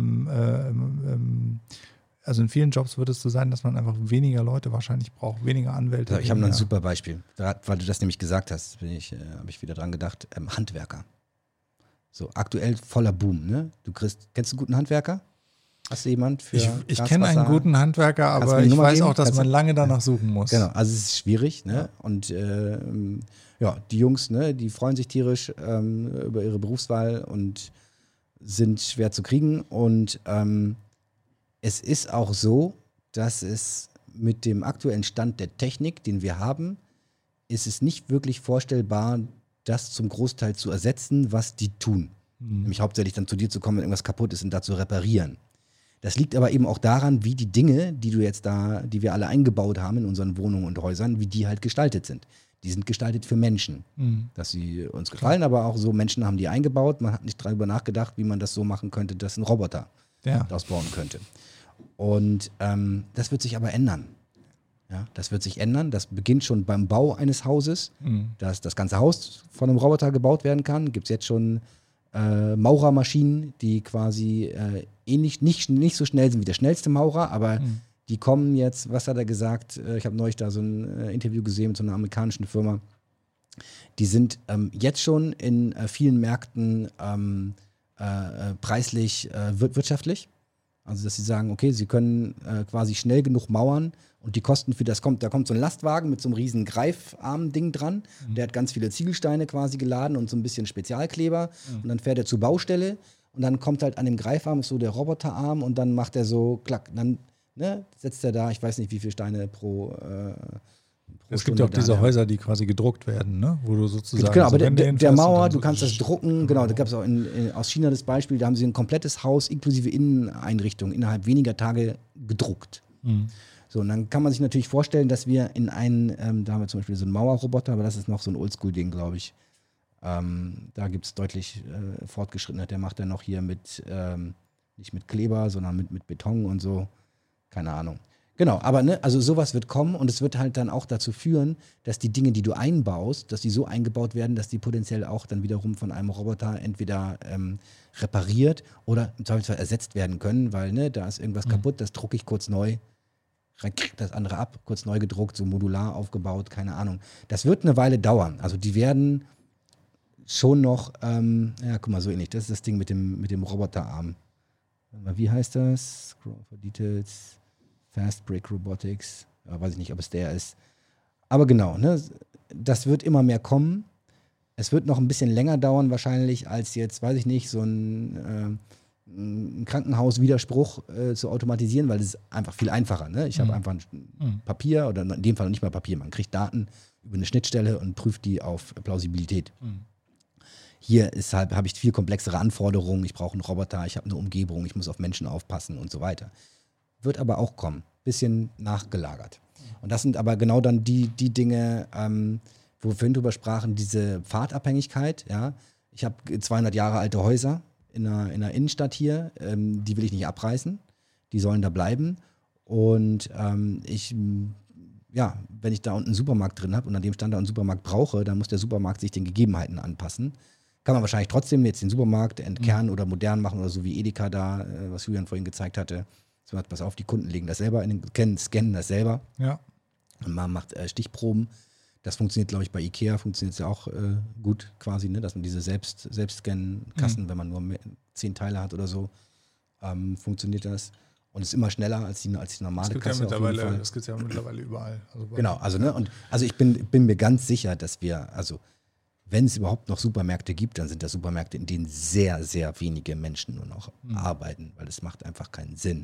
Speaker 2: also in vielen Jobs wird es so sein, dass man einfach weniger Leute wahrscheinlich braucht, weniger Anwälte.
Speaker 1: Ich habe noch ein super Beispiel. Weil du das nämlich gesagt hast, habe ich wieder dran gedacht. Handwerker. So, aktuell voller Boom, ne? Kennst du einen guten Handwerker? Hast du jemanden für
Speaker 2: Ich kenne einen guten Handwerker, aber ich weiß auch, dass man lange danach suchen muss.
Speaker 1: Genau, also es ist schwierig, ne? Und die Jungs, ne, die freuen sich tierisch über ihre Berufswahl und sind schwer zu kriegen. Und es ist auch so, dass es mit dem aktuellen Stand der Technik, den wir haben, ist es nicht wirklich vorstellbar, das zum Großteil zu ersetzen, was die tun. Nämlich hauptsächlich dann zu dir zu kommen, wenn irgendwas kaputt ist und da zu reparieren. Das liegt aber eben auch daran, wie die Dinge, die wir alle eingebaut haben in unseren Wohnungen und Häusern, wie die halt gestaltet sind. Die sind gestaltet für Menschen, dass sie uns gefallen, aber auch so Menschen haben die eingebaut. Man hat nicht darüber nachgedacht, wie man das so machen könnte, dass ein Roboter das bauen könnte. Und das wird sich aber ändern. Ja, das wird sich ändern. Das beginnt schon beim Bau eines Hauses, dass das ganze Haus von einem Roboter gebaut werden kann. Gibt es jetzt schon Maurermaschinen, die quasi nicht so schnell sind wie der schnellste Maurer, aber die kommen jetzt, was hat er gesagt? Ich habe neulich da so ein Interview gesehen mit so einer amerikanischen Firma. Die sind jetzt schon in vielen Märkten preislich wirtschaftlich. Also, dass sie sagen, okay, sie können quasi schnell genug mauern und die Kosten für das da kommt so ein Lastwagen mit so einem riesen Greifarm-Ding dran. Der hat ganz viele Ziegelsteine quasi geladen und so ein bisschen Spezialkleber. Und dann fährt er zur Baustelle und dann kommt halt an dem Greifarm so der Roboterarm und dann macht er so, klack, dann setzt er da, ich weiß nicht, wie viele Steine pro
Speaker 2: Es gibt ja auch diese Häuser, die quasi gedruckt werden, ne? Wo du sozusagen.
Speaker 1: Genau, aber der Mauer, du kannst das drucken, genau, da gab es auch aus China das Beispiel, da haben sie ein komplettes Haus inklusive Inneneinrichtung innerhalb weniger Tage gedruckt. Mhm. So, und dann kann man sich natürlich vorstellen, dass wir da haben wir zum Beispiel so einen Mauerroboter, aber das ist noch so ein Oldschool-Ding, glaube ich. Da gibt es deutlich fortgeschrittener, der macht dann noch hier nicht mit Kleber, sondern mit Beton und so. Keine Ahnung. Genau, aber also sowas wird kommen und es wird halt dann auch dazu führen, dass die Dinge, die du einbaust, dass die so eingebaut werden, dass die potenziell auch dann wiederum von einem Roboter entweder repariert oder im Zweifelsfall ersetzt werden können, weil da ist irgendwas kaputt, das drucke ich kurz neu, das andere ab, kurz neu gedruckt, so modular aufgebaut, keine Ahnung. Das wird eine Weile dauern. Also die werden schon noch, guck mal, so ähnlich, das ist das Ding mit dem Roboterarm. Wie heißt das? Scroll for Details. Fast Break Robotics, weiß ich nicht, ob es der ist. Aber genau, das wird immer mehr kommen. Es wird noch ein bisschen länger dauern wahrscheinlich als jetzt, weiß ich nicht, so ein Krankenhauswiderspruch zu automatisieren, weil es ist einfach viel einfacher. Ne? Ich habe einfach ein Papier oder in dem Fall nicht mal Papier, man kriegt Daten über eine Schnittstelle und prüft die auf Plausibilität. Hier habe ich viel komplexere Anforderungen, ich brauche einen Roboter, ich habe eine Umgebung, ich muss auf Menschen aufpassen und so weiter. Wird aber auch kommen, bisschen nachgelagert. Und das sind aber genau dann die Dinge, wo wir vorhin drüber sprachen, diese Pfadabhängigkeit. Ja? Ich habe 200 Jahre alte Häuser in einer Innenstadt hier, die will ich nicht abreißen, die sollen da bleiben. Und wenn ich da unten einen Supermarkt drin habe und an dem Standort einen Supermarkt brauche, dann muss der Supermarkt sich den Gegebenheiten anpassen. Kann man wahrscheinlich trotzdem jetzt den Supermarkt entkernen oder modern machen oder so wie Edeka da, was Julian vorhin gezeigt hatte. So, pass auf, die Kunden legen das selber scannen das selber.
Speaker 2: Ja.
Speaker 1: Und man macht Stichproben. Das funktioniert, glaube ich, bei Ikea funktioniert es ja auch gut quasi, dass man diese Selbstscannen-Kassen, wenn man nur 10 Teile hat oder so, funktioniert das. Und ist immer schneller als die normale Kasse.
Speaker 2: Das gibt es ja mittlerweile überall.
Speaker 1: Also ich bin mir ganz sicher, dass wir, wenn es überhaupt noch Supermärkte gibt, dann sind das Supermärkte, in denen sehr, sehr wenige Menschen nur noch arbeiten, weil es macht einfach keinen Sinn.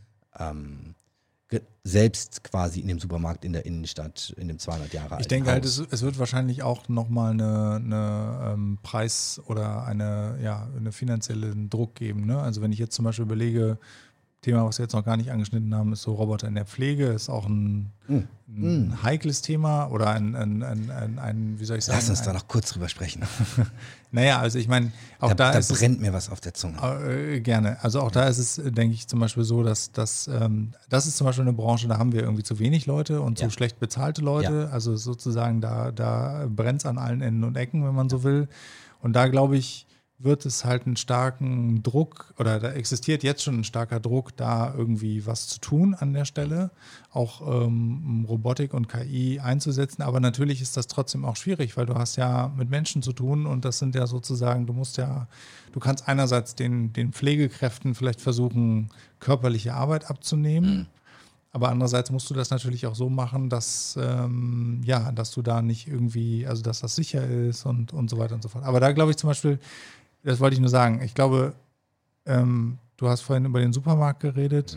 Speaker 1: Selbst quasi in dem Supermarkt in der Innenstadt, in dem 200 Jahre alten
Speaker 2: Ich denke
Speaker 1: Haus.
Speaker 2: halt, es wird wahrscheinlich auch nochmal eine Preis- oder eine finanziellen Druck geben. Ne? Also wenn ich jetzt zum Beispiel überlege, Thema, was wir jetzt noch gar nicht angeschnitten haben, ist so Roboter in der Pflege, ist auch ein heikles Thema oder ein, wie soll ich sagen?
Speaker 1: Lass uns da noch kurz drüber sprechen.
Speaker 2: Naja, also ich meine, auch da ist
Speaker 1: brennt mir was auf der Zunge.
Speaker 2: Gerne. Also auch da ist es, denke ich, zum Beispiel so, dass das ist zum Beispiel eine Branche, da haben wir irgendwie zu wenig Leute und zu schlecht bezahlte Leute. Ja. Also sozusagen, da brennt es an allen Enden und Ecken, wenn man so will. Und da, glaube ich, wird es halt einen starken Druck, oder da existiert jetzt schon ein starker Druck, da irgendwie was zu tun an der Stelle, auch Robotik und KI einzusetzen. Aber natürlich ist das trotzdem auch schwierig, weil du hast ja mit Menschen zu tun und das sind ja sozusagen, du kannst einerseits den Pflegekräften vielleicht versuchen, körperliche Arbeit abzunehmen. Aber andererseits musst du das natürlich auch so machen, dass du da nicht irgendwie, also dass das sicher ist und so weiter und so fort. Aber da glaube ich zum Beispiel, das wollte ich nur sagen, ich glaube, du hast vorhin über den Supermarkt geredet,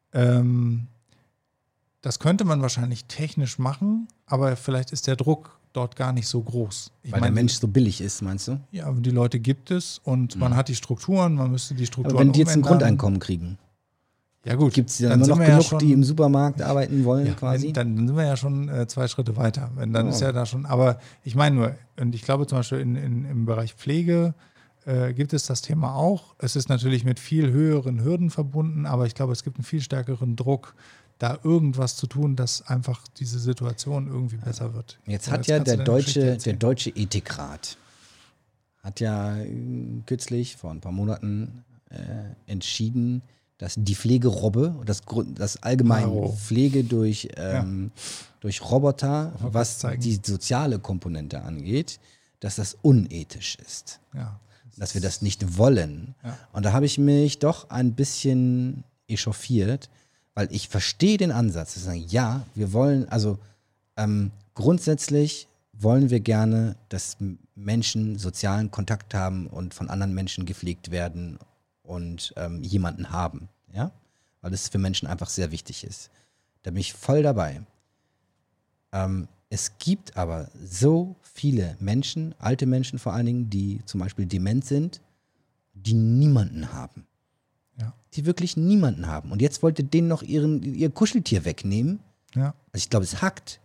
Speaker 2: das könnte man wahrscheinlich technisch machen, aber vielleicht ist der Druck dort gar nicht so groß.
Speaker 1: Weil der Mensch so billig ist, meinst du?
Speaker 2: Ja, aber die Leute gibt es und man hat die Strukturen, man müsste die Strukturen
Speaker 1: aber wenn die jetzt ein Grundeinkommen kriegen,
Speaker 2: ja gut,
Speaker 1: gibt es dann nur noch genug, die im Supermarkt arbeiten wollen quasi?
Speaker 2: Dann sind wir ja schon 2 Schritte weiter. Ist ja da schon, aber ich meine nur, und ich glaube zum Beispiel im Bereich Pflege gibt es das Thema auch. Es ist natürlich mit viel höheren Hürden verbunden, aber ich glaube, es gibt einen viel stärkeren Druck, da irgendwas zu tun, dass einfach diese Situation irgendwie besser wird.
Speaker 1: Jetzt hat ja der deutsche Ethikrat hat ja kürzlich, vor ein paar Monaten, entschieden, dass die Pflegerobbe, das allgemeine Pflege durch Roboter, was die soziale Komponente angeht, dass das unethisch ist.
Speaker 2: Ja.
Speaker 1: Dass wir das nicht wollen. Ja. Und da habe ich mich doch ein bisschen echauffiert, weil ich verstehe den Ansatz, zu sagen, ja, wir wollen, grundsätzlich wollen wir gerne, dass Menschen sozialen Kontakt haben und von anderen Menschen gepflegt werden und jemanden haben, ja, weil es für Menschen einfach sehr wichtig ist. Da bin ich voll dabei. Es gibt aber so viele Menschen, alte Menschen vor allen Dingen, die zum Beispiel dement sind, die niemanden haben.
Speaker 2: Ja.
Speaker 1: Die wirklich niemanden haben. Und jetzt wollt ihr denen noch ihr Kuscheltier wegnehmen.
Speaker 2: Ja.
Speaker 1: Also ich glaube, es hackt.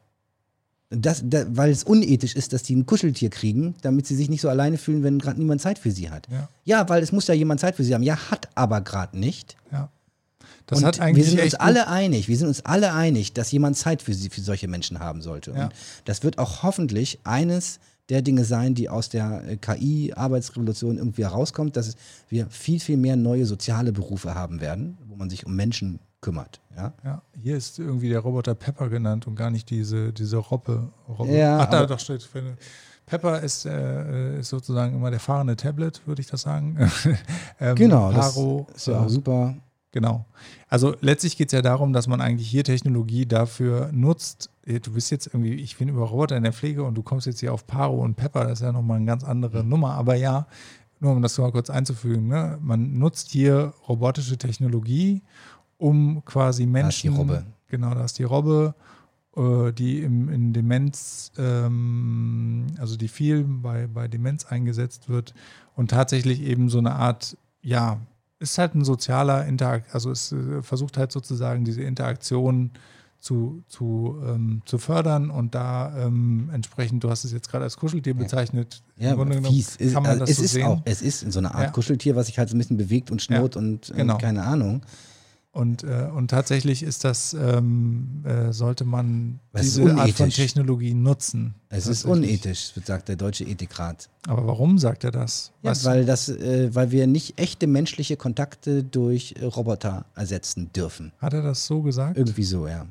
Speaker 1: Weil es unethisch ist, dass die ein Kuscheltier kriegen, damit sie sich nicht so alleine fühlen, wenn gerade niemand Zeit für sie hat. Ja, weil es muss ja jemand Zeit für sie haben. Ja, hat aber gerade nicht.
Speaker 2: Ja.
Speaker 1: Das hat eigentlich wir sind uns alle einig, dass jemand Zeit für solche Menschen haben sollte.
Speaker 2: Ja.
Speaker 1: Und das wird auch hoffentlich eines der Dinge sein, die aus der KI-Arbeitsrevolution irgendwie herauskommt, dass wir viel, viel mehr neue soziale Berufe haben werden, wo man sich um Menschen kümmert. Ja?
Speaker 2: Ja, hier ist irgendwie der Roboter Pepper genannt und gar nicht diese Robbe.
Speaker 1: Ja,
Speaker 2: ach, da doch steht. Pepper ist sozusagen immer der fahrende Tablet, würde ich das sagen.
Speaker 1: Genau,
Speaker 2: Paro,
Speaker 1: das ist ja auch super.
Speaker 2: Genau. Also letztlich geht es ja darum, dass man eigentlich hier Technologie dafür nutzt. Du bist jetzt irgendwie, ich bin über Roboter in der Pflege und du kommst jetzt hier auf Paro und Pepper, das ist ja nochmal eine ganz andere Nummer. Aber ja, nur um das mal kurz einzufügen, ne? Man nutzt hier robotische Technologie, um quasi Menschen. Da ist
Speaker 1: die Robbe.
Speaker 2: Genau, da ist die Robbe, die in Demenz, also die viel bei Demenz eingesetzt wird und tatsächlich eben so eine Art, ja, ist halt ein sozialer also es versucht halt sozusagen diese Interaktion zu fördern und da entsprechend, du hast es jetzt gerade als Kuscheltier bezeichnet.
Speaker 1: Ja, fies. Kann man das so sehen? Es ist so eine Art Kuscheltier, was sich halt so ein bisschen bewegt und schnurrt und keine Ahnung.
Speaker 2: Und tatsächlich ist das, sollte man diese Art von Technologie nutzen.
Speaker 1: Es ist unethisch, sagt der Deutsche Ethikrat.
Speaker 2: Aber warum sagt er das?
Speaker 1: Ja, weil wir nicht echte menschliche Kontakte durch Roboter ersetzen dürfen.
Speaker 2: Hat er das so gesagt?
Speaker 1: Irgendwie so, ja.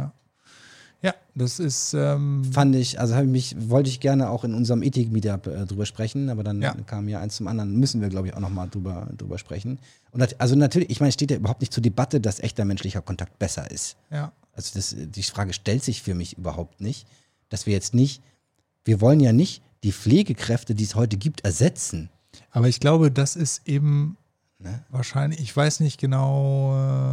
Speaker 2: Ja, das ist.
Speaker 1: Fand ich, wollte ich gerne auch in unserem Ethik-Meetup drüber sprechen, aber dann kam ja eins zum anderen, müssen wir, glaube ich, auch nochmal drüber sprechen. Und also natürlich, ich meine, es steht ja überhaupt nicht zur Debatte, dass echter menschlicher Kontakt besser ist.
Speaker 2: Ja.
Speaker 1: Also die Frage stellt sich für mich überhaupt nicht, dass wir wollen ja nicht die Pflegekräfte, die es heute gibt, ersetzen.
Speaker 2: Aber ich glaube, das ist eben wahrscheinlich, ich weiß nicht genau,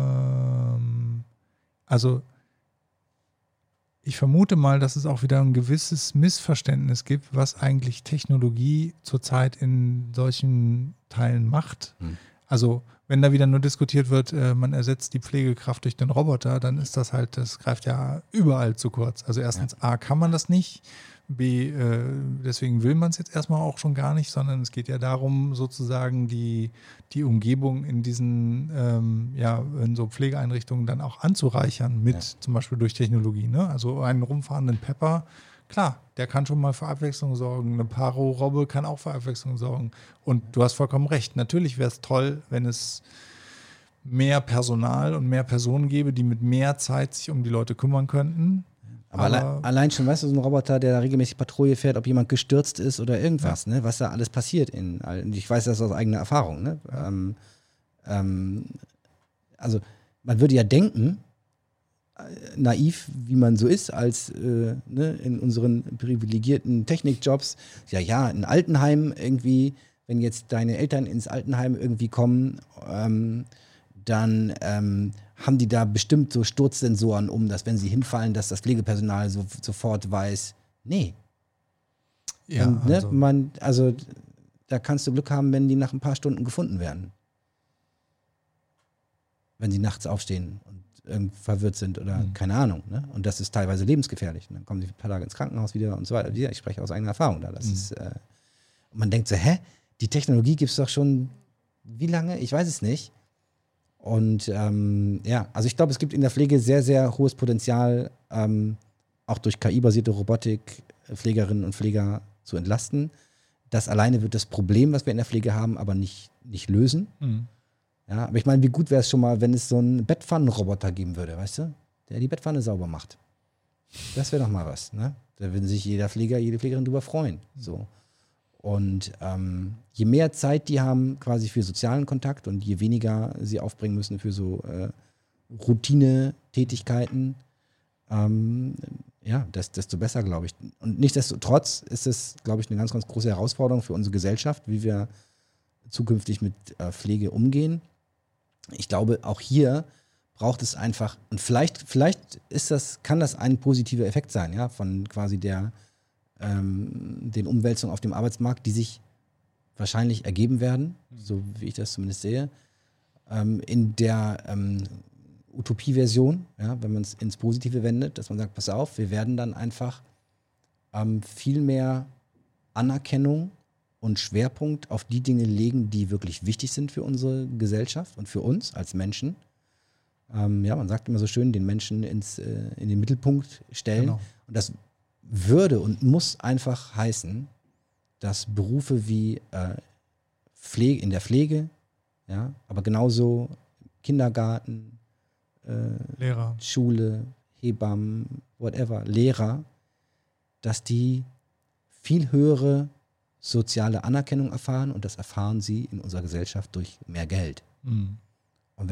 Speaker 2: also ich vermute mal, dass es auch wieder ein gewisses Missverständnis gibt, was eigentlich Technologie zurzeit in solchen Teilen macht. Also wenn da wieder nur diskutiert wird, man ersetzt die Pflegekraft durch den Roboter, dann ist das halt, das greift ja überall zu kurz. Also erstens, A, kann man das nicht, B, deswegen will man es jetzt erstmal auch schon gar nicht, sondern es geht ja darum, sozusagen die Umgebung in diesen, in so Pflegeeinrichtungen dann auch anzureichern mit zum Beispiel durch Technologie. Ne? Also einen rumfahrenden Pepper, klar, der kann schon mal für Abwechslung sorgen. Eine Paro-Robbe kann auch für Abwechslung sorgen. Und du hast vollkommen recht. Natürlich wäre es toll, wenn es mehr Personal und mehr Personen gäbe, die mit mehr Zeit sich um die Leute kümmern könnten.
Speaker 1: Aber allein schon, weißt du, so ein Roboter, der da regelmäßig Patrouille fährt, ob jemand gestürzt ist oder irgendwas, ne? Was da alles passiert. Ich weiß das aus eigener Erfahrung. Ne? Also man würde ja denken, naiv, wie man so ist, als in unseren privilegierten Technikjobs, in Altenheim irgendwie, wenn jetzt deine Eltern ins Altenheim irgendwie kommen, dann haben die da bestimmt so Sturzsensoren dass wenn sie hinfallen, dass das Pflegepersonal sofort weiß, nee.
Speaker 2: Ja,
Speaker 1: und, da kannst du Glück haben, wenn die nach ein paar Stunden gefunden werden. Wenn sie nachts aufstehen und verwirrt sind oder keine Ahnung. Ne? Und das ist teilweise lebensgefährlich. Und dann kommen sie ein paar Tage ins Krankenhaus wieder und so weiter. Ich spreche aus eigener Erfahrung da. Das ist, man denkt so, die Technologie gibt es doch schon wie lange? Ich weiß es nicht. Und also ich glaube, es gibt in der Pflege sehr, sehr hohes Potenzial, auch durch KI-basierte Robotik Pflegerinnen und Pfleger zu entlasten. Das alleine wird das Problem, was wir in der Pflege haben, aber nicht lösen. Ja, aber ich meine, wie gut wäre es schon mal, wenn es so einen Bettpfannenroboter geben würde, weißt du? Der die Bettpfanne sauber macht. Das wäre doch mal was, ne? Da würde sich jeder Pfleger, jede Pflegerin drüber freuen. So. Und je mehr Zeit die haben quasi für sozialen Kontakt und je weniger sie aufbringen müssen für so Routine-Tätigkeiten, desto besser, glaube ich. Und nichtsdestotrotz ist es, glaube ich, eine ganz, ganz große Herausforderung für unsere Gesellschaft, wie wir zukünftig mit Pflege umgehen. Ich glaube, auch hier braucht es einfach, und vielleicht kann das ein positiver Effekt sein, ja, von quasi den Umwälzungen auf dem Arbeitsmarkt, die sich wahrscheinlich ergeben werden, so wie ich das zumindest sehe, in der Utopie-Version, ja, wenn man es ins Positive wendet, dass man sagt, pass auf, wir werden dann einfach viel mehr Anerkennung und Schwerpunkt auf die Dinge legen, die wirklich wichtig sind für unsere Gesellschaft und für uns als Menschen. Man sagt immer so schön, den Menschen in den Mittelpunkt stellen.
Speaker 2: Genau.
Speaker 1: Und das würde und muss einfach heißen, dass Berufe wie in der Pflege, ja, aber genauso Kindergarten,
Speaker 2: Lehrer,
Speaker 1: Schule, Hebammen, whatever, Lehrer, dass die viel höhere soziale Anerkennung erfahren, und das erfahren sie in unserer Gesellschaft durch mehr Geld.
Speaker 2: Mhm.
Speaker 1: Und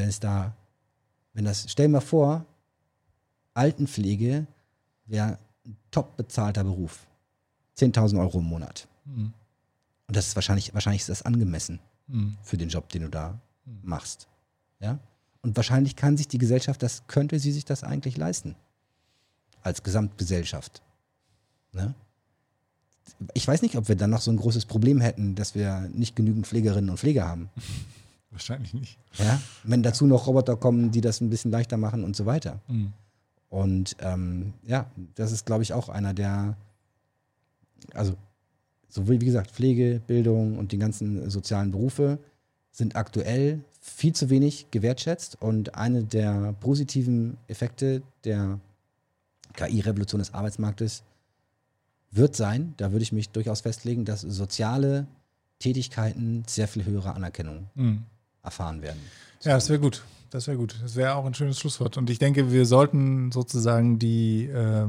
Speaker 1: stell dir mal vor, Altenpflege wäre ein top bezahlter Beruf. 10.000 Euro im Monat.
Speaker 2: Mhm.
Speaker 1: Und das ist wahrscheinlich ist das angemessen für den Job, den du da machst. Ja? Und wahrscheinlich könnte sie sich das eigentlich leisten. Als Gesamtgesellschaft. Ne? Ich weiß nicht, ob wir dann noch so ein großes Problem hätten, dass wir nicht genügend Pflegerinnen und Pfleger haben.
Speaker 2: Wahrscheinlich nicht.
Speaker 1: Ja? Wenn dazu noch Roboter kommen, die das ein bisschen leichter machen und so weiter.
Speaker 2: Mhm.
Speaker 1: Und das ist, glaube ich, auch einer der, also sowohl, wie gesagt, Pflege, Bildung und die ganzen sozialen Berufe sind aktuell viel zu wenig gewertschätzt, und eine der positiven Effekte der KI-Revolution des Arbeitsmarktes wird sein, da würde ich mich durchaus festlegen, dass soziale Tätigkeiten sehr viel höhere Anerkennung erfahren werden.
Speaker 2: Ja, das wäre gut. Das wäre auch ein schönes Schlusswort. Und ich denke, wir sollten sozusagen wir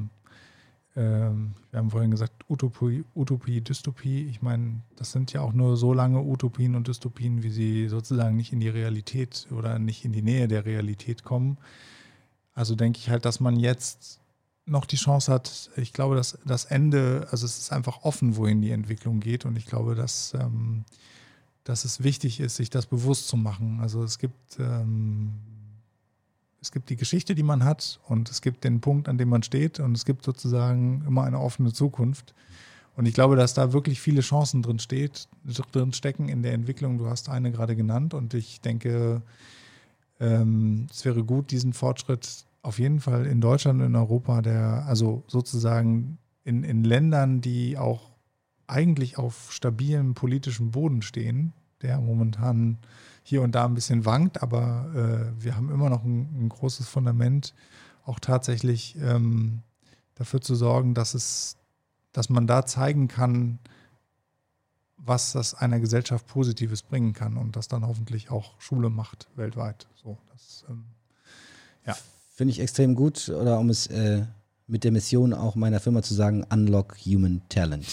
Speaker 2: haben vorhin gesagt, Utopie, Dystopie. Ich meine, das sind ja auch nur so lange Utopien und Dystopien, wie sie sozusagen nicht in die Realität oder nicht in die Nähe der Realität kommen. Also denke ich halt, dass man jetzt noch die Chance hat. Ich glaube, dass das Ende, also es ist einfach offen, wohin die Entwicklung geht. Und ich glaube, dass es wichtig ist, sich das bewusst zu machen. Also es gibt die Geschichte, die man hat, und es gibt den Punkt, an dem man steht, und es gibt sozusagen immer eine offene Zukunft. Und ich glaube, dass da wirklich viele Chancen drin stecken in der Entwicklung. Du hast eine gerade genannt, und ich denke, es wäre gut, diesen Fortschritt auf jeden Fall in Deutschland und in Europa, also sozusagen in Ländern, die auch eigentlich auf stabilem politischem Boden stehen, der momentan hier und da ein bisschen wankt, aber wir haben immer noch ein großes Fundament, auch tatsächlich dafür zu sorgen, dass man da zeigen kann, was das einer Gesellschaft Positives bringen kann, und das dann hoffentlich auch Schule macht weltweit. So, ja.
Speaker 1: Finde ich extrem gut, oder um es mit der Mission auch meiner Firma zu sagen, Unlock Human Talent.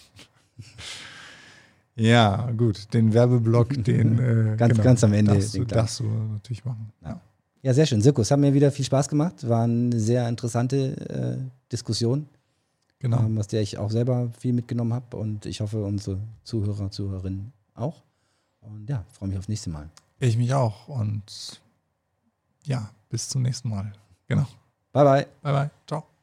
Speaker 2: Ja, gut, den Werbeblock,
Speaker 1: ganz am Ende.
Speaker 2: Darfst du natürlich machen.
Speaker 1: Ja, sehr schön. Sirko, es hat mir wieder viel Spaß gemacht. War eine sehr interessante Diskussion,
Speaker 2: genau.
Speaker 1: Aus der ich auch selber viel mitgenommen habe, und ich hoffe, unsere Zuhörer, Zuhörerinnen auch. Und ja, freue mich aufs nächste Mal.
Speaker 2: Ich mich auch, und ja, bis zum nächsten Mal. Genau.
Speaker 1: Bye, bye.
Speaker 2: Bye, bye. Ciao.